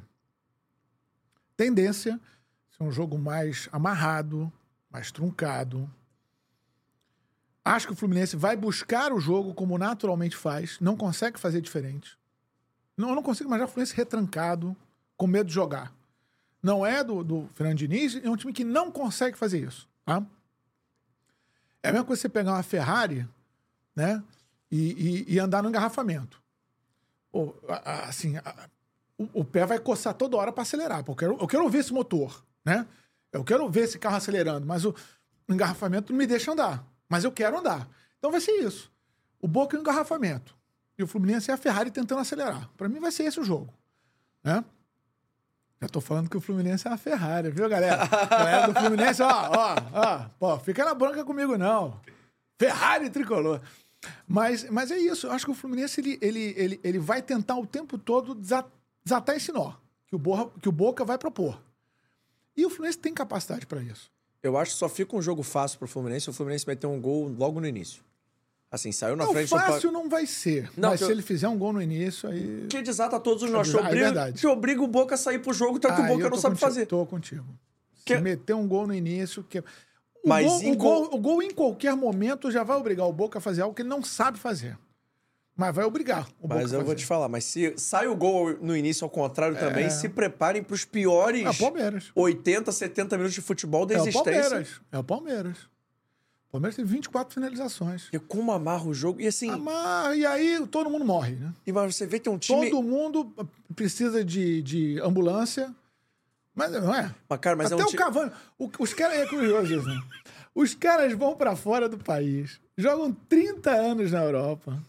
S4: Tendência a ser um jogo mais amarrado, mais truncado. Acho que o Fluminense vai buscar o jogo como naturalmente faz, não consegue fazer diferente. Não, eu não consigo imaginar o Fluminense retrancado, com medo de jogar. Não é do, do Fernando Diniz, é um time que não consegue fazer isso. Tá? É a mesma coisa você pegar uma Ferrari, né, e, e, e andar no engarrafamento. Pô, a- a- assim, a- o, o pé vai coçar toda hora para acelerar. Porque eu, quero- eu quero ver esse motor, né? Eu quero ver esse carro acelerando, mas o engarrafamento não me deixa andar. Mas eu quero andar. Então vai ser isso. O Boca é um engarrafamento. E o Fluminense é a Ferrari tentando acelerar. Para mim vai ser esse o jogo. Né? Já tô falando que o Fluminense é a Ferrari, viu, galera? Galera do Fluminense, ó, ó, ó. Pô, fica na bronca comigo, não. Ferrari tricolor. Mas, mas é isso. Eu acho que o Fluminense ele, ele, ele, ele vai tentar o tempo todo desa- desatar esse nó que o, Borra, que o Boca vai propor. E o Fluminense tem capacidade para isso.
S3: Eu acho que só fica um jogo fácil pro Fluminense se o Fluminense meter um gol logo no início. Assim, saiu na
S4: Não,
S3: frente...
S4: fácil
S3: do...
S4: não vai ser.
S3: Não,
S4: mas
S3: que
S4: se
S3: eu-
S4: ele fizer um gol no início, aí...
S3: Que desata todos os nós.
S4: É
S3: Que obriga,
S4: verdade.
S3: que obriga o Boca a sair pro jogo, tanto que o
S4: Aí
S3: Boca
S4: eu
S3: não
S4: tô
S3: sabe
S4: contigo,
S3: fazer.
S4: Tô contigo. Se
S3: Que-
S4: meter um gol no início... Que... O,
S3: Mas
S4: gol,
S3: em
S4: o, gol,
S3: gol-
S4: o gol, em qualquer momento, já vai obrigar o Boca a fazer algo que ele não sabe fazer. Mas vai obrigar o Boca
S3: Mas eu
S4: a
S3: vou
S4: fazer.
S3: te falar, mas se sai o gol no início ao contrário também, se preparem pros piores
S4: É o Palmeiras.
S3: oitenta, setenta minutos de futebol da
S4: É o
S3: existência.
S4: Palmeiras. É o Palmeiras. O Palmeiras teve vinte e quatro finalizações.
S3: E como amarra o jogo. E assim,
S4: Ah, mas, e aí todo mundo morre, né?
S3: e mas você vê que é um time...
S4: Todo mundo precisa de, de ambulância. Mas não é.
S3: Mas, cara, mas é
S4: Até
S3: um
S4: o
S3: ti-
S4: Cavani. o- os caras. É curioso isso, né? Os caras vão pra fora do país, jogam trinta anos na Europa.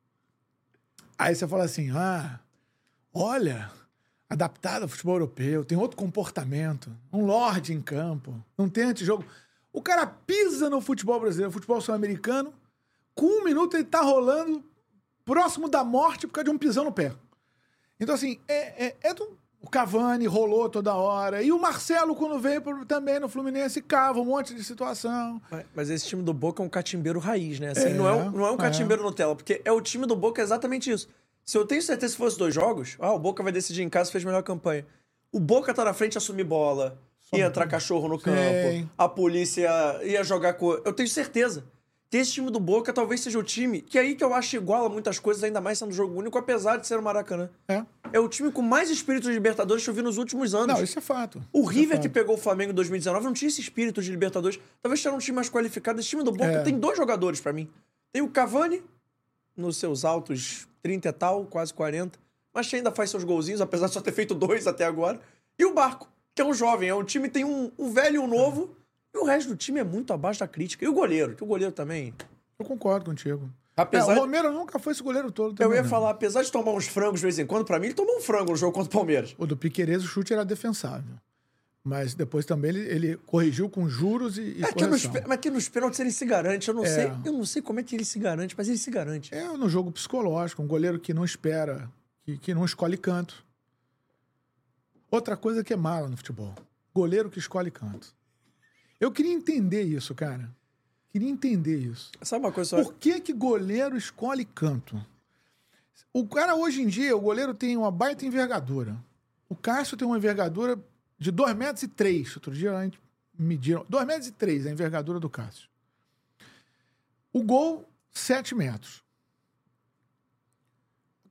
S4: Aí você fala assim: ah, olha, adaptado ao futebol europeu, tem outro comportamento, um lorde em campo, não tem antijogo. O cara pisa no futebol brasileiro, futebol sul-americano, com um minuto ele tá rolando próximo da morte por causa de um pisão no pé. Então, assim, é, é, é do... O Cavani rolou toda hora. E o Marcelo, quando veio pro- também no Fluminense, cava um monte de situação.
S3: Mas- Mas esse time do Boca é um catimbeiro raiz, né? Assim,
S4: É,
S3: não, é um, não é um
S4: é.
S3: catimbeiro Nutella, porque é o time do Boca é exatamente isso. Se eu tenho certeza que fosse dois jogos, ah, o Boca vai decidir em casa se fez melhor campanha. O Boca tá na frente, assumir bola, ia entrar cachorro no campo,
S4: Sim.
S3: a polícia ia, ia jogar com... Eu tenho certeza. Que esse time do Boca talvez seja o time que é aí que eu acho iguala muitas coisas, ainda mais sendo jogo único, apesar de ser o Maracanã.
S4: É.
S3: É o time com mais espírito de Libertadores que eu vi nos últimos anos.
S4: Não, isso é fato.
S3: O
S4: Isso é
S3: River
S4: fato.
S3: que pegou o Flamengo em dois mil e dezenove não tinha esse espírito de Libertadores. Talvez tenha um time mais qualificado. Esse time do Boca
S4: É.
S3: tem dois jogadores pra mim. Tem o Cavani, nos seus altos trinta e tal, quase quarenta. Mas que ainda faz seus golzinhos, apesar de só ter feito dois até agora. E o Barco, que é um jovem. É um time que tem um, um velho e um novo. E o resto do time é muito abaixo da crítica. E o goleiro, que o goleiro também...
S4: Eu concordo contigo.
S3: Apesar
S4: É,
S3: de-
S4: o Romero nunca foi esse goleiro todo também.
S3: Eu ia
S4: não.
S3: falar, apesar de tomar uns frangos de vez em quando, pra mim ele tomou um frango no jogo contra o Palmeiras.
S4: O do Piquerez, o chute era defensável. Mas depois também ele, ele corrigiu com juros e, e
S3: É que nos,
S4: correção.
S3: pe- mas que nos pênaltis ele se garante. Eu não,
S4: É.
S3: sei, eu não sei como é que ele se garante, mas ele se garante.
S4: É no jogo psicológico, um goleiro que não espera, que, que não escolhe canto. Outra coisa que é mala no futebol. Goleiro que escolhe canto. Eu queria entender isso, cara. Queria entender isso.
S3: Sabe uma coisa só?
S4: Por que que goleiro escolhe canto? O cara, hoje em dia, o goleiro tem uma baita envergadura. O Cássio tem uma envergadura de dois metros e três. Outro dia a gente mediu dois metros e três a envergadura do Cássio. O gol, sete metros.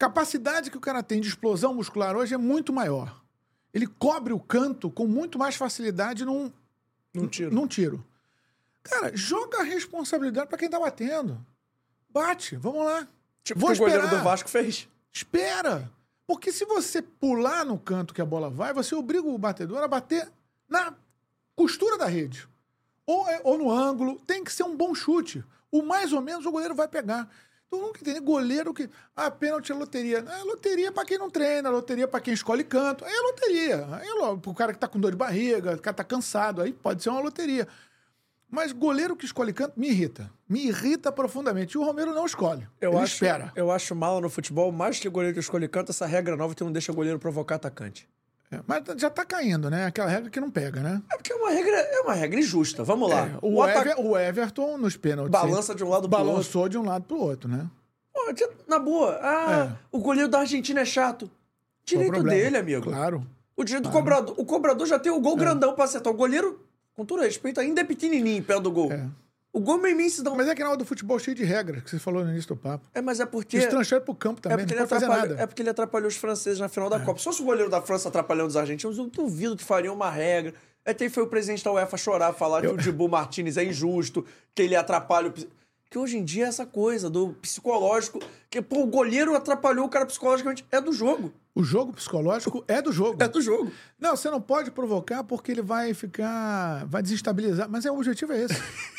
S4: capacidade que o cara tem de explosão muscular hoje é muito maior. Ele cobre o canto com muito mais facilidade num,
S3: Num tiro.
S4: num tiro. Cara, joga a responsabilidade pra quem tá batendo. Bate, vamos lá.
S3: Tipo
S4: Vou
S3: que o goleiro
S4: esperar.
S3: do Vasco fez.
S4: Espera. Porque se você pular no canto que a bola vai, você obriga o batedor a bater na costura da rede. Ou, é- ou no ângulo. Tem que ser um bom chute. O mais ou menos o goleiro vai pegar. Então eu nunca entendi. Goleiro que... Ah, pênalti é loteria. É loteria pra quem não treina, loteria pra quem escolhe canto. Aí é loteria. Aí é lo- pro cara que tá com dor de barriga, o cara tá cansado. Aí pode ser uma loteria. Mas goleiro que escolhe canto me irrita. Me irrita profundamente. E o Romero não escolhe.
S3: Eu
S4: Ele
S3: acho,
S4: espera.
S3: eu acho mal no futebol, mais que o goleiro que escolhe canto, essa regra nova que não deixa o goleiro provocar atacante.
S4: É, mas já tá caindo, né? Aquela regra que não pega, né?
S3: É porque é uma regra, é uma regra injusta. Vamos lá.
S4: É, o,
S3: ata-
S4: Ever- o Everton, nos pênaltis...
S3: Balança de um lado pro
S4: balançou de um lado pro outro, né?
S3: Pô, que- na boa. Ah,
S4: É.
S3: o goleiro da Argentina é chato.
S4: Qual o
S3: Direito
S4: problema?
S3: dele, amigo.
S4: Claro.
S3: O direito do cobrador. O cobrador já tem o gol grandão pra acertar. O goleiro, com todo respeito, ainda é pequenininho perto do gol.
S4: É.
S3: O gol meio imenso dá um...
S4: Mas é que na hora do futebol cheio de regras, que você falou no início do papo.
S3: É, mas é porque...
S4: Isso transfere pro campo
S3: É
S4: também,
S3: porque,
S4: não
S3: ele
S4: pode fazer
S3: atrapalhou,
S4: nada.
S3: é porque ele atrapalhou os franceses na final da Copa. Se fosse o goleiro da França atrapalhando os argentinos, eu duvido que faria uma regra. Até foi o presidente da UEFA chorar, falar
S4: Eu-
S3: que o Dibu Martinez é injusto, que ele atrapalha o... ps- Que hoje em dia é essa coisa do psicológico, que pô, o goleiro atrapalhou o cara psicologicamente. É do jogo.
S4: O jogo psicológico é do jogo.
S3: É do jogo.
S4: Não, você não pode provocar porque ele vai ficar... Vai desestabilizar. Mas é, o objetivo é esse.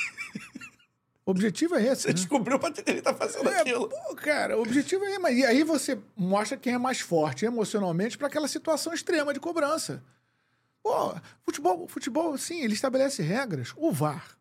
S4: O objetivo é esse.
S3: Você
S4: né?
S3: descobriu pra que ele tá fazendo
S4: É,
S3: aquilo.
S4: pô, cara, o objetivo é... Mas e aí você mostra quem é mais forte emocionalmente para aquela situação extrema de cobrança. Pô, futebol, futebol, sim, ele estabelece regras. O V A R.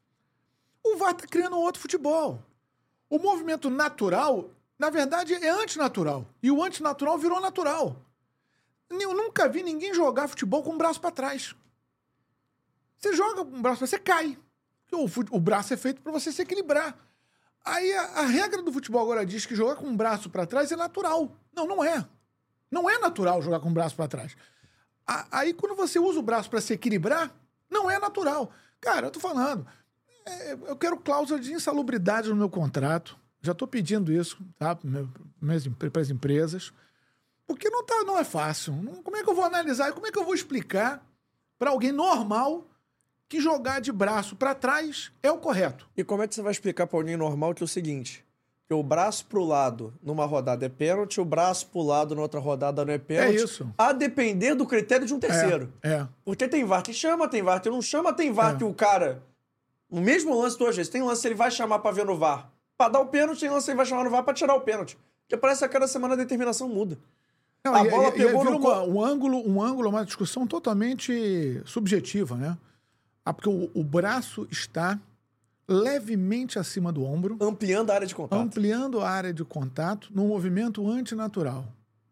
S4: O V A R tá criando outro futebol. O movimento natural, na verdade, é antinatural. E o antinatural virou natural. Eu nunca vi ninguém jogar futebol com o braço para trás. Você joga com o braço para trás, você cai. O, fu- o braço é feito para você se equilibrar. Aí a, a regra do futebol agora diz que jogar com o braço para trás é natural. Não, não é. Não é natural jogar com o braço para trás. A- aí quando você usa o braço para se equilibrar, não é natural. Cara, eu tô falando, é, eu quero cláusula de insalubridade no meu contrato. Já tô pedindo isso, tá? Para as empresas. Porque não, tá, não é fácil. Não- como é que eu vou analisar? Como é que eu vou explicar para alguém normal que jogar de braço para trás é o correto?
S3: E como é que você vai explicar pra alguém normal que é o seguinte? Que o braço pro lado numa rodada é pênalti, o braço pro lado na outra rodada não é pênalti.
S4: É isso.
S3: A depender do critério de um terceiro.
S4: É, é.
S3: Porque tem V A R que chama, tem V A R que não chama, tem V A R
S4: É.
S3: que o cara... No mesmo lance duas vezes. Tem lance que ele vai chamar pra ver no V A R pra dar o pênalti, tem lance que ele vai chamar no V A R pra tirar o pênalti. Porque parece que a cada semana a determinação muda.
S4: Não,
S3: A
S4: e-
S3: bola
S4: e- e
S3: pegou
S4: vira
S3: no
S4: uma-
S3: co-
S4: um ângulo, um ângulo, uma discussão totalmente subjetiva, né? Ah, porque o, o braço está levemente acima do ombro,
S3: Ampliando a área de contato.
S4: ampliando a área de contato num movimento antinatural.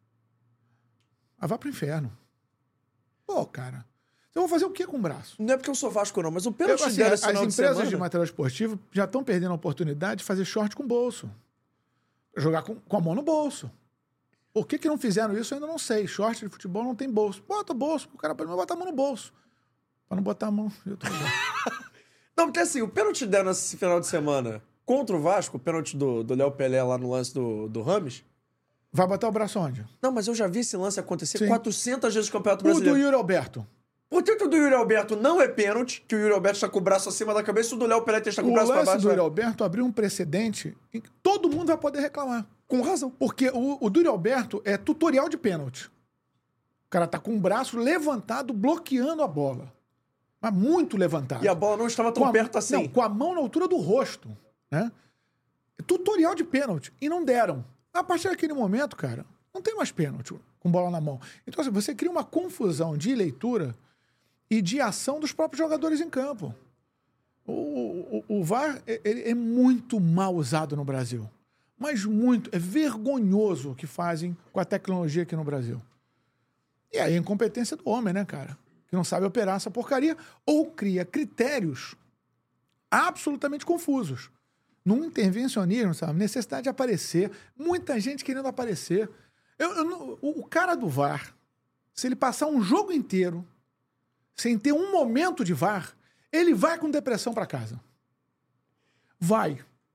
S4: Ah, vá pro inferno. Pô, cara. Eu vou fazer o que com o braço?
S3: Não é porque eu sou Vasco, não, mas o
S4: Eu,
S3: pênalti
S4: assim,
S3: dela
S4: as
S3: esse final de
S4: empresas de
S3: semana...
S4: material esportivo já estão perdendo a oportunidade de fazer short com bolso. Jogar com, com a mão no bolso. Por que, que não fizeram isso, eu ainda não sei. Short de futebol não tem bolso. Bota o bolso, o cara pode botar a mão no bolso. Pra não botar a mão em outro lugar.
S3: Não, porque assim, o pênalti dela nesse final de semana contra o Vasco, o pênalti do do Léo Pelé lá no lance do, do Rames...
S4: Vai botar o braço onde?
S3: Não, mas eu já vi esse lance acontecer
S4: Sim.
S3: quatrocentas vezes no Campeonato
S4: O do
S3: Brasileiro.
S4: Yuri Alberto.
S3: Por que que o do Yuri Alberto não é pênalti, que o Yuri Alberto está com o braço acima da cabeça e o do Léo Pelé está com o
S4: O
S3: braço para
S4: lance
S3: baixo?
S4: do Yuri
S3: né?
S4: Alberto abriu um precedente em que todo mundo vai poder reclamar.
S3: Com razão.
S4: Porque o, o do Yuri Alberto é tutorial de pênalti. O cara tá com o braço levantado, bloqueando a bola. Mas muito levantado.
S3: E a bola não estava tão
S4: Com a-
S3: perto assim.
S4: Não, com a mão na altura do rosto, né? Tutorial de pênalti. E não deram. A partir daquele momento, cara, não tem mais pênalti com bola na mão. Então, assim, você cria uma confusão de leitura e de ação dos próprios jogadores em campo. O, o, o V A R ele é muito mal usado no Brasil. Mas muito. É vergonhoso o que fazem com a tecnologia aqui no Brasil. E aí a incompetência do homem, né, cara? Que não sabe operar essa porcaria ou cria critérios absolutamente confusos. Num intervencionismo, sabe? Necessidade de aparecer. Muita gente querendo aparecer. Eu, eu não- o, o cara do V A R, se ele passar um jogo inteiro sem ter um momento de V A R, ele vai com depressão para casa. Vai.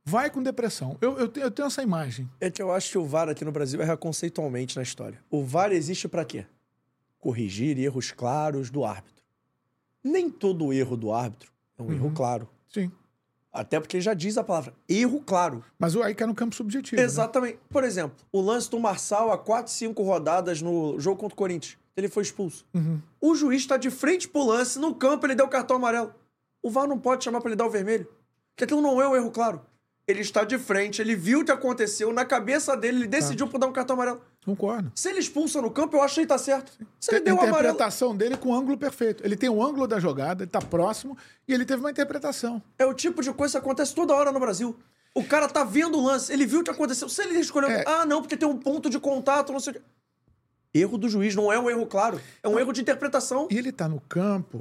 S4: vai com depressão. Eu, eu, tenho, eu tenho essa imagem.
S3: É que eu acho que o V A R aqui no Brasil erra conceitualmente na história. O V A R existe pra quê? Corrigir erros claros do árbitro. Nem todo erro do árbitro é um
S4: Uhum.
S3: erro claro.
S4: Sim.
S3: Até porque já diz a palavra erro claro.
S4: Mas o aí cai no campo subjetivo. Né?
S3: Exatamente. Por exemplo, o lance do Marçal há quatro, cinco rodadas no jogo contra o Corinthians. Ele foi expulso.
S4: Uhum.
S3: O juiz tá de frente pro lance, no campo ele deu o cartão amarelo. O V A R não pode chamar pra ele dar o vermelho. Porque aquilo não é um erro claro. Ele está de frente, ele viu o que aconteceu, na cabeça dele, ele decidiu por dar um cartão amarelo.
S4: Concordo.
S3: Se ele expulsa no campo, eu acho que ele tá certo. Se ele
S4: Tem
S3: deu
S4: a
S3: o amarelo...
S4: interpretação dele com o ângulo perfeito. Ele tem o ângulo da jogada, ele tá próximo e ele teve uma interpretação.
S3: É o tipo de coisa que acontece toda hora no Brasil. O cara tá vendo o lance, ele viu o que aconteceu. Se ele escolheu...
S4: É.
S3: Ah, não, porque tem um ponto de contato, não sei o quê. Erro do juiz, não é um erro claro. É um erro de interpretação.
S4: E ele tá no campo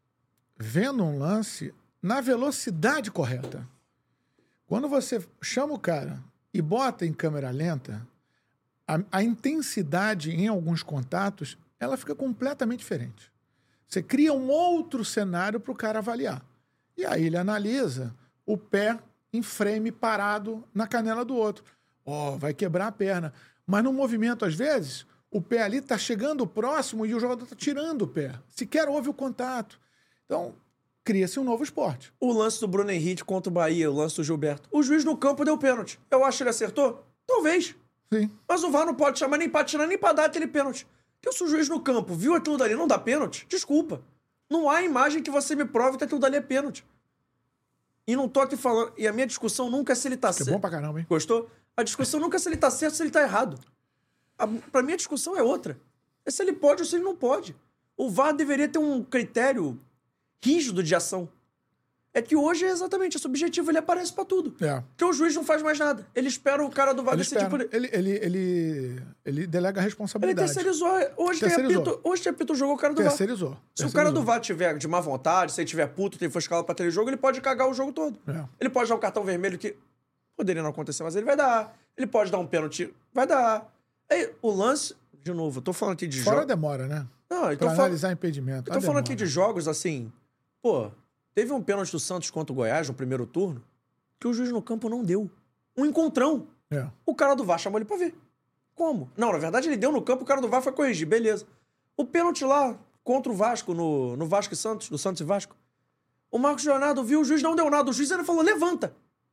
S4: vendo um lance na velocidade correta. Quando você chama o cara e bota em câmera lenta, a, a intensidade em alguns contatos, ela fica completamente diferente. Você cria um outro cenário para o cara avaliar. E aí ele analisa o pé em frame parado na canela do outro. Ó, oh, vai quebrar a perna. Mas no movimento, às vezes, o pé ali está chegando próximo e o jogador está tirando o pé. Sequer houve o contato. Então, cria-se um novo esporte.
S3: O lance do Bruno Henrique contra o Bahia, o lance do Gilberto. O juiz no campo deu pênalti. Eu acho que ele acertou? Talvez.
S4: Sim.
S3: Mas o V A R não pode chamar nem pra tirar, nem pra dar aquele pênalti. Porque se o juiz no campo viu aquilo dali não dá pênalti, desculpa. Não há imagem que você me prove que aquilo dali é pênalti. E não tô aqui falando... E a minha discussão nunca é se ele tá
S4: Que é
S3: certo.
S4: bom pra caramba, hein?
S3: Gostou? A discussão nunca é se ele tá certo ou se ele tá errado. A, pra mim a discussão é outra. É se ele pode ou se ele não pode. O V A R deveria ter um critério rígido de ação. É que hoje é exatamente esse objetivo, ele aparece pra tudo.
S4: É.
S3: Porque o juiz não faz mais nada. Ele espera o cara do V A R
S4: Ele,
S3: decidir
S4: espera.
S3: por
S4: ele, ele, ele, ele delega a
S3: Ele
S4: responsabilidade.
S3: terceirizou. Hoje tem
S4: Terceirizou.
S3: apito, hoje tem apito o jogo, o cara do V A R.
S4: Terceirizou.
S3: Se o
S4: Terceirizou.
S3: cara do V A R tiver de má vontade, se ele tiver puto, ele for escalado pra aquele jogo, ele pode cagar o jogo todo.
S4: É.
S3: Ele pode dar um cartão vermelho que poderia não acontecer, mas ele vai dar. Ele pode dar um pênalti, vai dar. Aí, o lance, de novo, eu tô falando aqui de
S4: Fora
S3: jogos.
S4: demora, né?
S3: Não, eu tô
S4: Pra
S3: falando,
S4: analisar impedimento.
S3: eu tô
S4: a
S3: falando aqui
S4: demora.
S3: de jogos assim. Pô, teve um pênalti do Santos contra o Goiás no primeiro turno que o juiz no campo não deu. Um encontrão.
S4: É.
S3: O cara do V A R chamou ele pra ver. Como? Não, na verdade ele deu no campo, o cara do V A R foi corrigir, beleza. O pênalti lá contra o Vasco, no, no Vasco e Santos, do Santos e Vasco. O Marcos Leonardo viu, o juiz não deu nada, o juiz ainda falou, levanta.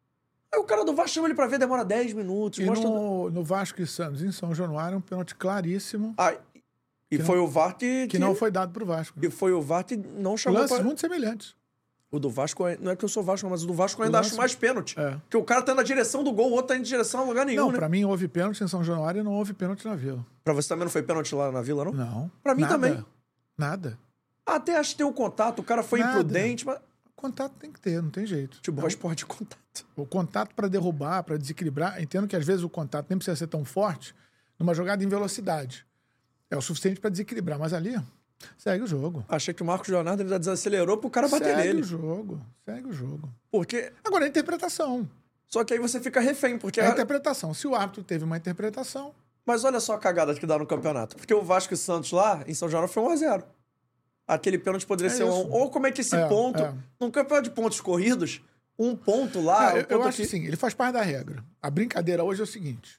S3: Aí o cara do V A R chama ele pra ver, demora dez minutos.
S4: E
S3: mostra...
S4: no, no Vasco e Santos, em São Januário, um pênalti claríssimo
S3: Ah, e
S4: Que
S3: foi
S4: não-
S3: o V A R que...
S4: que não foi dado pro Vasco.
S3: E foi o V A R que não chamou
S4: Lances
S3: pra...
S4: muito semelhantes.
S3: O do Vasco, não é que eu sou Vasco, mas o do Vasco eu ainda
S4: Lance-
S3: acho mais pênalti.
S4: É.
S3: Porque o cara tá na direção do gol, o outro tá indo em direção a lugar nenhum,
S4: Não,
S3: né?
S4: pra mim houve pênalti em São Januário e não houve pênalti na Vila.
S3: Pra você também não foi pênalti lá na Vila, não?
S4: Não.
S3: Pra mim
S4: Nada.
S3: também.
S4: Nada.
S3: Até acho que tem um contato, o cara foi
S4: Nada.
S3: imprudente, mas...
S4: Contato tem que ter, não tem jeito.
S3: Futebol é esporte de contato.
S4: O contato para derrubar, para desequilibrar, entendo que às vezes o contato nem precisa ser tão forte numa jogada em velocidade. É o suficiente para desequilibrar, mas ali segue o jogo.
S3: Achei que o Marcos Leonardo ainda desacelerou pro cara bater
S4: Segue
S3: nele.
S4: o jogo, segue o jogo.
S3: Porque...
S4: Agora, a interpretação.
S3: Só que aí você fica refém, porque...
S4: É a interpretação. Se o árbitro teve uma interpretação,
S3: Mas olha só a cagada que dá no campeonato. Porque o Vasco e Santos lá, em São Januário, foi um a zero. Aquele pênalti poderia
S4: É
S3: ser um...
S4: isso.
S3: Ou como é que esse
S4: É,
S3: ponto...
S4: é.
S3: Num campeonato de pontos corridos, um ponto lá...
S4: Ah,
S3: um
S4: eu,
S3: ponto
S4: eu acho
S3: aqui...
S4: que sim, ele faz parte da regra. A brincadeira hoje é o seguinte: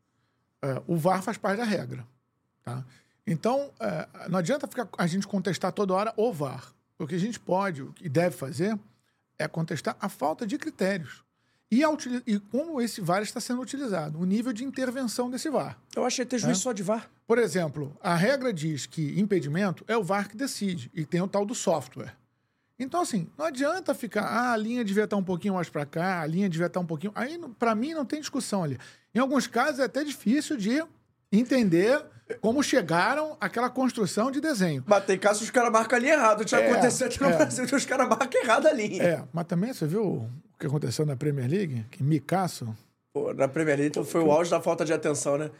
S4: é, o V A R faz parte da regra. Tá? Então, é, não adianta ficar a gente contestar toda hora o V A R. O que a gente pode o que deve fazer é contestar a falta de critérios. E, a utili- e como esse V A R está sendo utilizado, o nível de intervenção desse V A R.
S3: Eu achei ter juiz
S4: É?
S3: só de V A R.
S4: Por exemplo, a regra diz que impedimento é o V A R que decide, e tem o tal do software. Então, assim, não adianta ficar, ah, a linha devia estar um pouquinho mais para cá, a linha devia estar um pouquinho... Aí, para mim, não tem discussão ali. Em alguns casos, é até difícil de entender como chegaram àquela construção de desenho.
S3: Mas tem casos que os caras marcam ali errado. Tinha
S4: É,
S3: acontecido aqui no
S4: é.
S3: Brasil que os caras marcam errado a linha.
S4: É, mas também, você viu o que aconteceu na Premier League? Que Micasso...
S3: Pô, na Premier League foi o auge da falta de atenção, né?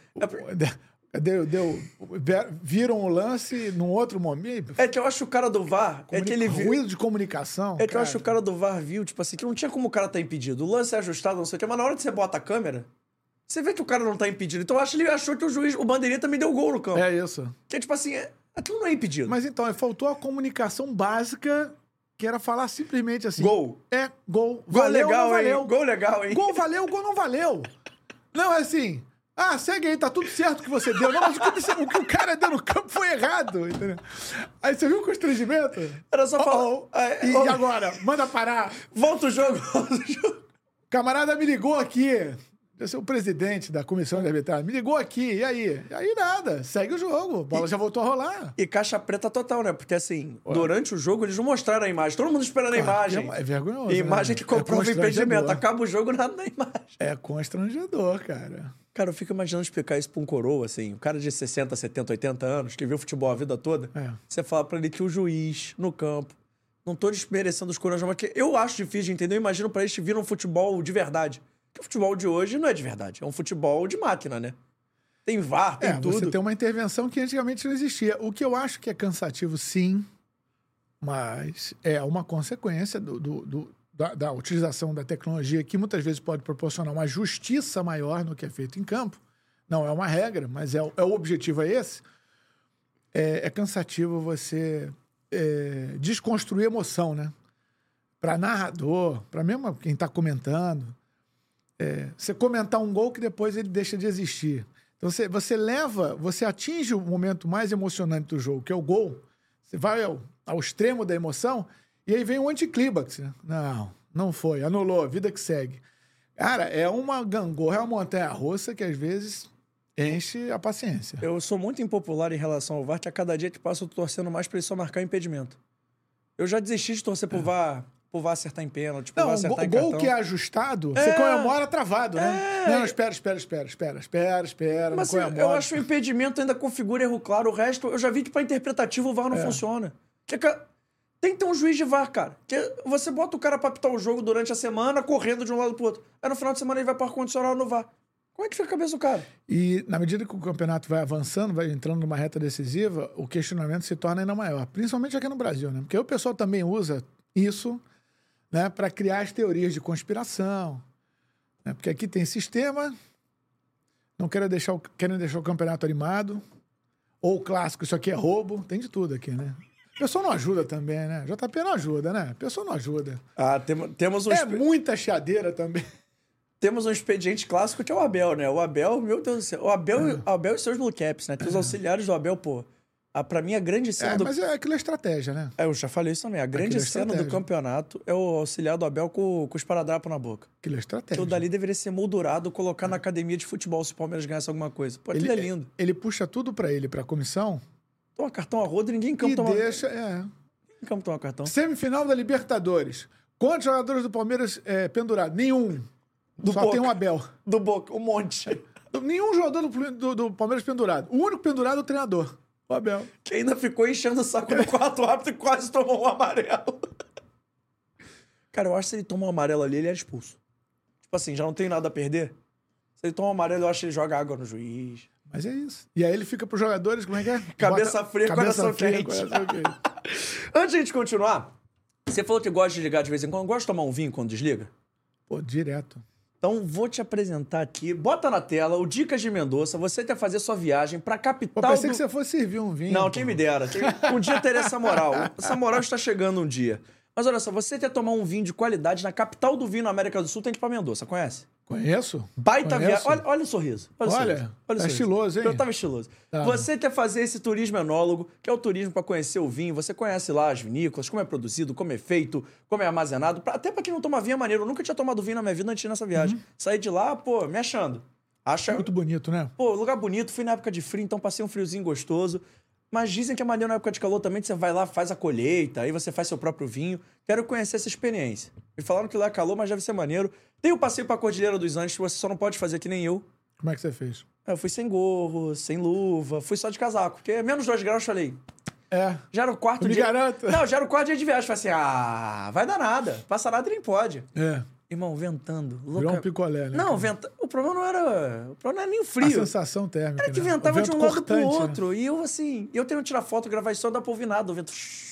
S3: É-
S4: Deu, deu, viram o lance num outro momento.
S3: É que eu acho que o cara do V A R... É
S4: Comuni-
S3: que ele viu...
S4: Ruído de comunicação.
S3: É que eu acho que o cara do V A R viu, tipo assim, que não tinha como o cara tá impedido. O lance é ajustado, não sei o quê, mas na hora que você bota a câmera, você vê que o cara não tá impedido. Então eu acho que ele achou que o juiz, o bandeirinha também deu gol no campo.
S4: É isso.
S3: Que é tipo assim, é, aquilo não é impedido.
S4: Mas então, faltou a comunicação básica que era falar simplesmente assim...
S3: Gol.
S4: É, gol.
S3: Gol
S4: Valeu,
S3: legal,
S4: não valeu.
S3: hein? Gol legal, hein?
S4: Gol valeu, gol não valeu. Não, é assim... Ah, segue aí, tá tudo certo que você deu. Não, mas o que, o que o cara deu no campo foi errado, entendeu? Aí você viu o constrangimento?
S3: Era só falar...
S4: Oh, oh. E, e agora? Manda parar.
S3: Volta o jogo, volta o jogo.
S4: O camarada me ligou aqui. Eu sou o presidente da comissão de arbitragem. Me ligou aqui, e aí? E aí nada, segue o jogo. A bola já voltou a rolar.
S3: E caixa preta total, né? Porque assim, Ué. durante o jogo eles não mostraram a imagem. Todo mundo esperando a imagem.
S4: É vergonhoso.
S3: E imagem
S4: né?
S3: que comprova é impedimento. Acaba o jogo, nada na imagem.
S4: É constrangedor, cara.
S3: Cara, eu fico imaginando explicar isso pra um coroa, assim. Um cara de sessenta, setenta, oitenta anos, que viu futebol a vida toda. É. Você fala pra ele que o juiz, no campo... Não tô desmerecendo os coroas, mas que eu acho difícil de entender. Eu imagino pra eles que viram um futebol de verdade. Porque o futebol de hoje não é de verdade. É um futebol de máquina, né? Tem V A R, tem
S4: é,
S3: tudo.
S4: Você tem uma intervenção que antigamente não existia. O que eu acho que é cansativo, sim, mas é uma consequência do, do, do, da, da utilização da tecnologia que muitas vezes pode proporcionar uma justiça maior no que é feito em campo. Não é uma regra, mas é, é o objetivo é esse. É, é cansativo você é, desconstruir emoção, né? Para narrador, para mesmo quem está comentando. É, você comentar um gol que depois ele deixa de existir. Então você, você leva, você atinge o momento mais emocionante do jogo, que é o gol. Você vai ao, ao extremo da emoção e aí vem um anticlímax. Né? Não, não foi, anulou, vida que segue. Cara, é uma gangorra, é uma montanha-russa que às vezes enche a paciência.
S3: Eu sou muito impopular em relação ao V A R, que a cada dia que passa eu tô torcendo mais pra ele só marcar impedimento. Eu já desisti de torcer pro é. V A R... Por vai acertar em pênalti, por
S4: não,
S3: vai acertar
S4: gol,
S3: em cartão.
S4: Gol que é ajustado,
S3: é.
S4: você comemora travado, né?
S3: É.
S4: Não, espera, espera, espera, espera, espera, espera,
S3: Mas
S4: não
S3: assim, eu acho que o impedimento ainda configura erro claro. O resto, eu já vi que pra interpretativo o V A R não é. funciona. Que, tem que ter um juiz de V A R, cara. Que você bota o cara pra apitar o jogo durante a semana, correndo de um lado pro outro. Aí no final de semana ele vai pro ar-condicionado no V A R. Como é que fica a cabeça do cara?
S4: E na medida que o campeonato vai avançando, vai entrando numa reta decisiva, o questionamento se torna ainda maior. Principalmente aqui no Brasil, né? Porque o pessoal também usa isso... Né, para criar as teorias de conspiração. Né, porque aqui tem sistema, não querem deixar, o, querem deixar o campeonato animado, ou o clássico, isso aqui é roubo, tem de tudo aqui, né? O pessoal não ajuda também, né? J P não ajuda, né? O pessoal não ajuda.
S3: Ah, tem, temos um...
S4: É exp... muita chiadeira também.
S3: Temos um expediente clássico que é o Abel, né? O Abel, meu Deus do céu. O Abel, é. Abel e seus blue caps, né? Tem os é. auxiliares do Abel, pô. A, pra mim, a grande cena
S4: é,
S3: do...
S4: mas é aquilo é estratégia, né?
S3: É, eu já falei isso também. A grande
S4: é
S3: cena do campeonato é o auxiliar do Abel com, com os esparadrapos na boca.
S4: Aquilo é estratégia.
S3: Aquilo dali deveria ser moldurado, colocar é. na academia de futebol se o Palmeiras ganhasse alguma coisa. Pô, aquilo
S4: ele,
S3: é lindo.
S4: Ele puxa tudo pra ele, pra comissão.
S3: Toma cartão a roda, ninguém em campo
S4: e
S3: toma...
S4: deixa, é.
S3: Ninguém em campo toma cartão.
S4: Semifinal da Libertadores. Quantos jogadores do Palmeiras é, pendurados? Nenhum.
S3: Do
S4: Só
S3: Boca.
S4: tem um Abel.
S3: Do Boca, um monte.
S4: Nenhum jogador do, do, do Palmeiras pendurado. O único pendurado é o treinador. O Abel.
S3: Que ainda ficou enchendo o saco no quarto árbitro e quase tomou um amarelo. Cara, eu acho que se ele toma um amarelo ali, ele é expulso. Tipo assim, já não tem nada a perder. Se ele toma um amarelo, eu acho que ele joga água no juiz.
S4: Mas é isso. E aí ele fica pros jogadores, como é que é?
S3: Cabeça
S4: Bota...
S3: fria,
S4: Cabeça
S3: coração
S4: fria,
S3: quente.
S4: Coração quente.
S3: Antes de a gente continuar, você falou que gosta de ligar de vez em quando. Gosta de tomar um vinho quando desliga?
S4: Pô, direto.
S3: Então, vou te apresentar aqui. Bota na tela o Dicas de Mendonça. Você quer fazer sua viagem pra capital
S4: Pô, pensei
S3: do...
S4: que você fosse servir um vinho.
S3: Não,
S4: pô.
S3: quem me dera. Um dia teria essa moral. Essa moral está chegando um dia. Mas olha só, você quer tomar um vinho de qualidade na capital do vinho na América do Sul, tem que ir pra Mendonça. Conhece?
S4: Conheço.
S3: Baita viagem. Olha, olha o sorriso. Olha, o
S4: olha,
S3: sorriso. olha o
S4: é
S3: sorriso.
S4: estiloso, hein?
S3: Eu tava estiloso.
S4: Tá.
S3: Você quer fazer esse turismo enólogo, que é o turismo para conhecer o vinho. Você conhece lá as vinícolas, como é produzido, como é feito, como é armazenado. Pra, até pra quem não toma vinho é maneiro. Eu nunca tinha tomado vinho na minha vida antes de ir nessa viagem. Uhum. Saí de lá, pô, me achando. Acha...
S4: Muito bonito, né?
S3: Pô, lugar bonito. Fui na época de frio, então passei um friozinho gostoso. Mas dizem que é maneiro na época de calor também, que você vai lá, faz a colheita, aí você faz seu próprio vinho. Quero conhecer essa experiência. Me falaram que lá é calor, mas deve ser maneiro. Tem o passeio pra Cordilheira dos Andes, que você só não pode fazer que nem eu.
S4: Como é que você fez?
S3: Eu fui sem gorro, sem luva, fui só de casaco. Porque menos dois graus, eu falei...
S4: É.
S3: Já era o quarto
S4: eu
S3: dia...
S4: Me garanto.
S3: Não, já era o quarto dia de viagem. Falei assim, ah, vai dar nada. Passa nada e nem pode.
S4: É.
S3: Irmão, ventando.
S4: Louca... Virou um picolé, né?
S3: Não, venta... o problema não era... O problema não era nem o frio.
S4: A sensação térmica,
S3: Era que
S4: né?
S3: ventava de um lado pro outro.
S4: Né?
S3: E eu, assim... Eu tenho que tirar foto, gravar isso, não dá pra ouvir nada. O vento...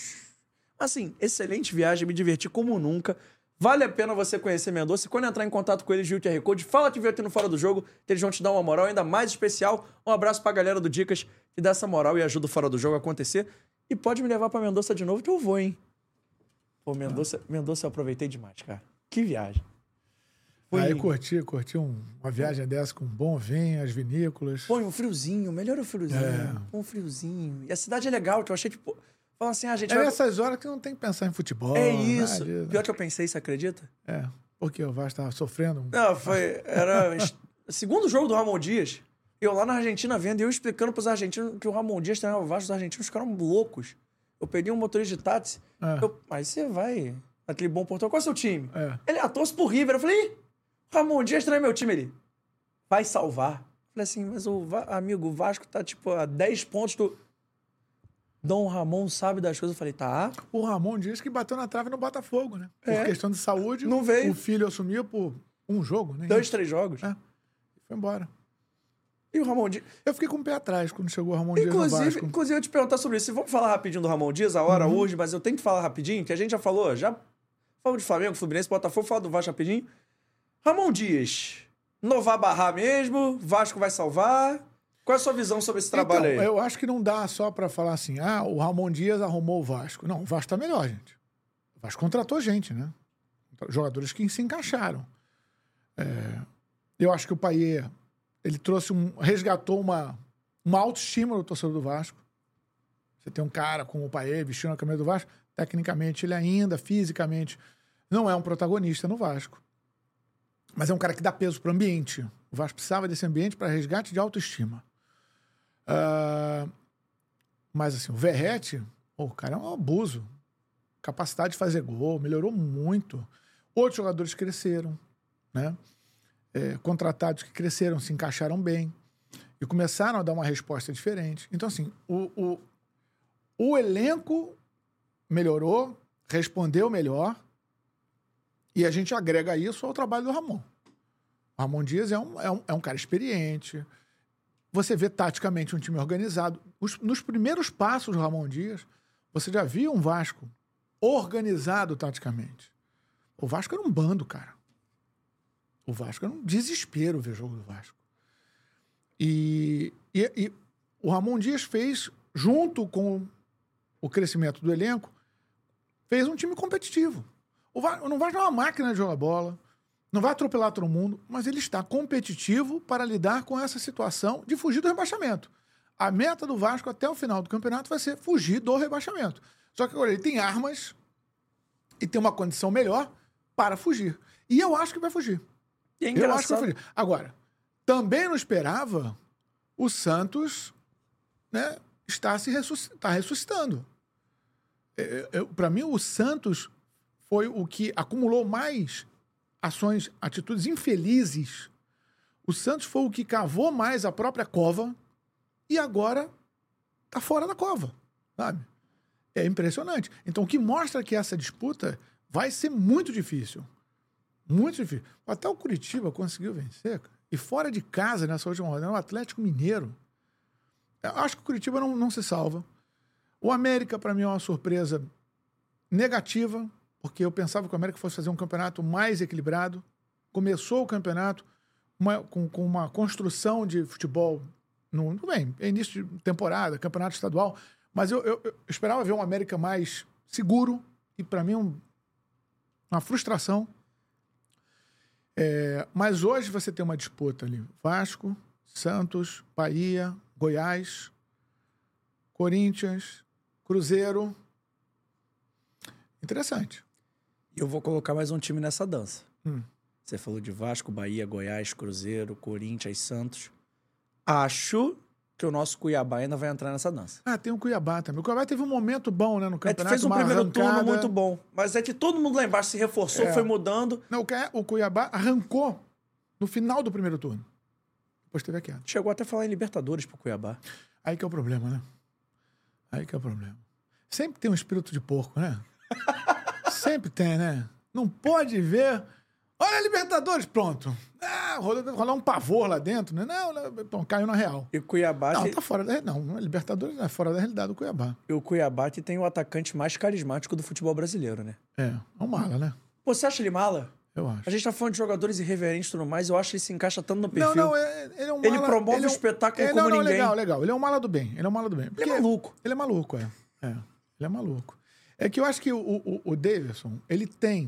S3: Assim, excelente viagem. Me diverti como nunca. Vale a pena você conhecer Mendonça. E quando entrar em contato com eles, viu o Q R Code, fala que veio aqui no Fora do Jogo, que eles vão te dar uma moral ainda mais especial. Um abraço pra galera do Dicas, que dá essa moral e ajuda o Fora do Jogo a acontecer. E pode me levar pra Mendonça de novo, que eu vou, hein? Pô, Mendonça, Mendonça eu aproveitei demais, cara. Que viagem. Foi...
S4: Aí curti, curti um, uma viagem dessa com um bom vinho, as vinícolas.
S3: Pô, um friozinho, melhor o friozinho.
S4: É.
S3: Um friozinho. E a cidade é legal, que eu achei, tipo... Fala assim, ah, a gente
S4: É
S3: vai...
S4: nessas horas que não tem que pensar em futebol.
S3: É isso.
S4: nada disso.
S3: Pior que eu pensei, você acredita?
S4: É, porque o Vasco tava sofrendo. um-
S3: Não, foi... Era o segundo jogo do Ramon Dias. Eu lá na Argentina vendo e eu explicando pros argentinos que o Ramon Dias treinava o Vasco, os argentinos ficaram loucos. Eu peguei um motorista de táxi.
S4: É.
S3: Eu, mas você vai... Aquele bom portão, qual é o seu time?
S4: É.
S3: Ele, ah, torce pro River. Eu falei, ih, Ramon Dias treina meu time. Ele, vai salvar. Eu falei assim, mas o Va- amigo, o Vasco tá, tipo, a dez pontos do... Dom Ramon sabe das coisas. Eu falei, tá.
S4: O Ramon diz que bateu na trave no Botafogo, né? Por
S3: É.
S4: questão de saúde.
S3: Não veio.
S4: O filho assumiu por um jogo, né?
S3: Dois, três jogos.
S4: É. Foi embora.
S3: E o Ramon Dias...
S4: Eu fiquei com o pé atrás quando chegou o Ramon Dias no
S3: Inclusive,
S4: Vasco.
S3: inclusive, eu ia te perguntar sobre isso. Vamos falar rapidinho do Ramon Dias, a hora hoje, mas eu tenho que falar rapidinho, que a gente já falou, já falamos de Flamengo, Fluminense, Botafogo, fala do Vasco rapidinho. Ramon Dias, não vai barrar mesmo, Vasco vai salvar. Qual é a sua visão sobre esse trabalho
S4: então,
S3: aí?
S4: eu acho que não dá só pra falar assim, ah, o Ramon Dias arrumou o Vasco. Não, o Vasco tá melhor, gente. O Vasco contratou gente, né? Jogadores que se encaixaram. É, eu acho que o Paier, ele trouxe um... resgatou uma, uma autoestima do torcedor do Vasco. Você tem um cara como o Paier vestindo a camisa do Vasco, tecnicamente ele ainda, fisicamente, não é um protagonista no Vasco. Mas é um cara que dá peso pro ambiente. O Vasco precisava desse ambiente para resgate de autoestima. Uh, mas assim, o Verratti, oh, o cara é um abuso. Capacidade de fazer gol, melhorou muito. Outros jogadores cresceram, né? É, contratados que cresceram, se encaixaram bem e começaram a dar uma resposta diferente. Então, assim, o, o, o elenco melhorou, respondeu melhor e a gente agrega isso ao trabalho do Ramon. O Ramon Dias é um, é um, é um cara experiente. Você vê taticamente um time organizado. Os, nos primeiros passos do Ramon Dias, você já via um Vasco organizado taticamente. O Vasco era um bando, cara. O Vasco era um desespero ver o jogo do Vasco. E, e, e o Ramon Dias fez, junto com o crescimento do elenco, fez um time competitivo. O Vasco, não vai ser uma máquina de jogar bola, não vai atropelar todo mundo, mas ele está competitivo para lidar com essa situação de fugir do rebaixamento. A meta do Vasco até o final do campeonato vai ser fugir do rebaixamento. Só que agora ele tem armas e tem uma condição melhor para fugir. E eu acho que vai fugir.
S3: E é
S4: eu acho que vai
S3: engraçado.
S4: fugir. Agora, também não esperava o Santos, né, estar se ressusc- tá ressuscitando. Para mim, o Santos foi o que acumulou mais ações, atitudes infelizes. O Santos foi o que cavou mais a própria cova e agora tá fora da cova, sabe? É impressionante. Então, o que mostra que essa disputa vai ser muito difícil. Muito difícil. Até o Curitiba conseguiu vencer, cara. E fora de casa, nessa última rodada, o Atlético Mineiro. Eu acho que o Curitiba não, não se salva. O América, para mim, é uma surpresa negativa, porque eu pensava que o América fosse fazer um campeonato mais equilibrado. Começou o campeonato uma, com, com uma construção de futebol. No, tudo bem, é início de temporada, campeonato estadual, mas eu, eu, eu esperava ver um América mais seguro e, para mim, um, uma frustração. É, mas hoje você tem uma disputa ali. Vasco, Santos, Bahia, Goiás, Corinthians, Cruzeiro. Interessante.
S3: E eu vou colocar mais um time nessa dança.
S4: Hum.
S3: Você falou de Vasco, Bahia, Goiás, Cruzeiro, Corinthians, Santos. Acho que o nosso Cuiabá ainda vai entrar nessa dança.
S4: Ah, tem o Cuiabá também. O Cuiabá teve um momento bom, né, no
S3: É que
S4: campeonato.
S3: fez um
S4: uma
S3: primeiro
S4: arrancada.
S3: turno muito bom. Mas é que todo mundo lá embaixo se reforçou,
S4: É.
S3: foi mudando.
S4: Não, o Ca- o Cuiabá arrancou no final do primeiro turno. Depois teve a queda.
S3: Chegou até a falar em Libertadores pro Cuiabá.
S4: Aí que é o problema, né? Aí que é o problema. Sempre tem um espírito de porco, né? Sempre tem, né? Não pode ver... Olha a Libertadores, pronto. Ah, rola- rolar um pavor lá dentro, né? Não, não, então, caiu na real.
S3: E o Cuiabá,
S4: Não,
S3: que,
S4: tá fora da... Não, a Libertadores é fora da realidade do Cuiabá.
S3: e o Cuiabá que tem o atacante mais carismático do futebol brasileiro, né?
S4: É, é um mala, né?
S3: Pô, você acha ele mala?
S4: Eu acho.
S3: A gente tá falando de jogadores irreverentes e tudo mais, eu acho que ele se encaixa tanto no
S4: Não,
S3: perfil.
S4: não, é- ele é um
S3: Ele
S4: mala...
S3: promove
S4: ele é
S3: o espetáculo
S4: é,
S3: como
S4: não, não,
S3: ninguém.
S4: legal, legal. Ele é um mala do bem. Ele é um mala do bem.
S3: Ele é maluco.
S4: Ele é maluco, é. É, ele é maluco. É que eu acho que o, o, o Davidson, ele tem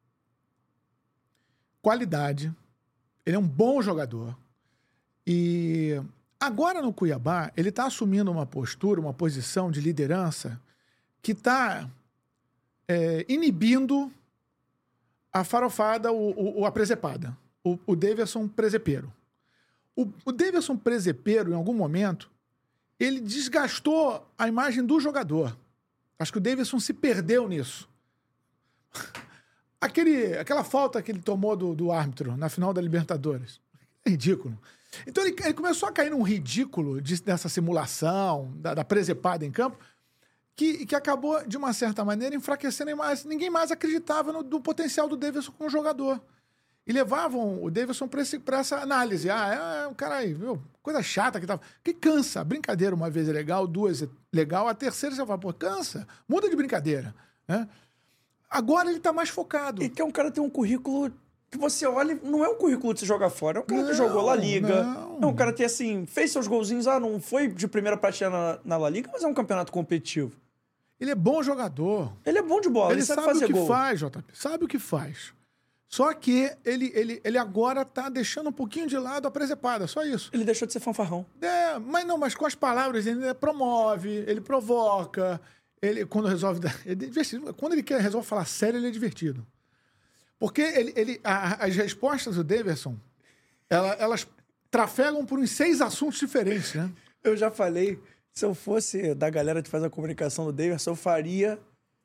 S4: qualidade, ele é um bom jogador. E agora no Cuiabá, ele está assumindo uma postura, uma posição de liderança que está é, inibindo a farofada, o, o, a presepada. O, o Davidson presepeiro. O, o Davidson presepeiro, em algum momento, ele desgastou a imagem do jogador. Acho que o Davidson se perdeu nisso. Aquele, aquela falta que ele tomou do, do árbitro na final da Libertadores. É ridículo. Então ele, ele começou a cair num ridículo de, dessa simulação, da, da presepada em campo, que, que acabou, de uma certa maneira, enfraquecendo a imagem. Ninguém mais acreditava no, no potencial do Davidson como jogador. E levavam o Davidson para essa análise. Ah, é um cara aí, viu? Coisa chata que tava. Que cansa. Brincadeira uma vez é legal, duas é legal, a terceira você fala, pô, cansa. Muda de brincadeira. Né? Agora ele tá mais focado.
S3: E que é um cara que tem um currículo que você olha, não é um currículo de você jogar fora, é um cara não, que jogou La Liga. Não. É um cara que, assim, fez seus golzinhos, ah, não foi de primeira prateleira na, na La Liga, mas é um campeonato competitivo.
S4: Ele é bom jogador.
S3: Ele é bom de bola, ele,
S4: ele
S3: sabe,
S4: sabe
S3: fazer
S4: o que
S3: gol.
S4: faz, J P. Sabe o que faz. Só que ele, ele, ele agora tá deixando um pouquinho de lado a presepada, só isso.
S3: Ele deixou de ser fanfarrão.
S4: É, mas não, mas com as palavras ele promove, ele provoca, ele quando resolve... Ele é divertido. Quando ele quer, resolve falar sério, ele é divertido. Porque ele, ele, a, as respostas do Davidson, ela, elas trafegam por uns seis assuntos diferentes, né?
S3: Eu já falei, se eu fosse da galera que faz a comunicação do Davidson, eu faria...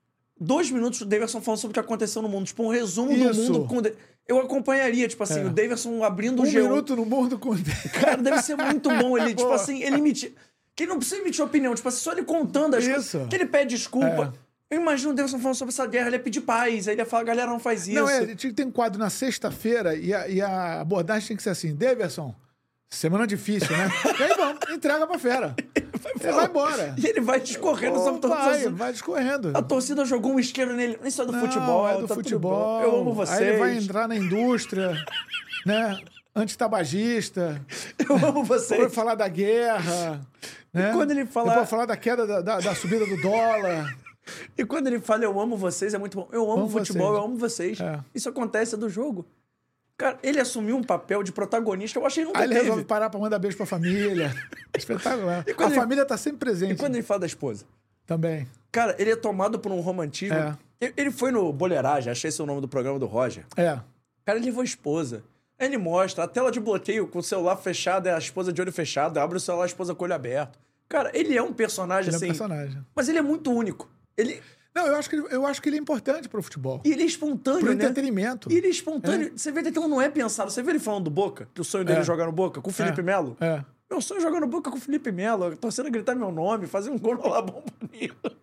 S3: Dois minutos do Davidson falando sobre o que aconteceu no mundo. Tipo, um resumo
S4: Isso.
S3: do mundo. Com... Eu acompanharia, tipo assim,
S4: É.
S3: o Davidson abrindo
S4: Um
S3: o G um.
S4: minuto no mundo com...
S3: Cara, deve ser muito bom ele, tipo assim, ele emitir... Que ele não precisa emitir opinião, tipo assim, só ele contando as
S4: Isso.
S3: coisas. Que ele pede desculpa.
S4: É.
S3: Eu imagino o Davidson falando sobre essa guerra, ele ia pedir paz. Aí ele ia falar, galera, não faz isso.
S4: Não, é, tinha que ter um quadro na sexta-feira e a, e a abordagem tem que ser assim, Davidson, semana difícil, né? E aí, vamos, entrega pra fera. Ele vai embora.
S3: E ele vai discorrendo sobre todas as
S4: Vai,
S3: coisas.
S4: vai discorrendo.
S3: A torcida jogou um isqueiro nele. Isso é do
S4: Não,
S3: futebol.
S4: é do
S3: tá tudo
S4: futebol.
S3: bom. Eu amo vocês.
S4: Aí ele vai entrar na indústria, né? Antitabagista.
S3: Eu amo vocês.
S4: Vai falar da guerra. Né?
S3: E quando ele fala...
S4: Depois falar da queda da, da, da subida do dólar.
S3: E quando ele fala, eu amo vocês, é muito bom. Eu amo,
S4: Amo
S3: futebol,
S4: vocês.
S3: eu amo vocês.
S4: É.
S3: Isso acontece do jogo. Cara, ele assumiu um papel de protagonista, eu achei que nunca
S4: Aí ele
S3: teve.
S4: resolve parar pra mandar beijo pra família. Espetacular.
S3: E
S4: A
S3: quando ele-
S4: família tá sempre presente.
S3: E quando ele fala da esposa?
S4: Também.
S3: Cara, ele é tomado por um romantismo.
S4: É.
S3: Ele- Ele foi no Boleiragem, achei esse o nome do programa do Roger.
S4: É.
S3: Cara, ele levou a esposa. Aí ele mostra a tela de bloqueio com o celular fechado, é a esposa de olho fechado, abre o celular, a esposa com o olho aberto. Cara, ele é um personagem
S4: Ele é um
S3: assim.
S4: personagem.
S3: Mas ele é muito único. Ele...
S4: Não, eu acho que ele, eu acho que ele é importante pro futebol.
S3: E ele é espontâneo,
S4: Pro
S3: né?
S4: entretenimento.
S3: E ele é espontâneo. Você vê que aquilo não é pensado. Você vê ele falando do Boca, que o sonho dele é,
S4: É.
S3: jogar no Boca, com o Felipe
S4: É.
S3: Melo.
S4: É.
S3: Meu sonho é jogar no Boca com o Felipe Melo, a torcida gritar meu nome, fazer um gol no Labão bonito.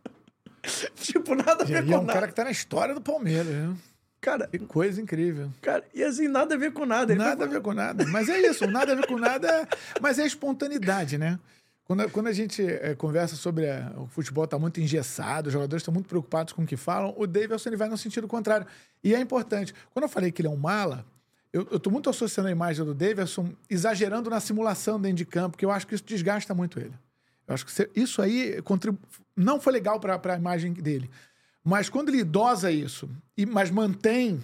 S3: Tipo, nada a ver
S4: E
S3: com
S4: é um
S3: nada.
S4: cara que tá na história do Palmeiras, né?
S3: Cara,
S4: Que coisa incrível.
S3: cara, e assim, nada a ver com nada. Ele
S4: Nada a
S3: foi-
S4: ver com nada. Mas é isso, nada a ver com nada, mas é espontaneidade, né? Quando, quando a gente é, conversa sobre é, o futebol está muito engessado, os jogadores estão muito preocupados com o que falam, o Davidson ele vai no sentido contrário. E é importante. Quando eu falei que ele é um mala, eu estou muito associando a imagem do Davidson exagerando na simulação dentro de campo, porque eu acho que isso desgasta muito ele. Eu acho que você- isso aí contribu... não foi legal para a imagem dele. Mas quando ele dosa isso, e, mas mantém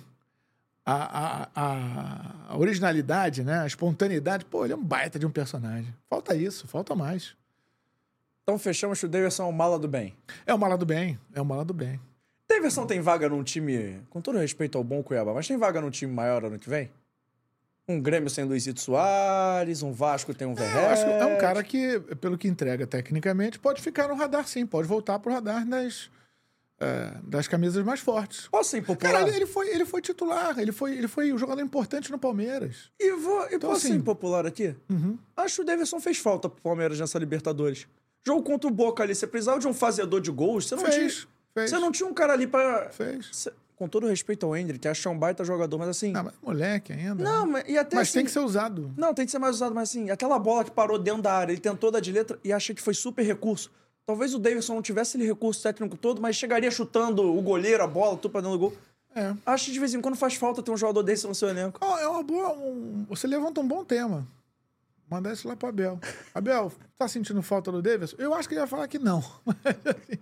S4: a, a, a, a originalidade, né? A espontaneidade, pô, ele é um baita de um personagem. Falta isso, falta mais.
S3: Então fechamos que o Davidson é o mala do bem.
S4: É o mala do bem, é o mala do bem.
S3: Davidson tem vaga num time, com todo respeito ao bom Cuiabá, mas tem vaga num time maior ano que vem? Um Grêmio sem Luizito Soares, um Vasco tem um Verrete.
S4: Eu acho que é um cara que, pelo que entrega tecnicamente, pode ficar no radar sim, pode voltar pro radar das, é, das camisas mais fortes.
S3: Posso ser impopular?
S4: Cara, ele, ele, foi, ele foi titular, ele foi, ele foi um jogador importante no Palmeiras.
S3: E vou, e
S4: Então,
S3: posso ser
S4: assim-
S3: impopular aqui?
S4: Uhum.
S3: Acho que o Davidson fez falta pro Palmeiras nessa Libertadores. Jogo contra o Boca ali, você precisava de um fazedor de gols, você não
S4: Fez,
S3: tinha...
S4: fez.
S3: Você não tinha um cara ali pra...
S4: Fez.
S3: Cê- com todo respeito ao Hendrick, acho que é um baita jogador, mas assim...
S4: Não, mas moleque ainda.
S3: Não,
S4: né?
S3: mas, e até
S4: Mas
S3: assim,
S4: tem que ser usado.
S3: Não, tem que ser mais usado, mas assim, aquela bola que parou dentro da área, ele tentou dar de letra e achei que foi super recurso. Talvez o Davidson não tivesse aquele recurso técnico todo, mas chegaria chutando o goleiro, a bola, tudo pra dentro do gol.
S4: É.
S3: Acho que de vez em quando faz falta ter um jogador desse no seu elenco.
S4: Ó, é uma boa. um- Você levanta um bom tema. Mandar isso lá pro Abel. Abel, tá sentindo falta do Davidson? Eu acho que ele vai falar que não.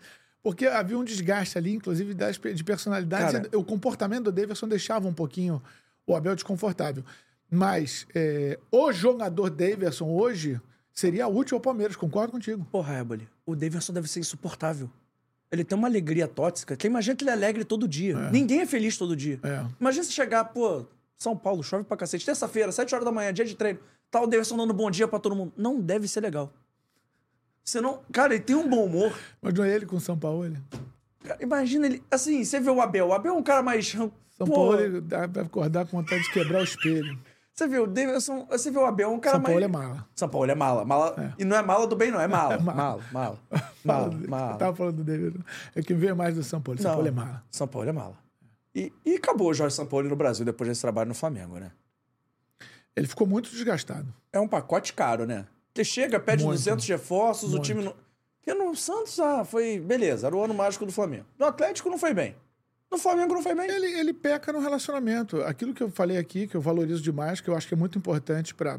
S4: Porque havia um desgaste ali, inclusive, das, de personalidade.
S3: Cara,
S4: O comportamento do Davidson deixava um pouquinho o Abel desconfortável. Mas é, o jogador Davidson hoje seria útil ao Palmeiras, concordo contigo.
S3: Porra, Éboli, o Davidson deve ser insuportável. Ele tem uma alegria tóxica, que imagina que ele é alegre todo dia.
S4: É.
S3: Ninguém é feliz todo dia.
S4: É.
S3: Imagina se chegar, pô, São Paulo, chove pra cacete, terça-feira, sete horas da manhã, dia de treino, tá o Davidson dando bom dia pra todo mundo. Não deve ser legal. Você não... Cara, ele tem um bom humor.
S4: Mas não é ele com o São Paulo?
S3: Cara, imagina ele... Assim, você vê o Abel. O Abel é um cara mais...
S4: São
S3: pô,
S4: Paulo ele dá pra acordar com vontade de quebrar o espelho.
S3: Você vê o Davidson... Você vê o Abel, é um cara
S4: São
S3: mais...
S4: Paulo é mala.
S3: São Paulo é mala. mala...
S4: É.
S3: E não é mala do bem, não. É mala.
S4: É mala.
S3: mala. Mala, mala. Mala, mala.
S4: Eu tava falando do David. É que veio mais do São Paulo. São
S3: Não,
S4: Paulo é mala.
S3: São Paulo é mala. E, e acabou o Jorge Sampaoli no Brasil depois desse trabalho no Flamengo, né?
S4: Ele ficou muito desgastado.
S3: É um pacote caro, né? Você chega, pede
S4: Muito.
S3: duzentos reforços,
S4: Muito.
S3: o time não... Porque no Santos, ah, foi... Beleza, era o ano mágico do Flamengo. No Atlético não foi bem. No Flamengo não foi bem.
S4: Ele, ele peca no relacionamento. Aquilo que eu falei aqui, que eu valorizo demais, que eu acho que é muito importante para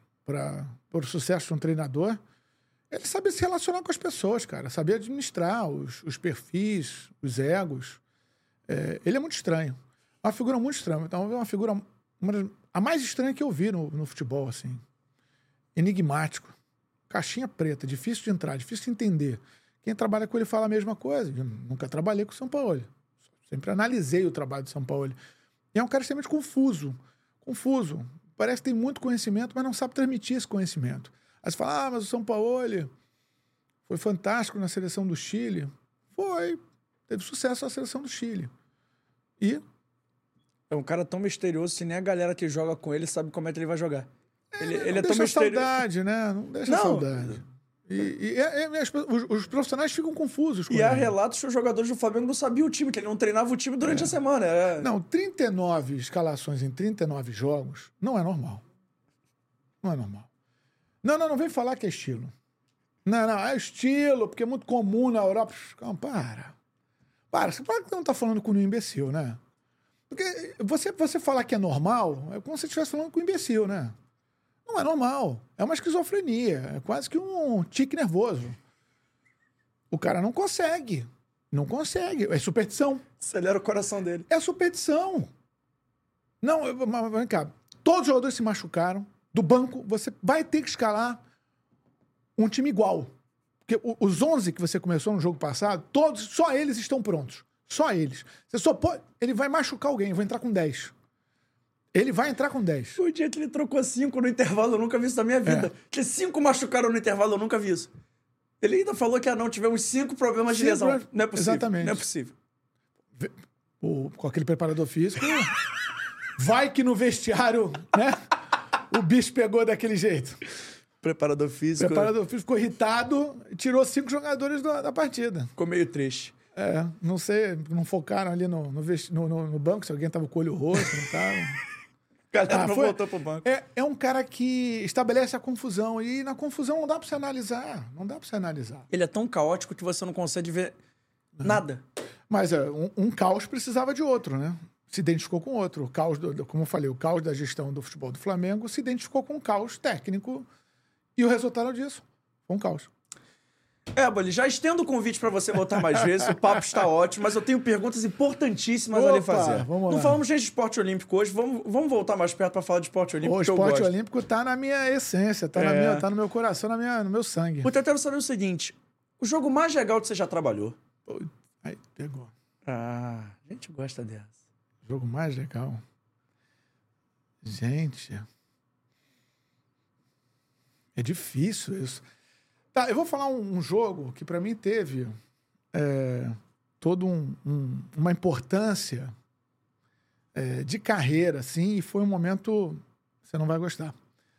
S4: o sucesso de um treinador, ele saber se relacionar com as pessoas, cara. Saber administrar os, os perfis, os egos. É, ele é muito estranho. É uma figura muito estranha. Então, é uma figura... Uma das, a mais estranha que eu vi no, no futebol, assim. Enigmático. Caixinha preta, difícil de entrar, difícil de entender. Quem trabalha com ele fala a mesma coisa. Eu nunca trabalhei com o São Paulo. Sempre analisei o trabalho do São Paulo. E é um cara extremamente confuso. Confuso. Parece que tem muito conhecimento, mas não sabe transmitir esse conhecimento. Aí você fala, ah, mas o São Paulo foi fantástico na seleção do Chile. Foi. Teve sucesso na seleção do Chile. E...
S3: É um cara tão misterioso que nem a galera que joga com ele sabe como é que ele vai jogar. Ele,
S4: É,
S3: ele é
S4: não
S3: tão
S4: deixa
S3: misterioso.
S4: saudade, né? Não deixa
S3: Não.
S4: saudade. E, e é- é- as pe- os, os profissionais ficam confusos com
S3: E há
S4: ele.
S3: relatos que os jogadores do Flamengo não sabiam o time, que ele não treinava o time durante a semana. É...
S4: Não, trinta e nove escalações em trinta e nove jogos não é normal. Não é normal. Não, não, não vem falar que é estilo. Não, não, é estilo, porque é muito comum na Europa. Calma, para. Para, você para que não tá falando com um imbecil, né? Porque você, você falar que é normal é como se você estivesse falando com um imbecil, né? Não é normal. É uma esquizofrenia. É quase que um tique nervoso. O cara não consegue. Não consegue. É superstição.
S3: Acelera o coração dele.
S4: É superstição. Não, eu- mas vem cá. Todos os jogadores se machucaram. Do banco, você vai ter que escalar um time igual. Porque o- os onze que você começou no jogo passado, todos, só eles estão prontos. Só eles. Você só pode... Ele vai machucar alguém. Eu vou entrar com dez. Ele vai entrar com dez.
S3: O dia que ele trocou cinco no intervalo, eu nunca vi isso na minha vida.
S4: É.
S3: Que cinco machucaram no intervalo, eu nunca vi isso. Ele ainda falou que, ah, não, tivemos cinco problemas de
S4: Cinco
S3: lesão.
S4: problemas-
S3: Não é possível.
S4: Exatamente.
S3: Não é possível.
S4: O- com aquele preparador físico. Vai que no vestiário, né? O bicho pegou daquele jeito.
S3: Preparador
S4: O
S3: físico
S4: preparador físico ficou irritado e tirou cinco jogadores da, da partida.
S3: ficou meio triste.
S4: É, não sei, não focaram ali no, no, vesti- no- no- no banco, se alguém tava com o olho roxo, não tava.
S3: A galera
S4: Ah,
S3: não
S4: foi-
S3: voltou pro banco.
S4: É, é um cara que estabelece a confusão. E na confusão não dá pra você analisar. Não dá pra você analisar.
S3: Ele é tão caótico que você não consegue ver nada.
S4: Mas é, um, um caos precisava de outro, né? Se identificou com outro. O caos, do, do- como eu falei, o caos da gestão do futebol do Flamengo se identificou com um caos técnico. E o resultado disso foi um caos.
S3: É, Boli, já estendo o convite pra você voltar mais vezes. O papo está ótimo, mas eu tenho perguntas importantíssimas a lhe
S4: Opa,
S3: fazer.
S4: vamos
S3: Não
S4: lá.
S3: falamos nem de esporte olímpico hoje. Vamos, vamos voltar mais perto pra falar de esporte olímpico,
S4: O
S3: que eu
S4: esporte
S3: gosto.
S4: olímpico tá na minha essência, tá, na
S3: É.
S4: minha, tá no meu coração, na minha, no meu sangue.
S3: Puta, eu quero saber o seguinte. O jogo mais legal que você já trabalhou?
S4: Pô, aí, pegou.
S3: Ah, a gente gosta dessa.
S4: Jogo mais legal. Gente. É difícil isso. Tá, eu vou falar um, um jogo que pra mim teve é, todo um, um- uma importância é, de carreira, assim, e foi um momento. Você não vai gostar.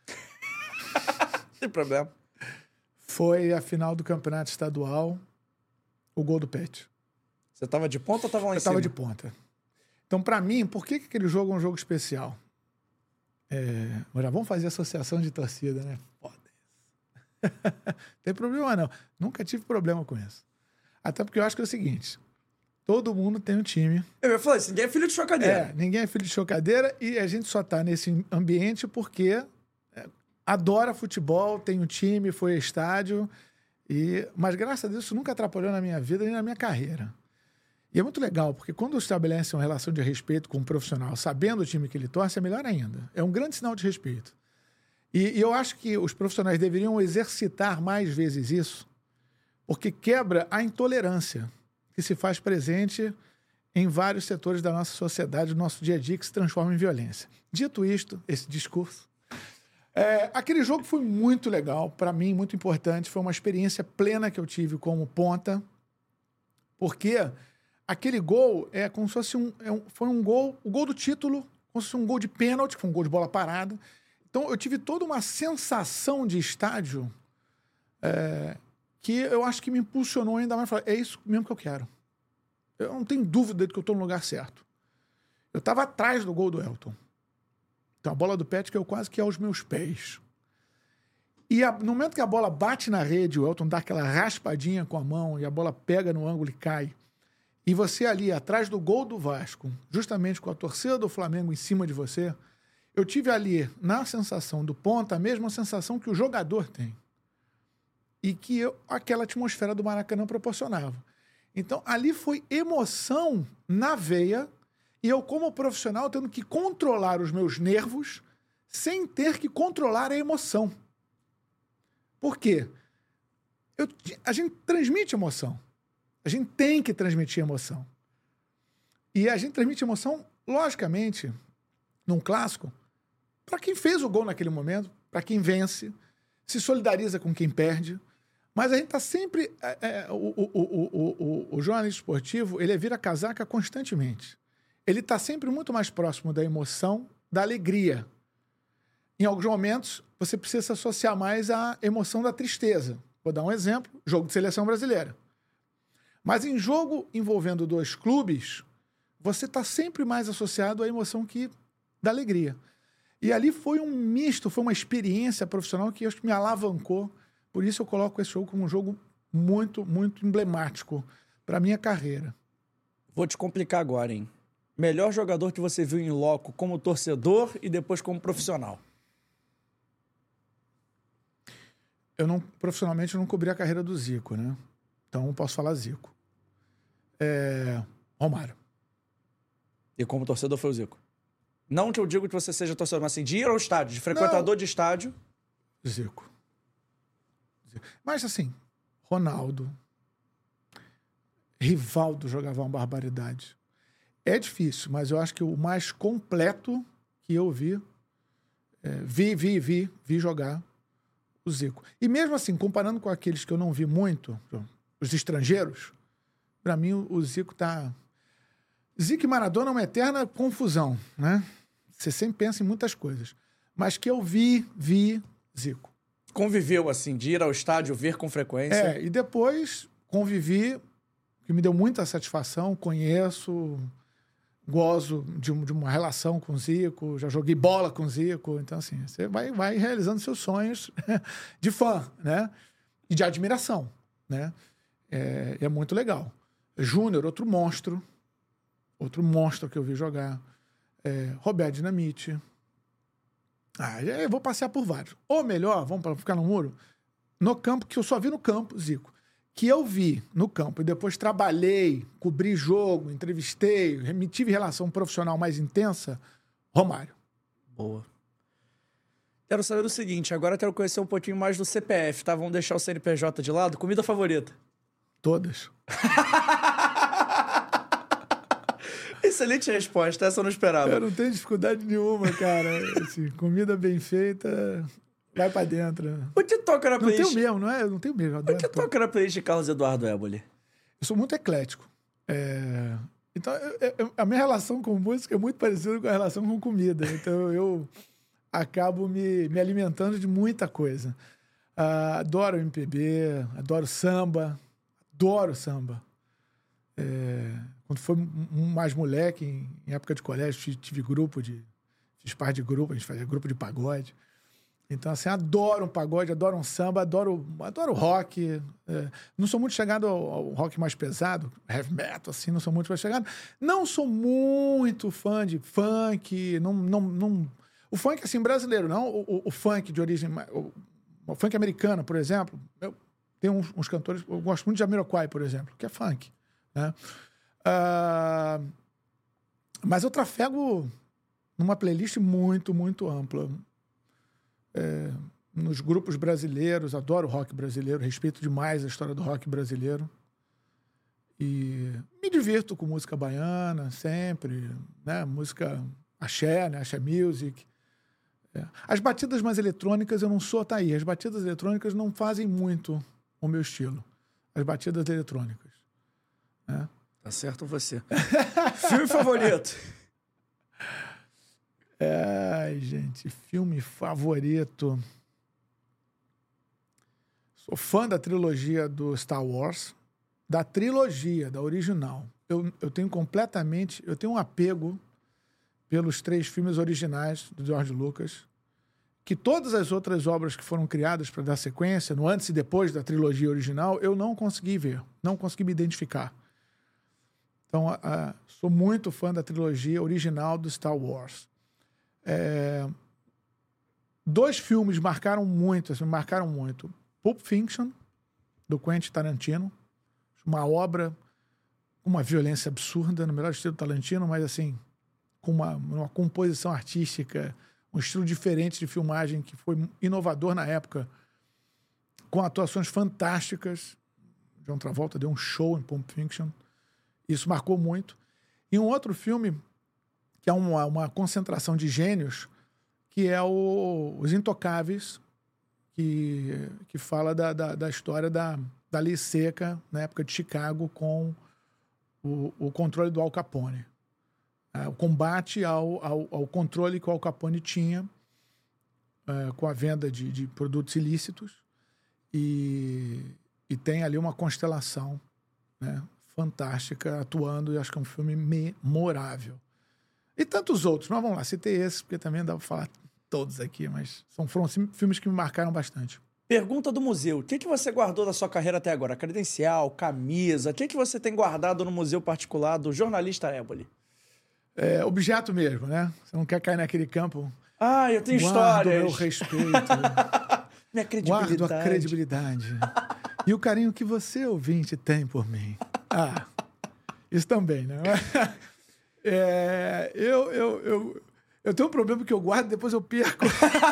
S3: Sem problema.
S4: Foi a final do campeonato estadual, o gol do Pet.
S3: Você tava de ponta ou tava lá em
S4: Eu
S3: cima?
S4: tava de ponta. Então, pra mim, por que, que aquele jogo é um jogo especial? É, mas já vamos fazer associação de torcida, né? Foda isso. Tem problema, não. Nunca tive problema com isso. Até porque eu acho que é o seguinte: todo mundo tem um time.
S3: Eu ia falar isso, ninguém é filho de chocadeira.
S4: É, ninguém é filho de chocadeira e a gente só tá nesse ambiente porque é, adora futebol, tem um time, foi a estádio E, mas, graças a Deus, isso nunca atrapalhou na minha vida nem na minha carreira. E é muito legal, porque quando estabelece uma relação de respeito com um profissional, sabendo o time que ele torce, é melhor ainda. É um grande sinal de respeito. E, e eu acho que os profissionais deveriam exercitar mais vezes isso, porque quebra a intolerância que se faz presente em vários setores da nossa sociedade, do nosso dia a dia, que se transforma em violência. Dito isto, esse discurso, é, aquele jogo foi muito legal, para mim, muito importante. Foi uma experiência plena que eu tive como ponta, porque aquele gol é como se fosse um, é um, foi um gol, o gol do título, como se fosse um gol de pênalti, foi um gol de bola parada. Então, eu tive toda uma sensação de estádio é, que eu acho que me impulsionou ainda mais. Falar, é isso mesmo que eu quero. Eu não tenho dúvida de que eu estou no lugar certo. Eu estava atrás do gol do Elton. Então, a bola do Pet caiu quase que aos meus pés. E a, no momento que a bola bate na rede, o Elton dá aquela raspadinha com a mão e a bola pega no ângulo e cai. E você ali, atrás do gol do Vasco, justamente com a torcida do Flamengo em cima de você, eu tive ali, na sensação do ponta, a mesma sensação que o jogador tem. E que eu, aquela atmosfera do Maracanã proporcionava. Então, ali foi emoção na veia, e eu, como profissional, tendo que controlar os meus nervos sem ter que controlar a emoção. Por quê? Eu, a gente transmite emoção. A gente tem que transmitir emoção. E a gente transmite emoção, logicamente, num clássico, para quem fez o gol naquele momento, para quem vence, se solidariza com quem perde. Mas a gente está sempre... É, é, o, o, o, o, o jornalista esportivo, ele vira casaca constantemente. Ele está sempre muito mais próximo da emoção, da alegria. Em alguns momentos, você precisa se associar mais à emoção da tristeza. Vou dar um exemplo, jogo de seleção brasileira. Mas em jogo envolvendo dois clubes, você está sempre mais associado à emoção que da alegria. E ali foi um misto, foi uma experiência profissional que eu acho que me alavancou. Por isso eu coloco esse jogo como um jogo muito, muito emblemático para a minha carreira.
S3: Vou te complicar agora, hein? Melhor jogador que você viu em loco como torcedor e depois como profissional?
S4: Eu não, profissionalmente, eu não cobri a carreira do Zico, né? Então, eu posso falar Zico. É... Romário.
S3: E como torcedor foi o Zico? Não que eu digo que você seja torcedor, mas assim, de ir ao estádio, de frequentador não. de estádio.
S4: Zico. Zico. Mas assim, Ronaldo, Rivaldo jogava uma barbaridade. É difícil, mas eu acho que o mais completo que eu vi, é, vi, vi, vi, vi jogar o Zico. E mesmo assim, comparando com aqueles que eu não vi muito, os estrangeiros, para mim o, o Zico tá... Zico e Maradona é uma eterna confusão, né? Você sempre pensa em muitas coisas. Mas que eu vi, vi Zico.
S3: Conviveu, assim, de ir ao estádio, ver com frequência?
S4: É, e depois convivi, que me deu muita satisfação, conheço, gozo de, de uma relação com o Zico, já joguei bola com o Zico, então assim, você vai, vai realizando seus sonhos de fã, né? E de admiração, né? É, é muito legal. Júnior, outro monstro, outro monstro que eu vi jogar. É, Roberto Dinamite. Ah, eu vou passear por vários. Ou melhor, vamos para ficar no muro, no campo, que eu só vi no campo, Zico, que eu vi no campo e depois trabalhei, cobri jogo, entrevistei, me tive relação profissional mais intensa, Romário.
S3: Boa. Quero saber o seguinte, agora quero conhecer um pouquinho mais do C P F, tá? Vamos deixar o C N P J de lado. Comida favorita?
S4: Todas.
S3: Excelente resposta, essa eu não esperava.
S4: Eu não tenho dificuldade nenhuma, cara. Assim, comida bem feita, vai pra dentro.
S3: O que toca na playlist?
S4: Não tenho mesmo, não é? Eu não tenho mesmo.
S3: O que toca na playlist de Carlos Eduardo Éboli?
S4: Eu sou muito eclético. É... Então, eu, eu, a minha relação com música é muito parecida com a relação com comida. Então, eu acabo me, me alimentando de muita coisa. Uh, adoro M P B, adoro samba, adoro samba. É... Quando foi mais moleque, em, em época de colégio, tive, tive grupo de... Fiz parte de grupo, a gente fazia grupo de pagode. Então, assim, adoro um pagode, adoro um samba, adoro, adoro rock. É, não sou muito chegado ao, ao rock mais pesado, heavy metal, assim, não sou muito mais chegado. Não sou muito fã de funk, não... não, não o funk, assim, brasileiro, não o, o, o funk de origem... O, o funk americano, por exemplo, eu Tem uns, uns cantores... Eu gosto muito de Jamiroquai, por exemplo, que é funk. Né? Uh, mas eu trafego numa playlist muito, muito ampla. É, nos grupos brasileiros, adoro rock brasileiro, respeito demais a história do rock brasileiro. E me divirto com música baiana, sempre, né? Música axé, né? Axé music. É. As batidas mais eletrônicas, eu não sou Ataí. As batidas eletrônicas não fazem muito o meu estilo. As batidas eletrônicas. Né?
S3: Tá certo você. Filme favorito?
S4: Ai, gente, filme favorito. Sou fã da trilogia do Star Wars. Da trilogia, da original. Eu, eu tenho completamente... Eu tenho um apego pelos três filmes originais do George Lucas, que todas as outras obras que foram criadas para dar sequência, no antes e depois da trilogia original, eu não consegui ver, não consegui me identificar. Então, a, a, sou muito fã da trilogia original do Star Wars. É, dois filmes marcaram muito, assim, marcaram muito. Pulp Fiction, do Quentin Tarantino, uma obra com uma violência absurda, no melhor estilo Tarantino, mas assim, com uma, uma composição artística, um estilo diferente de filmagem que foi inovador na época, com atuações fantásticas. John Travolta deu um show em Pulp Fiction. Isso marcou muito. E um outro filme, que é uma, uma concentração de gênios, que é o, Os Intocáveis, que, que fala da, da, da história da, da lei seca, na época de Chicago, com o, o controle do Al Capone. É, o combate ao, ao, ao controle que o Al Capone tinha é, com a venda de, de produtos ilícitos. E, e tem ali uma constelação, né, fantástica, atuando, e acho que é um filme memorável. E tantos outros, mas vamos lá, citei esse, porque também dá para falar todos aqui, mas são, foram filmes que me marcaram bastante.
S3: Pergunta do museu. O que, que você guardou da sua carreira até agora? Credencial, camisa? O que, que você tem guardado no museu particular do jornalista Éboli?
S4: É, objeto mesmo, né? Você não quer cair naquele campo.
S3: Ah, eu tenho
S4: Guardo
S3: histórias.
S4: meu respeito.
S3: Minha credibilidade.
S4: Guardo a credibilidade. E o carinho que você, ouvinte, tem por mim. Ah, isso também, né? É, eu, eu, eu, eu tenho um problema que eu guardo e depois eu perco.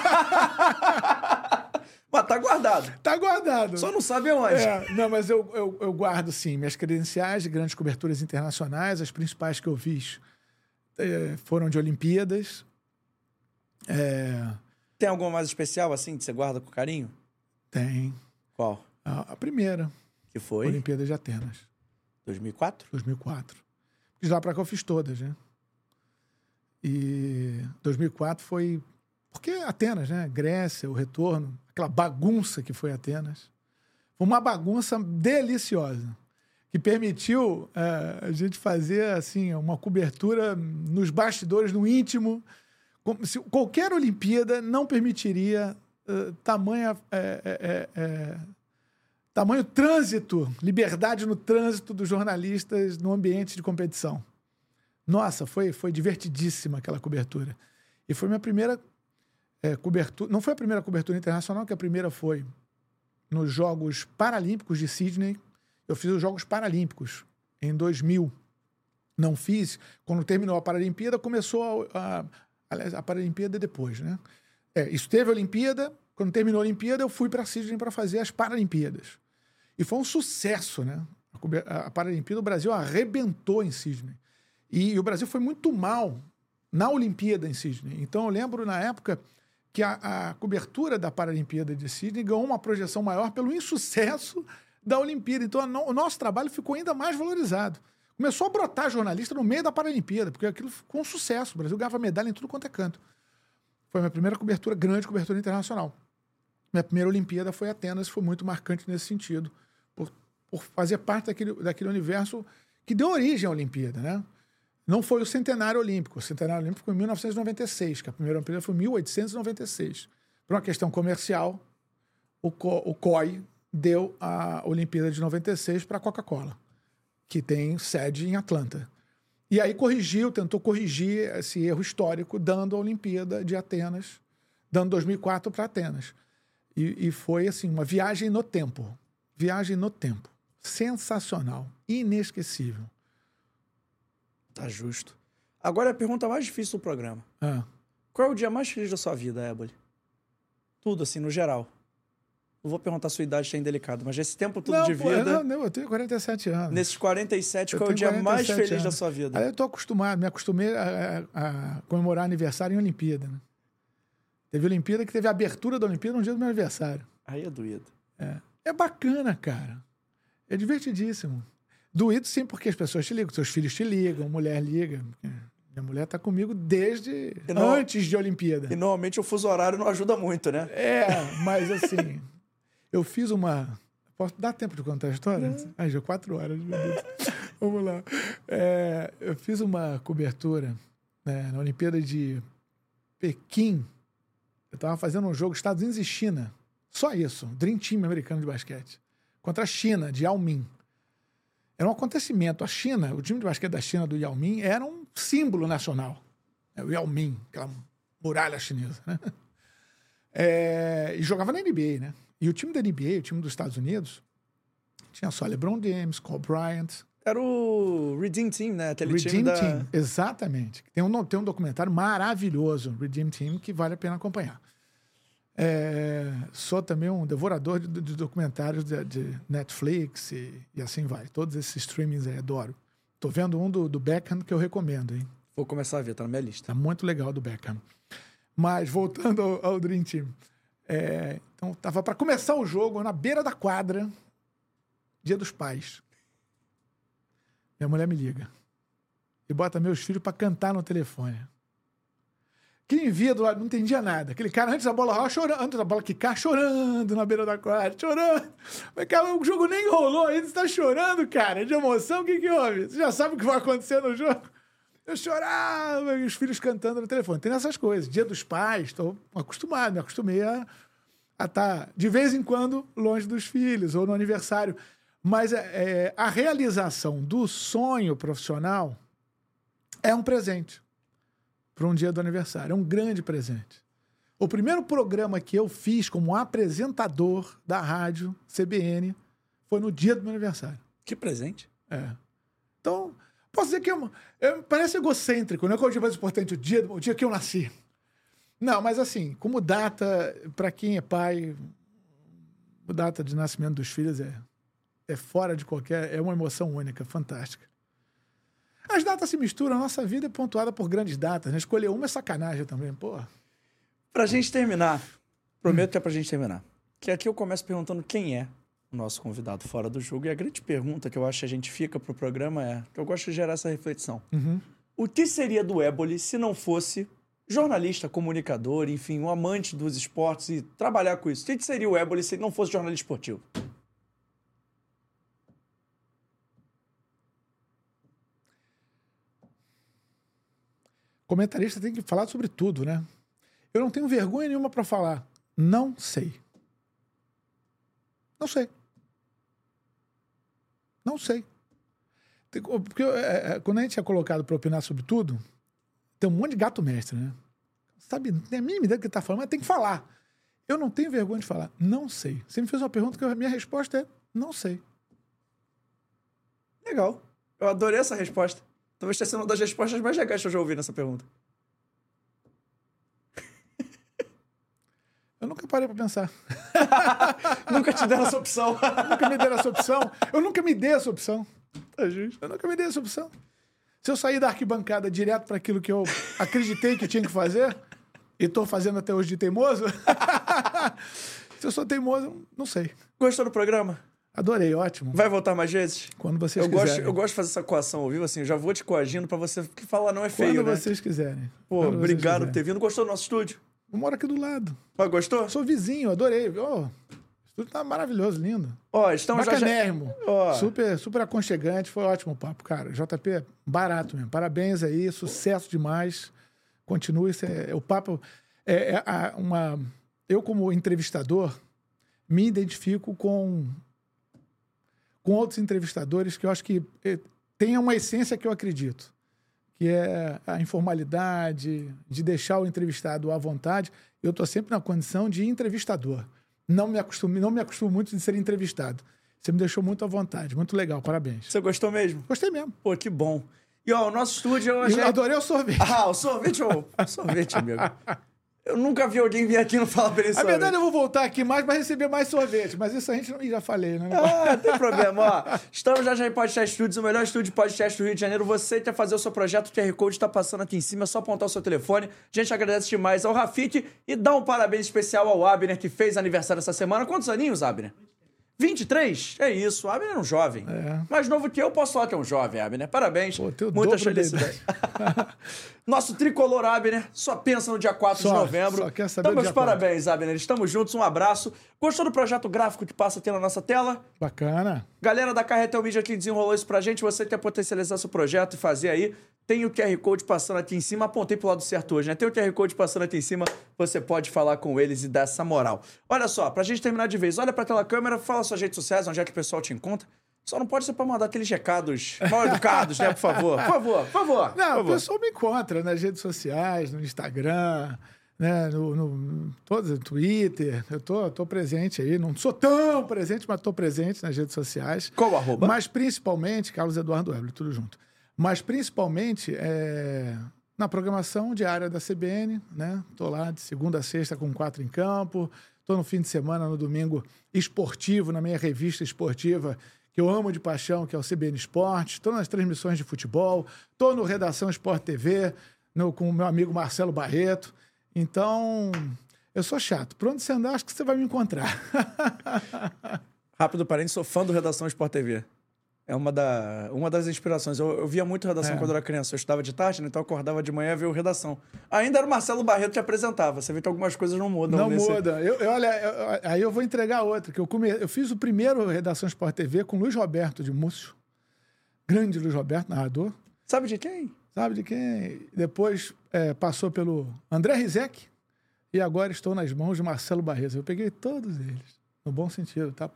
S3: Mas tá guardado.
S4: Tá guardado.
S3: Só não sabe onde.
S4: É, não, mas eu, eu, eu guardo, sim, minhas credenciais de grandes coberturas internacionais. As principais que eu fiz é, foram de Olimpíadas. É...
S3: Tem alguma mais especial, assim, que você guarda com carinho?
S4: Tem.
S3: Qual?
S4: A, a primeira.
S3: Que foi?
S4: Olimpíadas de Atenas.
S3: dois mil e quatro?
S4: dois mil e quatro. De lá pra cá eu fiz todas, né? E dois mil e quatro foi... Porque Atenas, né? Grécia, o retorno, aquela bagunça que foi Atenas. Foi uma bagunça deliciosa, que permitiu é, a gente fazer, assim, uma cobertura nos bastidores, no íntimo. Como se qualquer Olimpíada não permitiria uh, tamanha, é, é, é, tamanho trânsito, liberdade no trânsito dos jornalistas no ambiente de competição. Nossa, foi, foi divertidíssima aquela cobertura. E foi minha primeira é, cobertura... Não foi a primeira cobertura internacional, que a primeira foi nos Jogos Paralímpicos de Sydney. Eu fiz os Jogos Paralímpicos em dois mil. Não fiz. Quando terminou a Paralimpíada, começou a... a Aliás, a Paralimpíada depois, né? É, isso teve a Olimpíada. Quando terminou a Olimpíada, eu fui para Sydney para fazer as Paralimpíadas. E foi um sucesso, né? A, a Paralimpíada, o Brasil arrebentou em Sydney. E, e o Brasil foi muito mal na Olimpíada em Sydney. Então, eu lembro, na época, que a, a cobertura da Paralimpíada de Sydney ganhou uma projeção maior pelo insucesso da Olimpíada. Então, a no, o nosso trabalho ficou ainda mais valorizado. Começou a brotar jornalista no meio da Paralimpíada, porque aquilo ficou um sucesso. O Brasil ganhava medalha em tudo quanto é canto. Foi a minha primeira cobertura, grande cobertura internacional. Minha primeira Olimpíada foi Atenas, foi muito marcante nesse sentido, por, por fazer parte daquele, daquele universo que deu origem à Olimpíada, né? Não foi o Centenário Olímpico. O Centenário Olímpico foi em mil novecentos e noventa e seis, que a primeira Olimpíada foi em mil oitocentos e noventa e seis. Por uma questão comercial, o, Co, o C O I deu a Olimpíada de noventa e seis para a Coca-Cola, que tem sede em Atlanta. E aí corrigiu, tentou corrigir esse erro histórico, dando a Olimpíada de Atenas, dando dois mil e quatro para Atenas. E, e foi, assim, uma viagem no tempo. Viagem no tempo. Sensacional. Inesquecível.
S3: Tá justo. Agora é a pergunta mais difícil do programa.
S4: Ah.
S3: Qual é o dia mais feliz da sua vida, Éboli? Tudo, assim, no geral. Não vou perguntar a sua idade, que é indelicado, mas esse tempo todo
S4: não,
S3: de
S4: pô,
S3: vida...
S4: Não, não, eu tenho quarenta e sete anos.
S3: Nesses quarenta e sete,
S4: Eu
S3: qual é o dia
S4: tenho
S3: mais
S4: quarenta e sete
S3: feliz da
S4: anos.
S3: sua vida?
S4: Aí eu tô acostumado, me acostumei a, a, a comemorar aniversário em Olimpíada, né? Teve Olimpíada que teve a abertura da Olimpíada no dia do meu aniversário.
S3: Aí é doído.
S4: É, é bacana, cara. É divertidíssimo. Doído sim, porque as pessoas te ligam, seus filhos te ligam, mulher liga. Minha mulher tá comigo desde
S3: não,
S4: antes de Olimpíada.
S3: E normalmente o fuso horário não ajuda muito, né?
S4: É, mas assim, eu fiz uma... Posso dar tempo de contar a história?
S3: É.
S4: Ai, já quatro horas, meu Deus. Vamos lá. É, eu fiz uma cobertura, né, na Olimpíada de Pequim. Eu estava fazendo um jogo Estados Unidos e China. Só isso. Dream Team americano de basquete. Contra a China, de Yao Ming. Era um acontecimento. A China, o time de basquete da China, do Yao Ming, era um símbolo nacional. É o Yao Ming, aquela muralha chinesa, né? É, e jogava na N B A, né? E o time da N B A, o time dos Estados Unidos, tinha só LeBron James, Kobe Bryant.
S3: Era o Redeem Team, né? Aquele
S4: Redeem
S3: time da...
S4: Team, exatamente. Tem um, tem um documentário maravilhoso, Redeem Team, que vale a pena acompanhar. É, sou também um devorador de, de documentários de, de Netflix e, e assim vai. Todos esses streamings aí, adoro. Tô vendo um do, do Beckham que eu recomendo, hein?
S3: Vou começar a ver, tá na minha lista.
S4: Tá muito legal do Beckham. Mas, voltando ao, ao Dream Team. É, então, tava para começar o jogo na beira da quadra, Dia dos Pais. Minha mulher me liga e bota meus filhos para cantar no telefone. Quem via do lado não entendia nada. Aquele cara, antes da bola rolar, chorando, antes da bola quicar, chorando na beira da quadra, chorando. Mas, cara, o jogo nem rolou ainda, você tá chorando, cara, de emoção, o que que houve? Você já sabe o que vai acontecer no jogo? Eu chorava, e os filhos cantando no telefone. Tem essas coisas. Dia dos Pais, estou acostumado, me acostumei a estar, de vez em quando, longe dos filhos, ou no aniversário. Mas é, a realização do sonho profissional é um presente para um dia do aniversário. É um grande presente. O primeiro programa que eu fiz como apresentador da rádio C B N foi no dia do meu aniversário.
S3: Que presente.
S4: É. Então, posso dizer que é uma, é, parece egocêntrico, não é que o dia mais importante, o dia, o dia que eu nasci. Não, mas assim, como data, para quem é pai, a data de nascimento dos filhos é, é fora de qualquer... É uma emoção única, fantástica. As datas se misturam, a nossa vida é pontuada por grandes datas, né? Escolher uma é sacanagem também, pô.
S3: Pra gente terminar, prometo hum. que é pra gente terminar, que aqui eu começo perguntando quem é o nosso convidado fora do jogo. E a grande pergunta que eu acho que a gente fica pro programa é, que eu gosto de gerar essa reflexão.
S4: Uhum.
S3: O que seria do Éboli se não fosse jornalista, comunicador, enfim, um amante dos esportes e trabalhar com isso? O que seria o Éboli se ele não fosse jornalista esportivo?
S4: Comentarista tem que falar sobre tudo, né? Eu não tenho vergonha nenhuma para falar. Não sei. Não sei. Não sei. Porque é, quando a gente é colocado para opinar sobre tudo, tem um monte de gato mestre, né? Sabe, não tem a mínima ideia do que está falando, mas tem que falar. Eu não tenho vergonha de falar. Não sei. Você me fez uma pergunta que a minha resposta é não sei.
S3: Legal. Eu adorei essa resposta. Talvez tenha sido uma das respostas mais legais que eu já ouvi nessa pergunta.
S4: Eu nunca parei pra pensar.
S3: Nunca te deram essa opção.
S4: Nunca me deram essa opção. Eu nunca me dei essa opção. Tá justo. Eu nunca me dei essa opção. Se eu sair da arquibancada direto para aquilo que eu acreditei que tinha que fazer, e tô fazendo até hoje de teimoso, se eu sou teimoso, não sei.
S3: Gostou do programa?
S4: Adorei, ótimo.
S3: Vai voltar mais vezes?
S4: Quando vocês
S3: eu
S4: quiserem.
S3: Gosto, eu gosto de fazer essa coação ao vivo, assim, eu já vou te coagindo pra você que falar não é feio,
S4: Quando
S3: né?
S4: Quando vocês quiserem.
S3: Pô,
S4: Quando
S3: obrigado
S4: vocês
S3: por ter vindo. Gostou do nosso estúdio?
S4: Eu moro aqui do lado.
S3: Mas gostou?
S4: Eu sou vizinho, adorei. Oh, o estúdio tá maravilhoso, lindo.
S3: Ó, estamos já...
S4: Bacanérrimo.
S3: Ó.
S4: Super, super aconchegante, foi ótimo o papo, cara. J P, barato mesmo. Parabéns aí, sucesso demais. Continue, é, o papo... É, é a, uma... Eu, como entrevistador, me identifico com... com outros entrevistadores que eu acho que tem uma essência que eu acredito, que é a informalidade, de deixar o entrevistado à vontade. Eu estou sempre na condição de entrevistador. Não me acostumo, não me acostumo muito de ser entrevistado. Você me deixou muito à vontade. Muito legal, parabéns.
S3: Você gostou mesmo?
S4: Gostei mesmo.
S3: Pô, que bom. E, ó, o nosso estúdio... Eu, achei...
S4: eu adorei o sorvete.
S3: Ah, o sorvete, ô. Sorvete, amigo. Eu nunca vi alguém vir aqui e não falar pra ele
S4: A
S3: sorvete.
S4: verdade, eu vou voltar aqui mais para receber mais sorvete, mas isso a gente não... Ih, já falei, né?
S3: Ah, não tem problema, ó. Estamos já já em Podcast Studios, o melhor estúdio de podcast do Rio de Janeiro. Você quer fazer o seu projeto, o Q R Code está passando aqui em cima, é só apontar o seu telefone. A gente agradece demais ao Rafik e dá um parabéns especial ao Abner, que fez aniversário essa semana. Quantos aninhos, Abner? vinte e três? É isso, o Abner é um jovem. É. Mais novo que eu, posso falar que é um jovem, Abner. Parabéns.
S4: Pô, teu
S3: muita
S4: dobro
S3: felicidade. Nosso tricolor Abner só pensa no dia quatro
S4: só,
S3: de novembro.
S4: Só quer saber
S3: então,
S4: do
S3: meus
S4: dia
S3: parabéns, quatro. Abner. Estamos juntos, um abraço. Gostou do projeto gráfico que passa aqui na nossa tela?
S4: Bacana.
S3: Galera da Carretel Mídia que desenrolou isso pra gente, você quer potencializar seu projeto e fazer aí, tem o Q R Code passando aqui em cima. Apontei pro lado certo hoje, né? Tem o Q R Code passando aqui em cima, você pode falar com eles e dar essa moral. Olha só, pra gente terminar de vez, olha pra tela câmera, fala suas redes sociais, onde é que o pessoal te encontra. Só não pode ser pra mandar aqueles recados mal educados, né? Por favor, por favor, por favor.
S4: Não,
S3: por favor.
S4: O pessoal me encontra nas redes sociais, no Instagram, né? No, no, todo, no Twitter. Eu tô, tô presente aí. Não sou tão presente, mas tô presente nas redes sociais.
S3: Qual o arroba?
S4: Mas principalmente, Carlos Eduardo Weber, tudo junto. Mas principalmente é, na programação diária da C B N, né? Tô lá de segunda a sexta com quatro em campo. Tô no fim de semana, no domingo, esportivo, na minha revista esportiva, que eu amo de paixão, que é o C B N Esporte. Estou nas transmissões de futebol, estou no Redação Sport T V, no, com o meu amigo Marcelo Barreto. Então, eu sou chato. Por onde você andar, acho que você vai me encontrar.
S3: Rápido parênteses, sou fã do Redação Sport T V. É uma, da, uma das inspirações. Eu, eu via muito Redação é. quando eu era criança. Eu estudava de tarde, né? Então eu acordava de manhã e via o Redação. Ainda era o Marcelo Barreto que apresentava. Você vê que algumas coisas não mudam.
S4: Não
S3: nesse...
S4: muda. Eu, eu, olha, eu, aí eu vou entregar outra. Que eu, come... eu fiz o primeiro Redação Sport T V com Luiz Roberto de Múcio. Grande Luiz Roberto, narrador.
S3: Sabe de quem?
S4: Sabe de quem? Depois é, passou pelo André Rizek. E agora estou nas mãos de Marcelo Barreto. Eu peguei todos eles. No bom sentido, tá?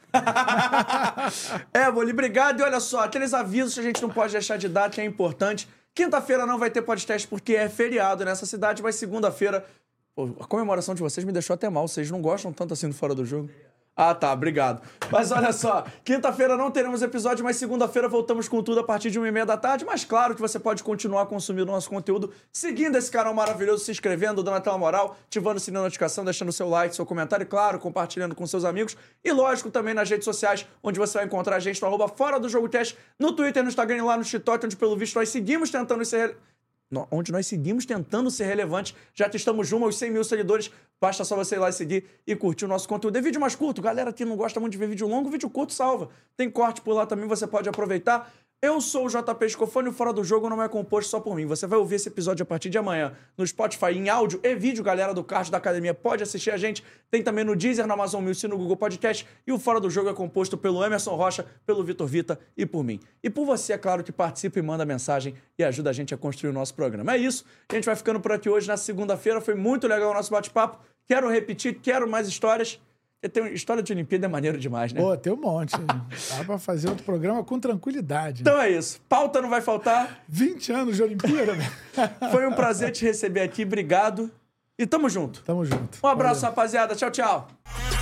S3: É, Boli, obrigado. E olha só, aqueles avisos que a gente não pode deixar de dar, que é importante. Quinta-feira não vai ter podcast porque é feriado nessa cidade, mas segunda-feira... Pô, a comemoração de vocês me deixou até mal. Vocês não gostam tanto assim do Fora do Jogo? Ah, tá, obrigado. Mas olha só, quinta-feira não teremos episódio, mas segunda-feira voltamos com tudo a partir de uma e meia da tarde. Mas claro que você pode continuar consumindo o nosso conteúdo, seguindo esse canal maravilhoso, se inscrevendo, dando aquela moral, ativando o sininho de notificação, deixando seu like, seu comentário, e claro, compartilhando com seus amigos. E lógico, também nas redes sociais, onde você vai encontrar a gente no arroba Fora do Jogo Cast, no Twitter, no Instagram e lá no TikTok, onde pelo visto nós seguimos tentando ser... onde nós seguimos tentando ser relevantes. Já estamos rumo aos cem mil seguidores. Basta só você ir lá e seguir e curtir o nosso conteúdo. É vídeo mais curto. Galera que não gosta muito de ver vídeo longo, vídeo curto salva. Tem corte por lá também, você pode aproveitar. Eu sou o J P Scofone e o Fora do Jogo não é composto só por mim. Você vai ouvir esse episódio a partir de amanhã no Spotify em áudio e vídeo. Galera do Kart da Academia pode assistir a gente. Tem também no Deezer, no Amazon Music e no Google Podcast. E o Fora do Jogo é composto pelo Emerson Rocha, pelo Vitor Vita e por mim. E por você, é claro, que participa e manda mensagem e ajuda a gente a construir o nosso programa. É isso. A gente vai ficando por aqui hoje na segunda-feira. Foi muito legal o nosso bate-papo. Quero repetir, quero mais histórias. Tem história de Olimpíada é maneiro demais, né?
S4: Pô, tem um monte. Dá pra fazer outro programa com tranquilidade.
S3: Então é isso. Pauta não vai faltar.
S4: vinte anos de Olimpíada, né?
S3: Foi um prazer te receber aqui. Obrigado. E tamo junto.
S4: Tamo junto.
S3: Um abraço,
S4: Valeu.
S3: rapaziada. Tchau, tchau.